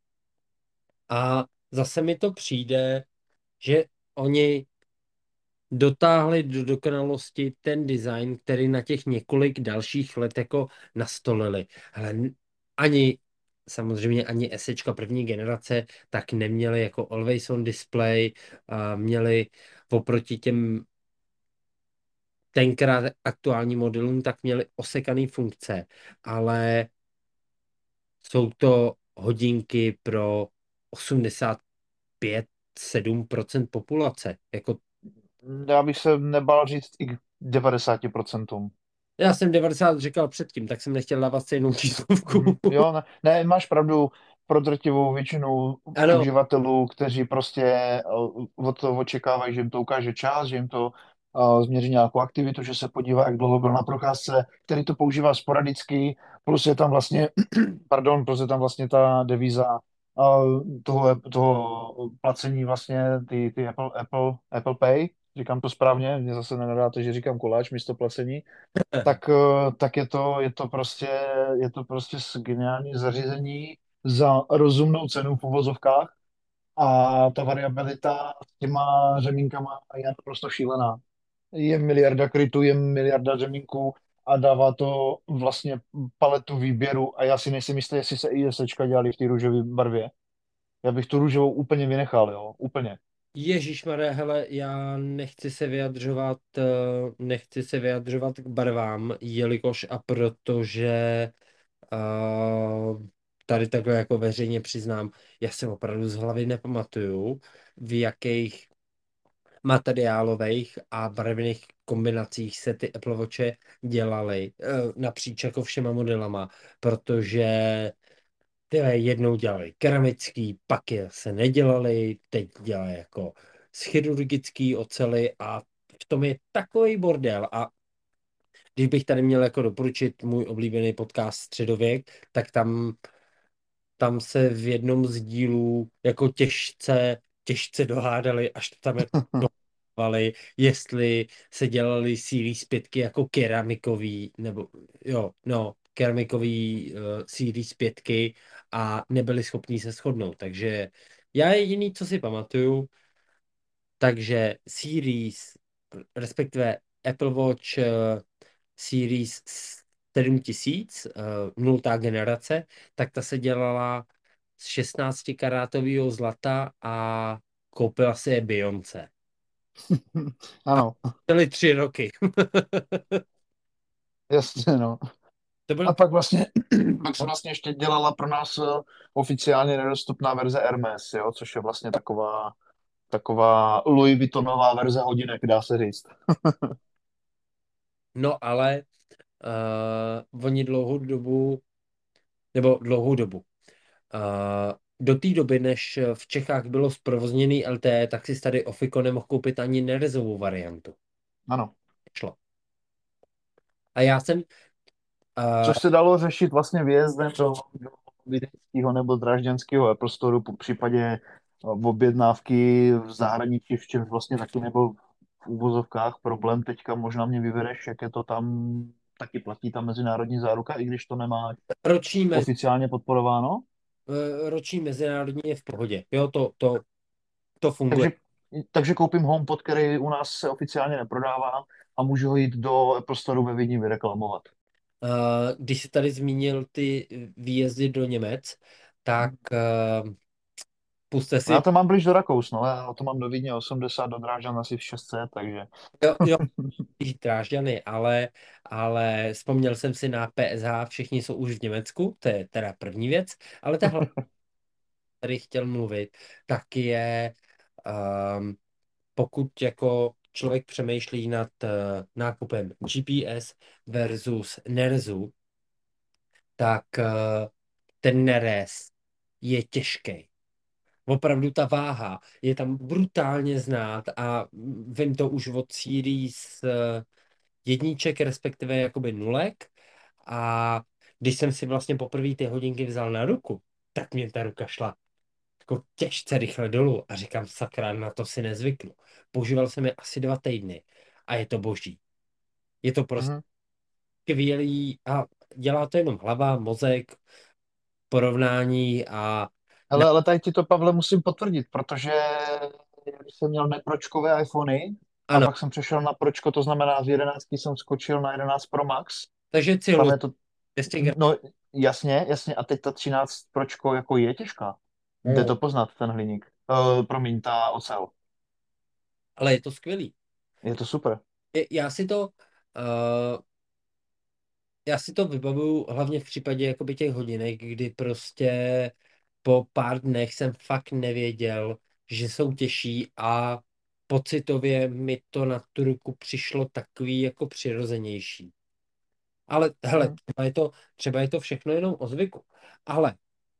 A zase mi to přijde, že oni dotáhli do dokonalosti ten design, který na těch několik dalších let jako nastolili. Ale ani, samozřejmě ani esečka první generace tak neměli jako always on display, a měli oproti těm tenkrát aktuálním modelům, tak měli osekaný funkce, ale jsou to hodinky pro osmdesát pět sedm procent populace. Jako Já bych se nebál říct i k devadesát procent. já jsem devadesát říkal předtím, tak jsem nechtěl dávat stejnou číslovku. Mhm. Jo, ne, ne, máš pravdu, pro drtivou většinu Ano, uživatelů, kteří prostě eh, od toho očekávají, že jim to ukáže čas, že jim to uh, změří nějakou aktivitu, že se podívá, jak dlouho byl na procházce, který to používá sporadicky, plus je tam vlastně, pardon, plus je tam vlastně ta devíza uh, toho, toho placení vlastně, ty, ty Apple, Apple, Apple Pay, říkám to správně, mě zase nenadáte, že říkám koláč místo placení, tak, eh, tak je to, je to prostě, je to prostě s- geniální zařízení za rozumnou cenu v uvozovkách a ta variabilita s těma řemínkama je naprosto šílená. Je miliarda krytů, je miliarda řemínků a dává to vlastně paletu výběru a já si nejsem jistý, jestli se ISčka dělali v té růžové barvě. Já bych tu růžovou úplně vynechal, jo, úplně. Ježíšmaré, hele, já nechci se vyjadřovat, eh, nechci se vyjadřovat k barvám, jelikož a protože eh, tady takhle jako veřejně přiznám, já se opravdu z hlavy nepamatuju, v jakých materiálových a barevných kombinacích se ty Apple Watche dělaly eh, napříč jako všema modelama, protože ty jednou dělali keramický, pak je se nedělali, teď dělají jako z chirurgický ocely a v tom je takový bordel. A když bych tady měl jako doporučit můj oblíbený podcast Středověk, tak tam, tam se v jednom z dílů jako těžce, těžce dohádali, až to tam jako dohádali, jestli se dělali Series pět jako keramikový, nebo jo, no, keramikový uh, Series pět a nebyli schopní se shodnout. Takže já jediný, co si pamatuju, takže Series, respektive Apple Watch uh, Series sedm tisíc, uh, nultá generace, tak ta se dělala z šestnáctikarátového zlata a koupila si je Beyoncé. Ano, Byly tři roky. jasně, no. To byl A pak vlastně, pak se vlastně ještě dělala pro nás eh, oficiálně nedostupná verze Hermes, jo, což je vlastně taková, taková Louis Vuittonová verze hodinek, dá se říct. No ale uh, oni dlouhou dobu, nebo dlouhou dobu, uh, do té doby, než v Čechách bylo zprovozněný L T E, tak si tady Ofiko nemohl koupit ani nerezovou variantu. Ano. Šlo. A já jsem... Uh, Což se dalo řešit vlastně výjezdem do, do vídeňského nebo drážďanského Apple Store po případě eh, objednávky v zahraničí, v čemž vlastně taky nebyl v úvozovkách problém. Teďka možná mě vyvedeš, jak je to tam, taky platí ta mezinárodní záruka, i když to nemá roční, mezi, oficiálně podporováno. uh, roční mezinárodní je v pohodě. Jo, to, to, to funguje. Takže, takže koupím HomePod, který u nás se oficiálně neprodává a můžu ho jít do Apple Store ve Vídni vyreklamovat. Uh, když jsi tady zmínil ty výjezdy do Němec, tak uh, puste No, já si... to mám blíž do Rakous, no, já to mám do Vídně osmdesát, do Drážďan asi v šest set, takže... Jo, jo, Drážďany, ale, ale vzpomněl jsem si na P S H, všichni jsou už v Německu, to je teda první věc, ale ta hlavní, tady chtěl mluvit, tak je, um, pokud jako člověk přemýšlí nad uh, nákupem G P S versus Nerzu, tak uh, ten Nerez je těžký. Opravdu ta váha je tam brutálně znát a vím to už od Series uh, jedniček, respektive jakoby nulek. A když jsem si vlastně poprvé ty hodinky vzal na ruku, tak mě ta ruka šla jako těžce rychle dolů a říkám, sakra, na to si nezvyknu. Používal jsem je asi dva týdny a je to boží. Je to prostě Mhm. skvělý a dělá to jenom hlava, mozek, porovnání a Ale, ale tady ti to, Pavle, musím potvrdit, protože když jsem měl nepročkové iPhony a ano, pak jsem přešel na pročko, to znamená z jedenáctky jsem skočil na jedenáct Pro Max. takže Tam cílu je to, dvě stě gramů. no jasně, jasně, a teď ta třináct pročko jako je těžká. Jde Mm. to poznat, ten hliník. Uh, promiň, ta ocel. Ale je to skvělý. Je to super. Je- Já si to, uh, já si to vybavuju hlavně v případě jakoby těch hodinek, kdy prostě po pár dnech jsem fakt nevěděl, že jsou těžší a pocitově mi to na tu ruku přišlo takový jako přirozenější. Ale hele, Mhm. třeba je to, třeba je to všechno jenom o zvyku. Ale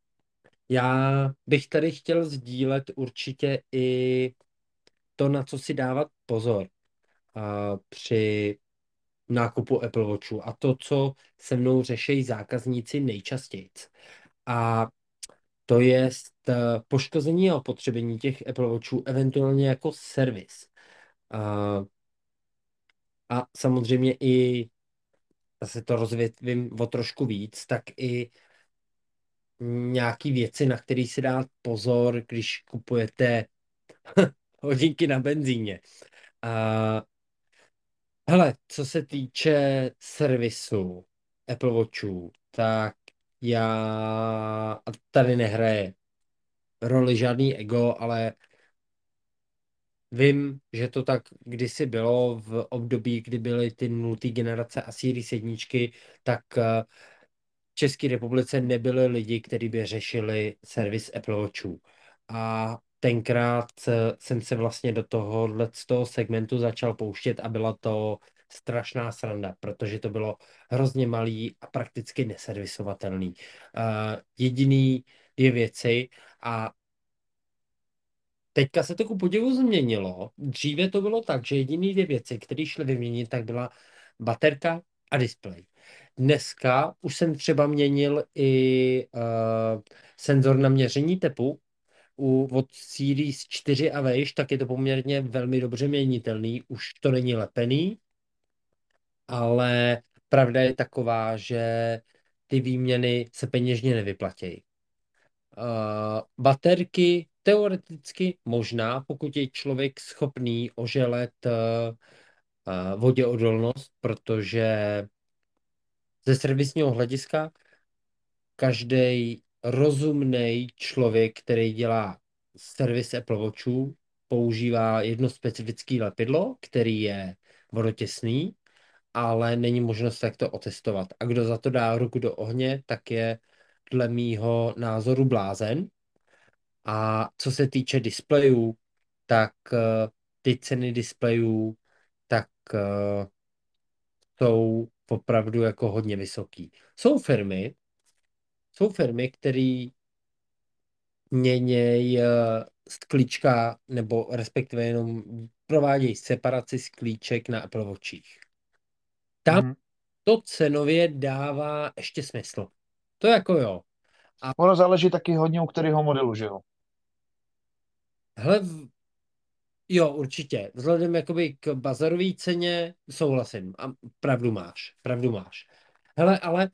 já bych tady chtěl sdílet určitě i to, na co si dávat pozor a při nákupu Apple Watchu a to, co se mnou řeší zákazníci nejčastěji. A to je eh, poškození a opotřebení těch Apple Watchů, eventuálně jako servis. A, a samozřejmě i, zase to rozvětvím o trošku víc, tak i nějaký věci, na které si dát pozor, když kupujete hodinky na benzíně. A, hele, co se týče servisu Apple Watchů, tak já, a tady nehraje roli žádný ego, ale Vím, že to tak kdysi bylo v období, kdy byly ty nultý generace a Series jedničky, tak eh, v České republice nebyli lidi, kteří by řešili servis Apple Watchů. A tenkrát eh, jsem se vlastně do tohohle z toho segmentu začal pouštět a byla to strašná sranda, protože to bylo hrozně malý a prakticky neservisovatelný. Uh, jediný dvě věci a teďka se to ku podivu změnilo. Dříve to bylo tak, že jediný dvě věci, které šly vyměnit, tak byla baterka a displej. Dneska už jsem třeba měnil i uh, senzor na měření tepu. U, od Series čtyři a vejš, tak je to poměrně velmi dobře měnitelný. Už to není lepený, ale pravda je taková, že ty výměny se peněžně nevyplatí. Uh, baterky teoreticky možná, pokud je člověk schopný oželet uh, uh, voděodolnost, protože ze servisního hlediska každý rozumný člověk, který dělá servis Apple Watchů, používá jedno specifické lepidlo, který je vodotěsný, ale není možnost jak to otestovat. A kdo za to dá ruku do ohně, tak je dle mýho názoru blázen. A co se týče displejů, tak uh, ty ceny displejů tak uh, jsou opravdu jako hodně vysoký. Jsou firmy, jsou firmy, které měněj uh, sklíčka, nebo respektive jenom provádějí separaci sklíček na Apple Watchích. Tam Mhm. to cenově dává ještě smysl. To jako jo. Ono záleží taky hodně u kterého modelu, že jo? Hele, v- jo, určitě. Vzhledem jakoby k bazarové ceně souhlasím. A pravdu máš. Pravdu máš. Hele, ale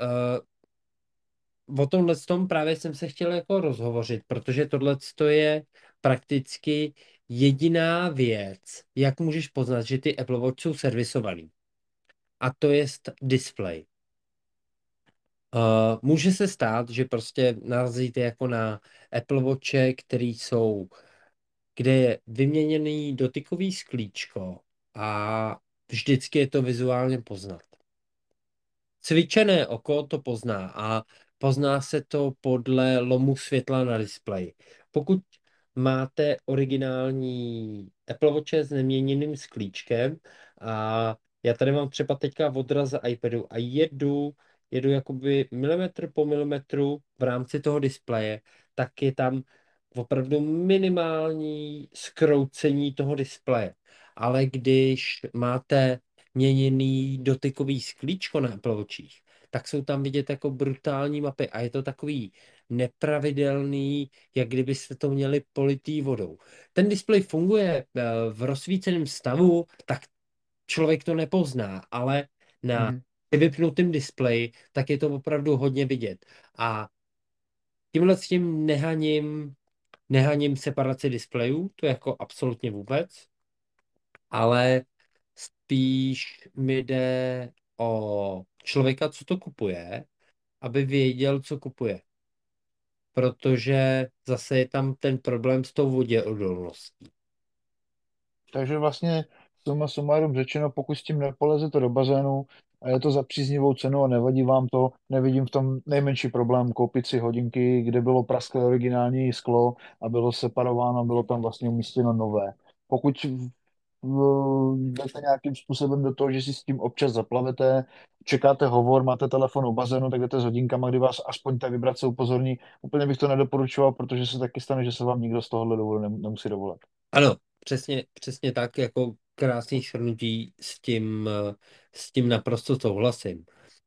uh, o tomhle tom právě jsem se chtěl jako rozhovořit, protože tohle je prakticky jediná věc, jak můžeš poznat, že ty Apple Watch jsou servisovaný. A to je display. Uh, může se stát, že prostě narazíte jako na Apple Watche, který jsou, kde je vyměněný dotykový sklíčko a vždycky je to vizuálně poznat. Cvičené oko to pozná a pozná se to podle lomu světla na displeji. Pokud máte originální Apple Watche s neměněným sklíčkem a já tady mám třeba teďka odraz z iPadu a jedu, jedu jakoby milimetr po milimetru v rámci toho displeje, tak je tam opravdu minimální zkroucení toho displeje. Ale když máte měněný dotykový sklíčko na Apple Watchích, tak jsou tam vidět jako brutální mapy a je to takový nepravidelný, jak kdybyste to měli politý vodou. Ten displej funguje eh, v rozsvíceném stavu, tak člověk to nepozná, ale na Mhm. vypnutém displeji, tak je to opravdu hodně vidět. A tímhle s tím nehaním, nehaním separaci displejů, to jako absolutně vůbec, ale spíš mi jde o člověka, co to kupuje, aby věděl, co kupuje. Protože zase je tam ten problém s tou voděodolností. Takže vlastně suma sumárum řečeno, pokud s tím nepolezete do bazénu a je to za příznivou cenu a nevadí vám to, nevidím v tom nejmenší problém koupit si hodinky, kde bylo prasklé originální sklo a bylo separováno, bylo tam vlastně umístěno nové. Pokud v- jdete nějakým způsobem do toho, že si s tím občas zaplavete, čekáte hovor, máte telefon u bazénu, tak jdete s hodinkama, kdy vás aspoň ta vibrace upozorní. Úplně bych to nedoporučoval, protože se taky stane, že se vám nikdo z tohohle důvodu nem- nemusí dovolat. Ano, přesně, přesně tak, jako krásný shrnutí s tím, eh, s tím naprosto souhlasím.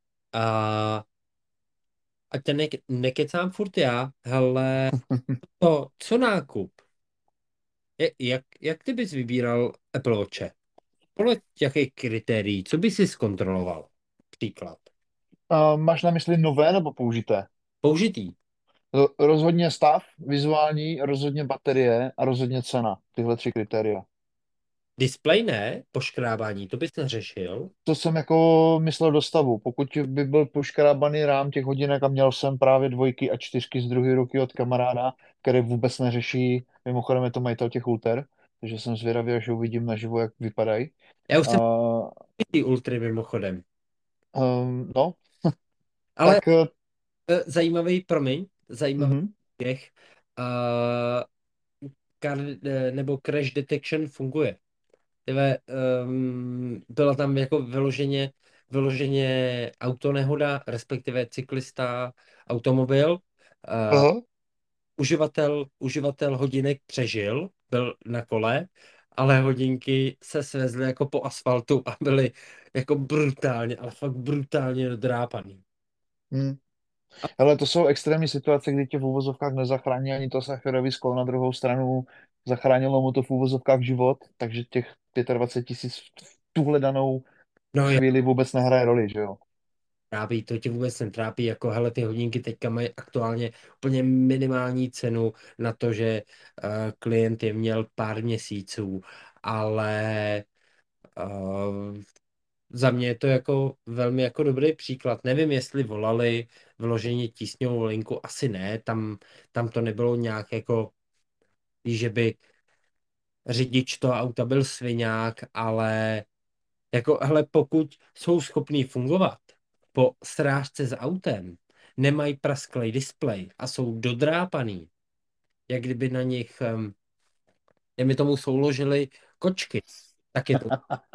A ať tě ne, nekecám furt já, hele, to, co nákup? Je, jak, jak ty bys vybíral Apple Watche? Podle jakých kritérií? Co bys si zkontroloval? Příklad. A máš na mysli nové nebo použité? Použitý. Ro- Rozhodně stav, vizuální, rozhodně baterie a rozhodně cena. Tyhle tři kritéria. Display ne, poškrábání, to bys neřešil. To jsem jako myslel do stavu. Pokud by byl poškrábaný rám těch hodinek a měl jsem právě dvojky a čtyřky z druhé ruky od kamaráda, který vůbec neřeší, mimochodem je to majitel těch Ulter, takže jsem zvědavý, až uvidím naživo, jak vypadají. Já už jsem Uh, ty ultry mimochodem. um, no, Ale tak uh, eh, zajímavý, promiň, zajímavý mhm. běh. Uh, car, eh, nebo crash detection funguje. Tyve, um, byla tam jako vyloženě, vyloženě autonehoda, respektive cyklista, automobil. Uh, Aha. uživatel, uživatel hodinek přežil, byl na kole, ale hodinky se svezly jako po asfaltu a byly jako brutálně, ale fakt brutálně dodrápaný. Hmm. Hele, to jsou extrémní situace, kdy tě v úvozovkách nezachrání ani to sacharový sklo, na druhou stranu zachránilo mu to v úvozovkách život, takže těch dvacet pět tisíc v tuhle danou No je chvíli vůbec nehraje roli, že jo? trápí, to tě vůbec netrápí, jako hele, ty hodinky teďka mají aktuálně úplně minimální cenu na to, že uh, klient je měl pár měsíců, ale uh, za mě je to jako velmi jako dobrý příklad. Nevím, jestli volali vyloženě tísňovou linku, asi ne, tam, tam to nebylo nějak jako, víš, že by řidič toho auta byl sviňák, ale jako, hele, pokud jsou schopní fungovat po srážce s autem, nemají prasklej displej a jsou dodrápaný, jak kdyby na nich, um, mi tomu souložili kočky, tak je to.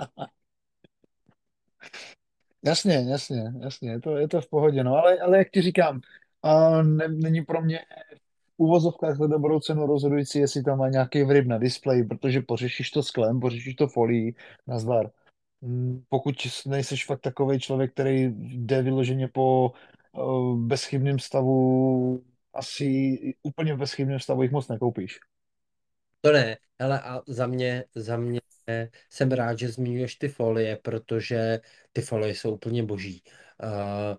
Jasně, jasně, jasně, je to, je to v pohodě, no, ale, ale jak ti říkám, a ne, není pro mě v úvozovkách za dobrou cenu rozhodující, jestli tam má nějaký vryb na displeji, protože pořešíš to sklem, pořešíš to folií, nazdar. Mm, Pokud nejseš fakt takový člověk, který jde vyloženě po uh, bezchybném stavu, asi úplně v bezchybném stavu jich moc nekoupíš. To ne, ale a za mě, za mě jsem rád, že zmiňuješ ty folie, protože ty folie jsou úplně boží. Uh,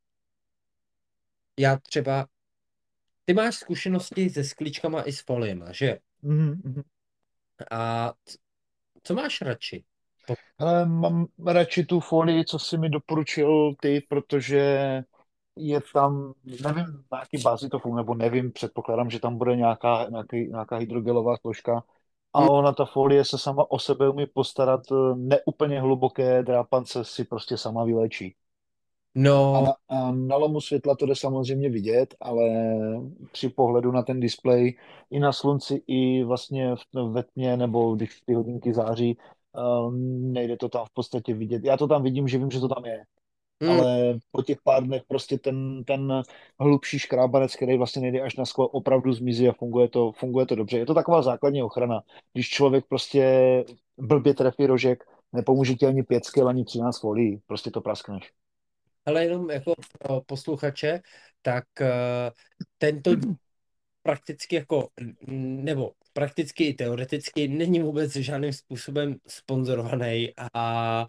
já třeba, ty máš zkušenosti se sklíčkama i s foliema, že jo? Mhm. A c- co máš radši? Po- Ale mám radši tu folii, co jsi mi doporučil ty, protože je tam, nevím, na jaký bázi to funguje, nebo nevím, předpokládám, že tam bude nějaká, nějaký, nějaká hydrogelová složka. A ona, ta folie se sama o sebe umí postarat, eh, neúplně hluboké drápance si prostě sama vylečí. A No, na, a na lomu světla to jde samozřejmě vidět, ale při pohledu na ten displej i na slunci, i vlastně v, ve tmě, nebo když ty hodinky září, um, nejde to tam v podstatě vidět. Já to tam vidím, že vím, že to tam je, mm, ale po těch pár dnech prostě ten, ten hlubší škrábanec, který vlastně nejde až na sklo, opravdu zmizí a funguje to, funguje to dobře. Je to taková základní ochrana. Když člověk prostě blbě trefí rožek, nepomůže ti ani pět skil, ani třináct folií, prostě to praskneš. ale jenom jako pro posluchače, tak uh, tento díl prakticky jako, n- nebo prakticky i teoreticky není vůbec žádným způsobem sponzorovaný a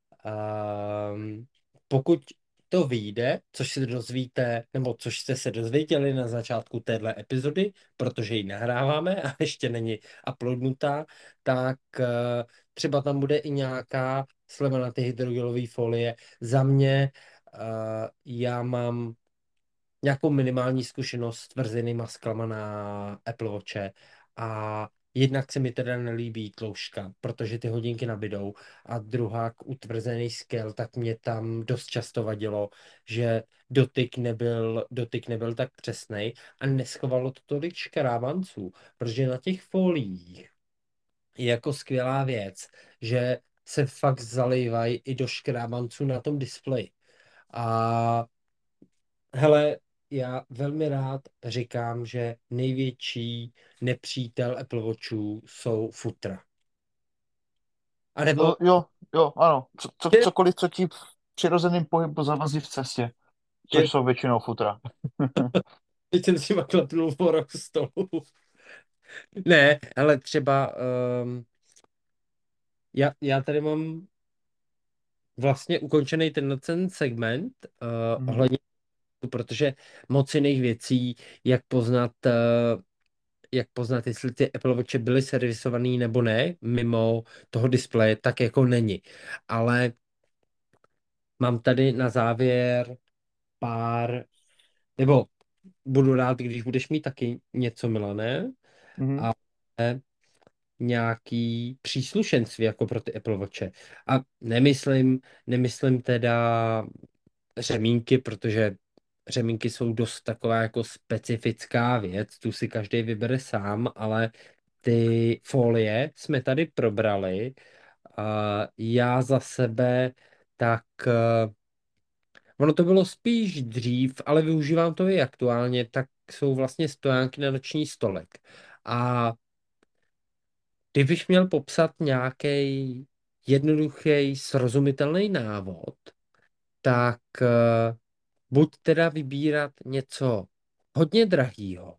um, pokud to vyjde, což se dozvíte, nebo což jste se dozvěděli na začátku téhle epizody, protože ji nahráváme a ještě není uploadnutá, tak uh, třeba tam bude i nějaká sleva na ty hydrogelové folie. Za mě uh, já mám nějakou minimální zkušenost s tvrzenýma sklama na Apple Watche a jednak se mi teda nelíbí tloušťka, protože ty hodinky nabydou a druhá utvrzený skel, tak mě tam dost často vadilo, že dotyk nebyl, dotyk nebyl tak přesnej a neschovalo to tolik škrábanců, protože na těch foliích je jako skvělá věc, že se fakt zalívají i do škrábanců na tom displeji. A hele, já velmi rád říkám, že největší nepřítel Apple Watchů jsou futra. A nebo No, jo, jo, ano. Co, co, cokoliv, co ti v přirozeným pohybu zavazí v cestě, což jsou většinou futra. teď jsem si klepnul porok stolu. Ne, ale třeba um, já, já tady mám vlastně ukončený tenhle ten segment uh, Mhm. ohledně, protože moc jiných věcí, jak poznat uh, jak poznat, jestli ty Apple Watche byly servisovaný nebo ne, mimo toho displeje, tak jako není. Ale mám tady na závěr pár, nebo budu rád, když budeš mít taky něco, Milané, Mhm. ale nějaký příslušenství jako pro ty Apple Watche. A nemyslím, nemyslím teda řemínky, protože řemínky jsou dost taková jako specifická věc, tu si každý vybere sám, ale ty folie jsme tady probrali. A já za sebe, tak eh, ono to bylo spíš dřív, ale využívám to i aktuálně, tak jsou vlastně stojánky na noční stolek. A kdybych měl popsat nějaký jednoduchý, srozumitelný návod, tak eh, buď teda vybírat něco hodně drahýho,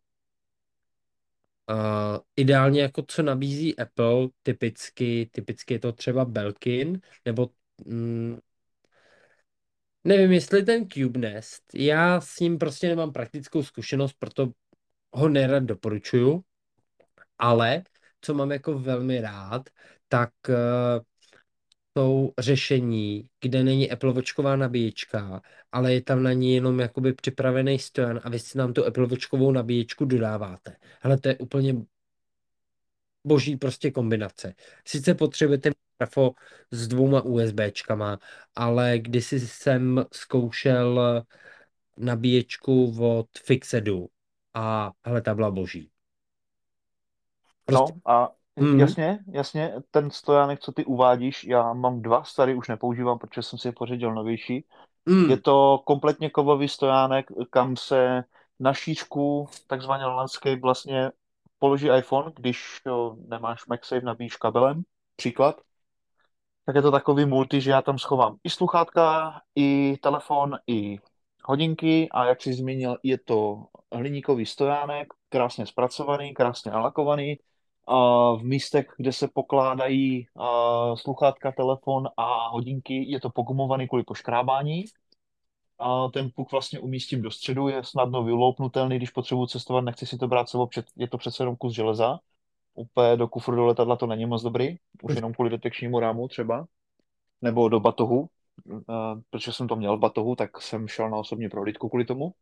uh, ideálně jako co nabízí Apple, typicky, typicky je to třeba Belkin, nebo mm, nevím, jestli ten Cube Nest, já s ním prostě nemám praktickou zkušenost, proto ho nerad doporučuju, ale co mám jako velmi rád, tak uh, jsou řešení, kde není Apple Watchová nabíječka, ale je tam na ní jenom jakoby připravený stojan a vy si nám tu Apple Watchovou nabíječku dodáváte. Hele, to je úplně boží prostě kombinace. Sice potřebujete trafo s dvouma USBčkama, ale kdysi jsem zkoušel nabíječku od Fixedu a hele, ta byla boží. Prostě, No a mm, jasně, jasně, ten stojánek, co ty uvádíš, já mám dva, starý už nepoužívám, protože jsem si je pořídil novější. Je mm, to kompletně kovový stojánek, kam se na šířku, takzvaný landscape, vlastně položí iPhone, když jo, nemáš MagSafe, nabíjíš kabelem, příklad. Tak je to takový multi, že já tam schovám i sluchátka, i telefon, i hodinky a jak jsi zmínil, je to hliníkový stojánek, krásně zpracovaný, krásně nalakovaný. A v místech, kde se pokládají a, sluchátka, telefon a hodinky, je to pogumovaný kvůli poškrábání. A ten puk vlastně umístím do středu, je snadno vyloupnutelný, když potřebuji cestovat, nechci si to brát sebou, před- je to přece jenom kus železa. Úplně do kufru do letadla to není moc dobrý, už jenom kvůli detekčnímu rámu třeba nebo do batohu, eh, protože jsem to měl v batohu, tak jsem šel na osobní prohlídku kvůli tomu.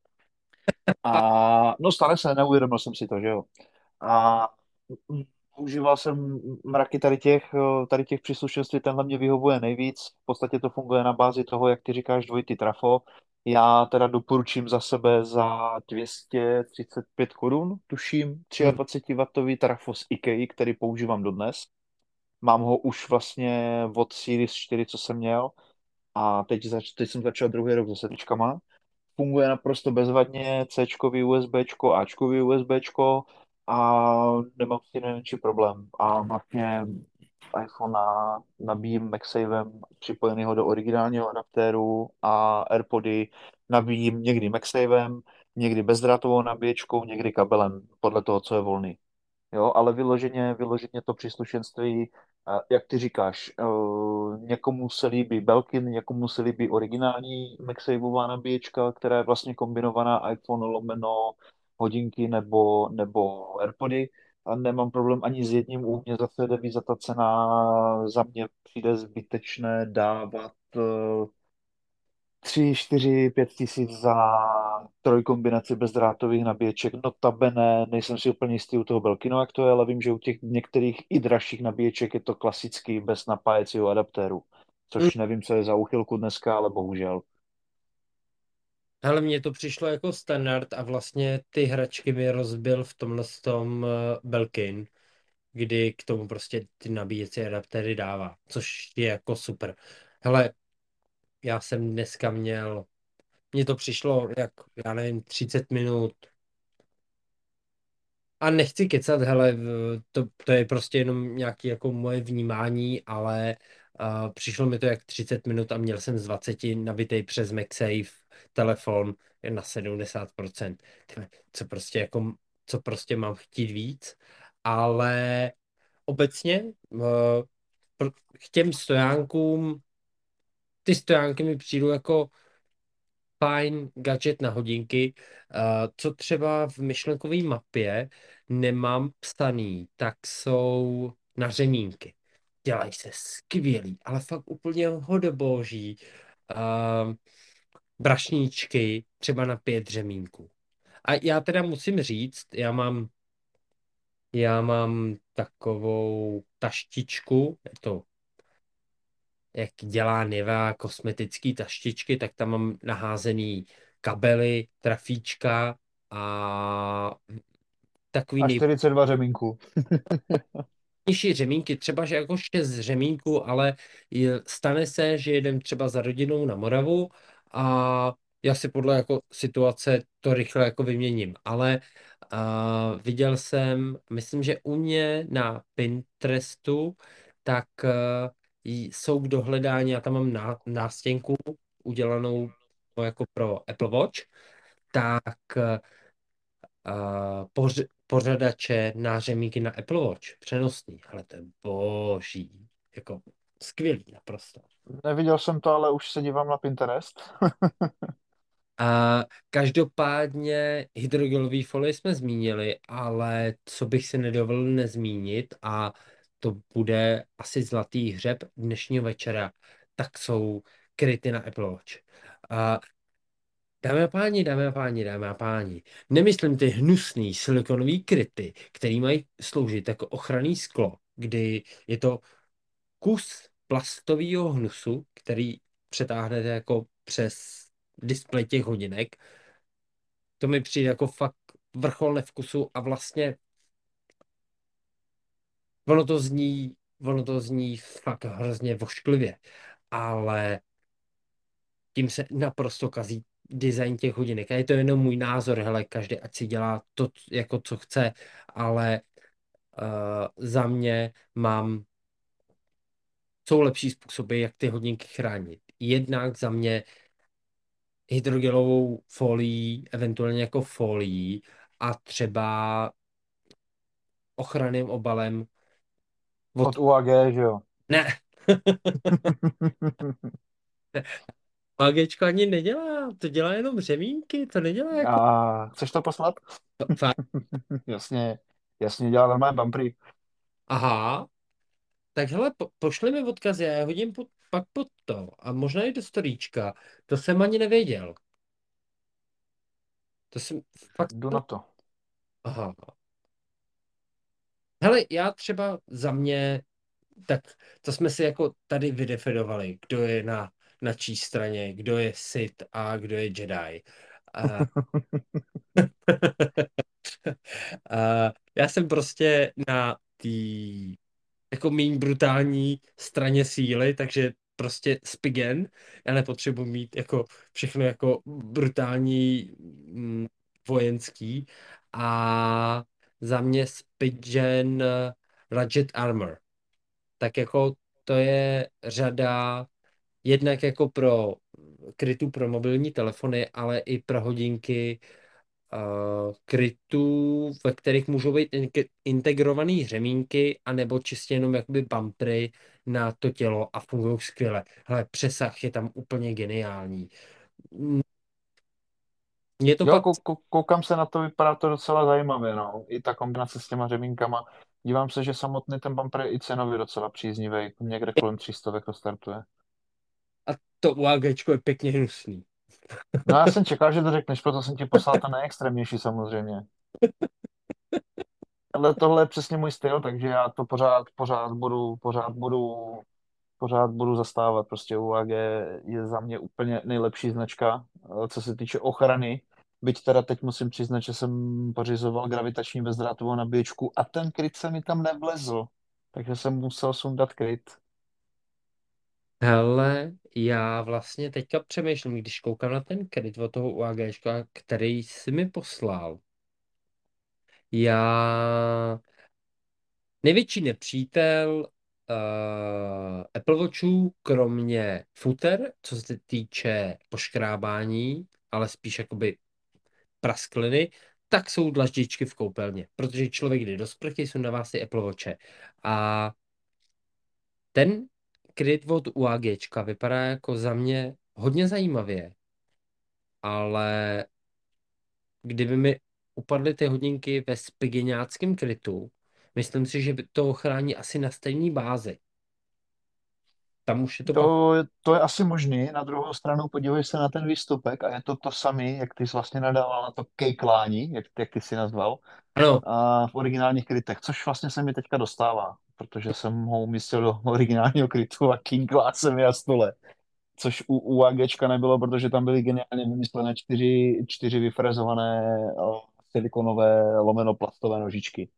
A no stane se, neuvědomil jsem si to, že jo. A používal jsem mraky tady těch, eh, tady těch příslušenství, tenhle mě vyhovuje nejvíc. V podstatě to funguje na bázi toho, jak ty říkáš, dvojitý trafo. Já teda doporučím za sebe za dvě stě třicet pět korun, tuším, mm. dvacet tři wattový trafo z IKEA, který používám dodnes. Mám ho už vlastně od Series čtyři, co jsem měl. A teď, zač, teď jsem začal druhý rok se setičkama. Funguje naprosto bezvadně, C-čkový USBčko, Ačkový USBčko a nemám s tím nejmenší problém. A vlastně iPhone na, nabíjím MagSavem připojenýho do originálního adaptéru a AirPody nabíjím někdy MagSavem, někdy bezdrátovou nabíječkou, někdy kabelem, podle toho, co je volný. Jo, ale vyloženě, vyloženě to příslušenství, a jak ty říkáš, eh, někomu se líbí Belkin, někomu se líbí originální MagSafeová nabíječka, která je vlastně kombinovaná iPhone lomeno hodinky nebo, nebo AirPody. A nemám problém ani s jedním, u mě zase jde víc za ta cena, za mě přijde zbytečné dávat eh, tři, čtyři, pět tisíc za trojkombinaci bezdrátových nabíječek. Notabene, nejsem si úplně jistý u toho Belkinu, jak to je, ale vím, že u těch některých i dražších nabíječek je to klasický bez napájecího adaptéru. Mm. Což nevím, co je za úchylku dneska, ale bohužel. Hele, mně to přišlo jako standard a vlastně ty hračky mi rozbil v tomhle tom uh, Belkin, kdy k tomu prostě ty nabíjecí adaptéry dává, což je jako super. Hele, já jsem dneska měl, mně to přišlo jak, já nevím, třicet minut a nechci kecat, hele, v- to, to je prostě jenom nějaké jako moje vnímání, ale uh, přišlo mi to jak třicet minut a měl jsem z dvacet nabitej přes MagSafe telefon na sedmdesát procent. Tyhle, Co prostě jako, co prostě mám chtít víc, ale obecně uh, pr- k těm stojánkům, ty stojánky mi přijdou jako fajn gadget na hodinky. Uh, co třeba v myšlenkové mapě nemám psaný, tak jsou na řemínky. Dělají se skvělý, ale fakt úplně hodoboží. Uh, brašníčky třeba na pět řemínků. A já teda musím říct, já mám já mám takovou taštičku, je to, jak dělá Nivea kosmetický taštičky, tak tam mám naházený kabely, trafíčka a takový A čtyřicet dva řemínků. nejnižší řemínky, třeba že jako šest řemínků, ale je- stane se, že jedem třeba za rodinou na Moravu a já si podle jako situace to rychle jako vyměním, ale uh, viděl jsem, myslím, že u mě na Pinterestu, tak uh, jí- jsou k dohledání, já tam mám ná, nástěnku udělanou jako pro Apple Watch, tak uh, poř, pořadače na řemíky na Apple Watch, přenosný, ale to je boží, jako skvělý naprosto. Neviděl jsem to, ale už se dívám na Pinterest. A každopádně hydrogelový folie jsme zmínili, ale co bych si nedovolil nezmínit, a to bude asi zlatý hřeb dnešního večera, tak jsou kryty na Apple Watch. A dámy a páni, dámy a páni, dámy a páni, nemyslím ty hnusný silikonový kryty, který mají sloužit jako ochranný sklo, kdy je to kus plastového hnusu, který přetáhnete jako přes displej těch hodinek. To mi přijde jako fakt vrchol nevkusu a vlastně ono to zní, ono to zní fakt hrozně vošklivě, ale tím se naprosto kazí design těch hodinek. A je to jenom můj názor, hele, každý ať si dělá to, jako co chce, ale uh, za mě mám, jsou lepší způsoby, jak ty hodinky chránit. Jednak za mě hydrogelovou folií, eventuálně jako folií a třeba ochranným obalem od... Od U A G, že jo? Ne, AGčko ani nedělá, to dělá jenom řemínky, to nedělá jako... A chceš to poslat? Fakt. Jasně, jasně, dělá normální bumpery. Aha, tak hele, po, pošli mi odkazy, já je hodím pod, pak pod to a možná i do storíčka, to jsem ani nevěděl. To jsem fakt... Jdu na to. Aha. Hele, já třeba za mě, tak to jsme si jako tady vydefinovali, kdo je na, na čí straně, kdo je Sith a kdo je Jedi. A, a já jsem prostě na té jako méně brutální straně síly, takže prostě spigen. Já nepotřebuji mít jako všechno jako brutální mm, vojenský. A za mě spigen uh, Rugged Armor. Tak jako to je řada jednak jako pro krytů pro mobilní telefony, ale i pro hodinky uh, krytů, ve kterých můžou být in- integrované řemínky, anebo čistě jenom jakoby bumpery na to tělo a fungují skvěle. Hele, přesah je tam úplně geniální. Mm, Je to Jo, pak... kou, kou, koukám se na to, vypadá to docela zajímavě, no. I ta kombinace s těma řemínkama. Dívám se, že samotný ten bumper je i cenově docela příznivý. Někde kolem tři sta to startuje. A to UAGčko je pěkně hnusný. No já jsem čekal, že to řekneš, proto jsem ti poslal ten nejextrémnější samozřejmě. Ale tohle je přesně můj styl, takže já to pořád, pořád budu, pořád budu, pořád budu zastávat. Prostě U A G je za mě úplně nejlepší značka, eh, co se týče ochrany. Byť teda teď musím přiznat, že jsem pořizoval gravitační bezdrátovou nabíječku a ten kryt se mi tam nevlezl. Takže jsem musel sundat kryt. Hele, já vlastně teďka přemýšlím, když koukám na ten kredit od toho UAGčka, který jsi mi poslal. Já největší nepřítel uh, Apple Watchů, kromě futer, co se týče poškrábání, ale spíš jakoby praskliny, tak jsou dlaždičky v koupelně. Protože člověk jde do sprchy, sundává si Apple Watche. A ten kryt od UAGčka vypadá jako za mě hodně zajímavě, ale kdyby mi upadly ty hodinky ve spigeňáckém krytu, myslím si, že by to ochrání asi na stejné bázi. Tam už je to pak... To, to je asi možný. Na druhou stranu podívej se na ten výstupek a je to to samý, jak ty jsi vlastně nadával na to kejklání, jak, jak ty jsi nazval, Ano, a v originálních krytech, což vlastně se mi teďka dostává, protože jsem ho umístil do originálního krytu a kýnklá se mi na stole. Což u, u AGčka nebylo, protože tam byly geniálně vymyslené čtyři, čtyři vyfrezované o, silikonové lomeno plastové nožičky.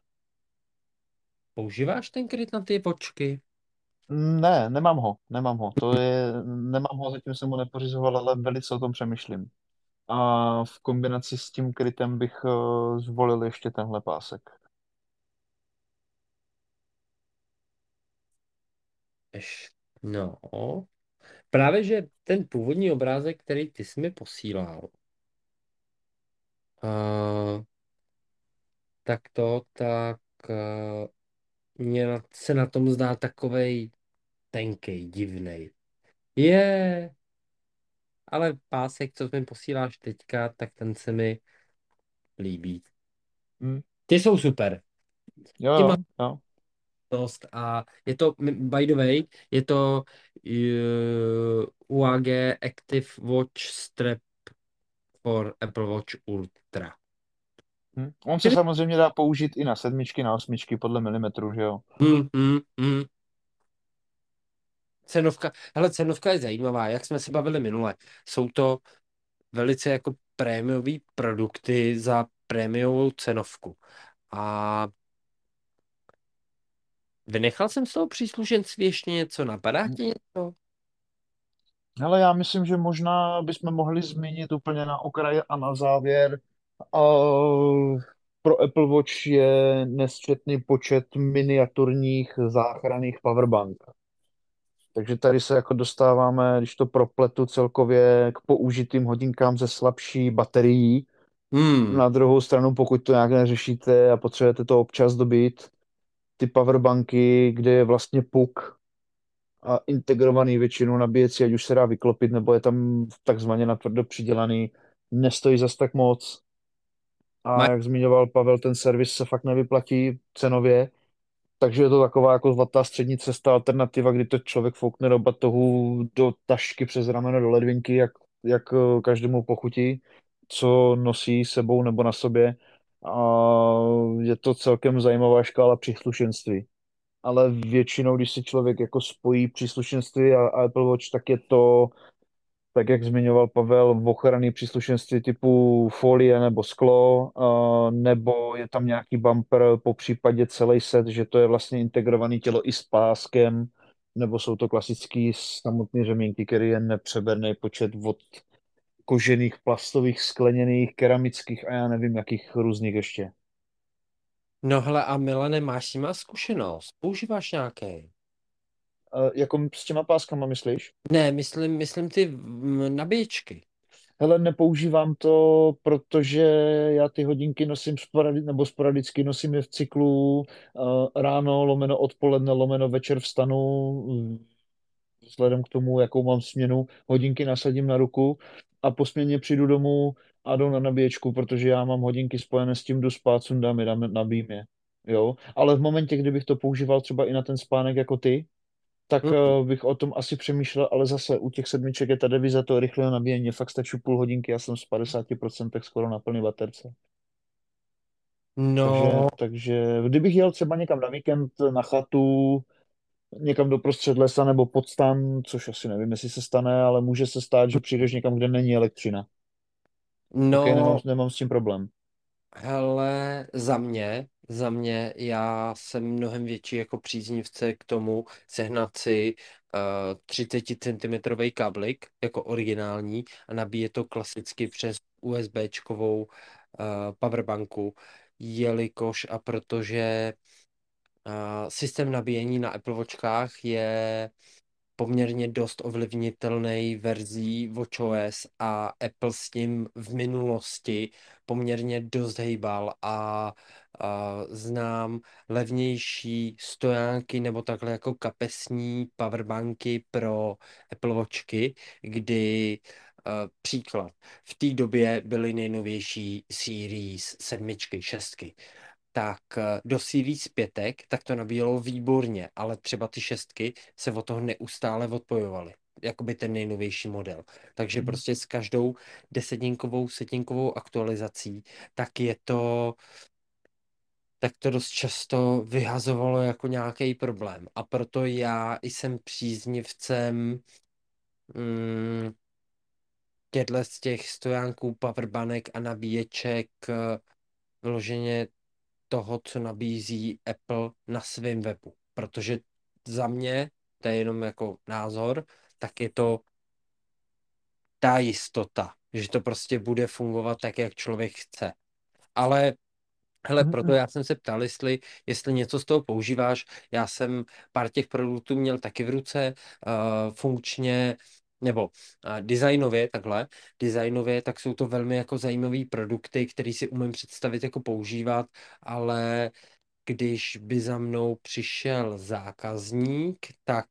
používáš ten kryt na ty vočky? Ne, nemám ho, nemám ho. To je, nemám ho, zatím jsem ho nepořizoval, ale velice o tom přemýšlím. A v kombinaci s tím krytem bych uh, zvolil ještě tenhle pásek. Eš, no, právě, že ten původní obrázek, který ty jsi mi posílal, uh, tak to, tak uh, mě na, se na tom zdá takovej tenkej, divnej. Je, ale pásek, co mi posíláš teďka, tak ten se mi líbí. Hm. Ty jsou super. Jo, Ty máš jo, jo. dost a je to, by the way, je to uh, U A G Active Watch Strap for Apple Watch Ultra. Hm. On se samozřejmě dá použít i na sedmičky, na osmičky podle milimetru, že jo? Hmm, hmm, hmm. Cenovka, hele, cenovka je zajímavá, jak jsme se bavili minule. Jsou to velice jako prémiové produkty za prémiovou cenovku. A vynechal jsem z toho příslušenství ještě něco, napadá Hm. tě něco? Hele, já myslím, že možná bychom mohli zmínit úplně na okraj a na závěr. Uh, pro Apple Watch je nesčetný počet miniaturních záchranných powerbank. Takže tady se jako dostáváme, když to propletu celkově k použitým hodinkám ze slabší baterií. Hmm, Na druhou stranu, pokud to nějak neřešíte a potřebujete to občas dobít, ty powerbanky, kde je vlastně puk a integrovaný většinou nabíjecí, ať už se dá vyklopit, nebo je tam takzvaně natvrdo přidělaný, nestojí zas tak moc. A maj, jak zmiňoval Pavel, ten servis se fakt nevyplatí cenově, takže je to taková jako zlatá střední cesta, alternativa, kdy to člověk foukne do batohu, do tašky přes rameno, do ledvinky, jak, jak eh, každému pochutí, co nosí sebou nebo na sobě. A je to celkem zajímavá škála příslušenství. Ale většinou, když si člověk jako spojí příslušenství a, a Apple Watch, tak je to, tak jak zmiňoval Pavel, ochranný příslušenství typu folie nebo sklo, a, nebo je tam nějaký bumper, po případě celý set, že to je vlastně integrovaný tělo i s páskem, nebo jsou to klasický samotné řemínky, který je nepřeberný počet od kožených, plastových, skleněných, keramických a já nevím, jakých různých ještě. no hele, a Milane, máš s nima zkušenost? Používáš nějaký? A jako s těma páskama, myslíš? Ne, myslím, myslím ty mm, nabíječky. Hele, nepoužívám to, protože já ty hodinky nosím sporadi, nebo sporadicky nosím je v cyklu uh, ráno, lomeno odpoledne, lomeno večer vstanu, vzhledem k tomu, jakou mám směnu, hodinky nasadím na ruku a po směně přijdu domů a jdu na nabíječku, protože já mám hodinky spojené s tím, jdu spát, sundám je, dám- nabíjím je. Jo? Ale v momentě, kdybych to používal třeba i na ten spánek jako ty, tak Hm. eh, bych o tom asi přemýšlel, ale zase u těch sedmiček je ta deviza to rychlého nabíjení. Fakt stačí půl hodinky, já jsem z padesát procent skoro na plný baterce. Takže, No, takže kdybych jel třeba někam na víkend, na chatu, někam do prostřed lesa nebo pod stan, což asi nevím, jestli se stane, ale může se stát, že přijdeš někam, kde není elektřina. OK, nemám, no, nemám s tím problém. hele, za mě, za mě, já jsem mnohem větší jako příznivce k tomu sehnat si uh, třicet centimetrů kablik jako originální a nabíjet to klasicky přes USBčkovou uh, powerbanku, jelikož a protože uh, systém nabíjení na Apple Watchkách je poměrně dost ovlivnitelný verzí watchOS a Apple s tím v minulosti poměrně dost hejbal a, a znám levnější stojánky nebo takhle jako kapesní powerbanky pro Apple Watchky, kdy uh, příklad, v té době byly nejnovější Series sedmičky, šestky. tak eh, do Series pět, tak to nabíjelo výborně, ale třeba ty šestky se od toho neustále odpojovaly. Jakoby ten nejnovější model. Takže Mhm. prostě s každou desetinkovou, setinkovou aktualizací, tak je to, tak to dost často vyhazovalo jako nějaký problém. A proto já jsem příznivcem mm, těchto z těch stojánků, powerbanek a nabíječek eh, vyloženě toho, co nabízí Apple na svém webu. Protože za mě, to je jenom jako názor, tak je to ta jistota, že to prostě bude fungovat tak, jak člověk chce. Ale hele, proto Mhm. já jsem se ptal, jestli, jestli něco z toho používáš. Já jsem pár těch produktů měl taky v ruce, uh, funkčně, nebo uh, designově, takhle, designově, tak jsou to velmi jako zajímavé produkty, které si umím představit jako používat, ale když by za mnou přišel zákazník, tak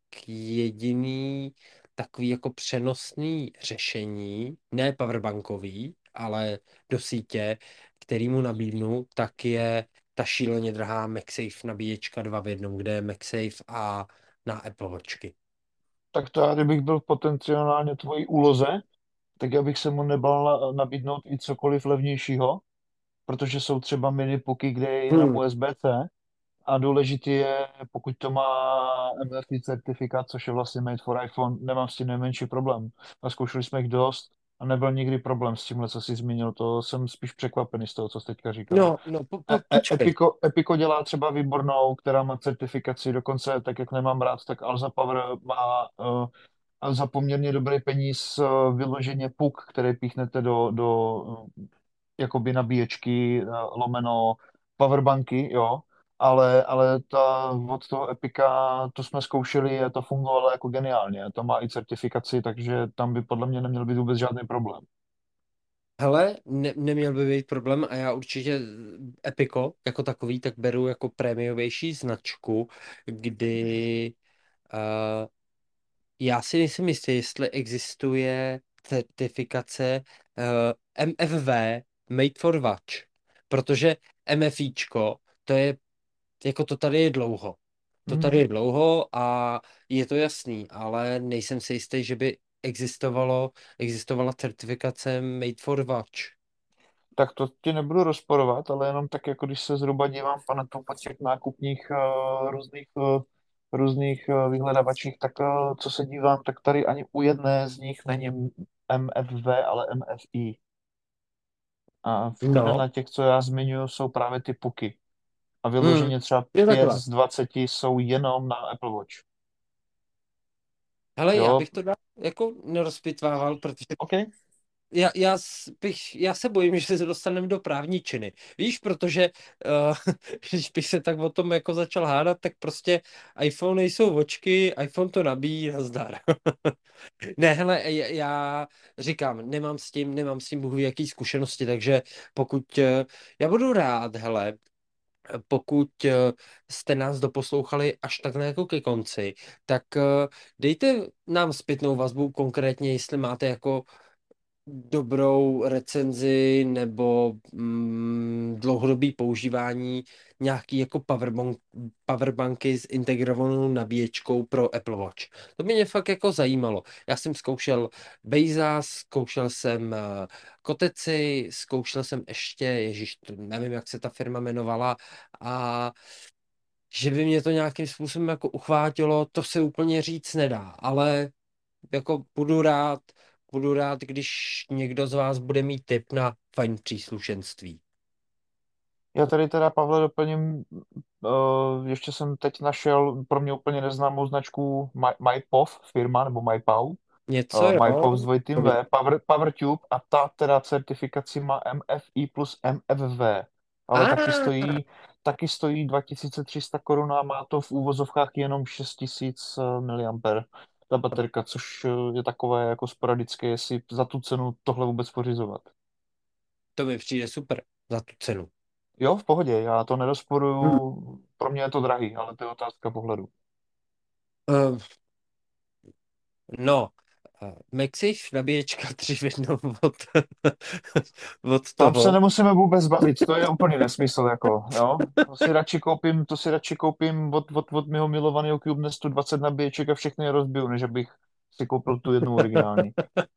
jediný takový jako přenosný řešení, ne powerbankový, ale do sítě, který mu nabídnu, tak je ta šíleně drahá MagSafe nabíječka dva v jednom, kde je MagSafe a na Apple Watchky. Tak to já, kdybych byl potenciálně tvojí úloze, tak já bych se mu nebal na- nabídnout i cokoliv levnějšího, protože jsou třeba mini puky, kde je jenom Hmm. U S B C a důležitý je, pokud to má M F I certifikát, což je vlastně made for iPhone, nemám s tím nejmenší problém. A zkoušeli jsme jich dost a nebyl nikdy problém s tímhle, co jsi zmínil. To jsem spíš překvapený z toho, co jsi teďka říkal. No, no, po, po, E- e- počkej. Epico, Epico dělá třeba výbornou, která má certifikaci, dokonce tak, jak nemám rád, tak Alza Power má uh, za poměrně dobrý peníz uh, vyloženě puk, který píchnete do, do uh, jakoby nabíječky, uh, lomeno powerbanky, jo. Ale, ale ta, od toho Epica, to jsme zkoušeli a to fungovalo jako geniálně. To má i certifikaci, takže tam by podle mě neměl být vůbec žádný problém. Hele, ne, neměl by být problém a já určitě Epico jako takový tak beru jako prémiovější značku, kdy uh, já si nejsem jistý, jestli existuje certifikace uh, M F V Made for Watch, protože MFIčko, to je, jako to tady je dlouho. To tady Mhm. je dlouho a je to jasný, ale nejsem si jistý, že by existovalo, existovala certifikace Made for Watch. Tak to ti nebudu rozporovat, ale jenom tak, jako když se zhruba dívám pane, to po těch nákupních uh, různých, uh, různých uh, vyhledavačích, tak uh, co se dívám, tak tady ani u jedné z nich není M F V, ale M F I. A v tady No, na těch, co já zmiňuji, jsou právě ty puky. A hmm, vyloženě třeba je pět takhle. z dvaceti jsou jenom na Apple Watch. Hele, já Jo, bych to dál jako nerozpitvával, protože OK. já, já, s- bych, já se bojím, že se dostaneme do právní činy. Víš, protože uh, když bych se tak o tom jako začal hádat, tak prostě iPhone nejsou očky, iPhone to nabíjí, nazdar. Ne, hele, já, já říkám, nemám s tím, nemám s tím bohu jaký zkušenosti, takže pokud, eh, já budu rád, hele, pokud eh, jste nás doposlouchali až takhle jako ke konci, tak eh, dejte nám zpětnou vazbu konkrétně, jestli máte jako dobrou recenzi nebo mm, dlouhodobý používání nějaký jako powerbank, powerbanky s integrovanou nabíječkou pro Apple Watch. To by mě fakt jako zajímalo. Já jsem zkoušel Bejza, zkoušel jsem uh, Koteci, zkoušel jsem ještě, ježíš, to nevím, jak se ta firma jmenovala, a že by mě to nějakým způsobem jako uchvátilo, to se úplně říct nedá, ale jako budu rád, budu rád, když někdo z vás bude mít tip na fajn příslušenství. Já tady teda, Pavle, doplním, uh, ještě jsem teď našel pro mě úplně neznámou značku My, MyPov firma, nebo MyPow, Něco, uh, jo? MyPov s dvojitým V, Power, PowerTube a ta teda certifikaci má M F I plus M F V, ale taky A stojí, taky stojí dva tisíce tři sta korun a má to v úvozovkách jenom šest tisíc miliampérů ta baterka, což uh, je takové jako sporadické, jestli za tu cenu tohle vůbec pořizovat. to mi přijde super za tu cenu. Jo, v pohodě, já to Hmm. nerozporuju, pro mě je to drahý, ale to je otázka pohledu. Uh, no, A MagSafe nabíječka tři v jednom od, od Tam se toho. nemusíme vůbec bavit, to je úplný nesmysl, jako, jo. To si radši koupím, to si radši koupím od, od, od mého milovaného CubeNestu dvacet nabíječek a všechny je rozbiju, než abych si koupil tu jednu originální.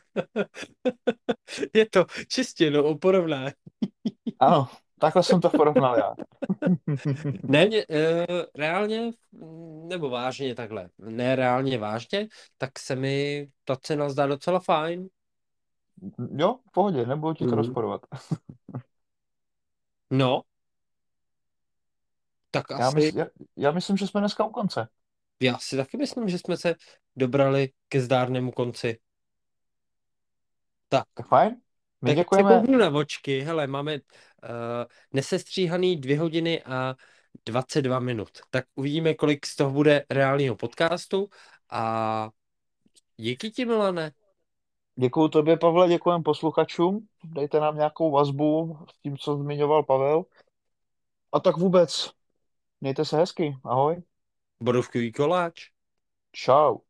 Je to čistě no, o porovnání. Ano, takhle jsem to porovnal já. Ne, mě, uh, reálně, mm, nebo vážně takhle, ne reálně vážně, tak se mi ta cena zdá docela fajn. Jo, v pohodě, nebudu ti to Mhm. rozporovat. No, tak Já, asi, mysl, já, já myslím, že jsme dneska u konce. já si taky myslím, že jsme se dobrali ke zdárnému konci. Tak, Tak fajn. My tak se děkujeme. kouknu na vočky, hele, máme uh, nesestříhaný dvě hodiny a dvacet dva minut. Tak uvidíme, kolik z toho bude reálního podcastu a díky ti, Milane. Děkuju tobě, Pavle, děkujeme posluchačům. Dejte nám nějakou vazbu s tím, co zmiňoval Pavel. A tak vůbec, mějte se hezky. Ahoj. Borůvkový koláč. Čau.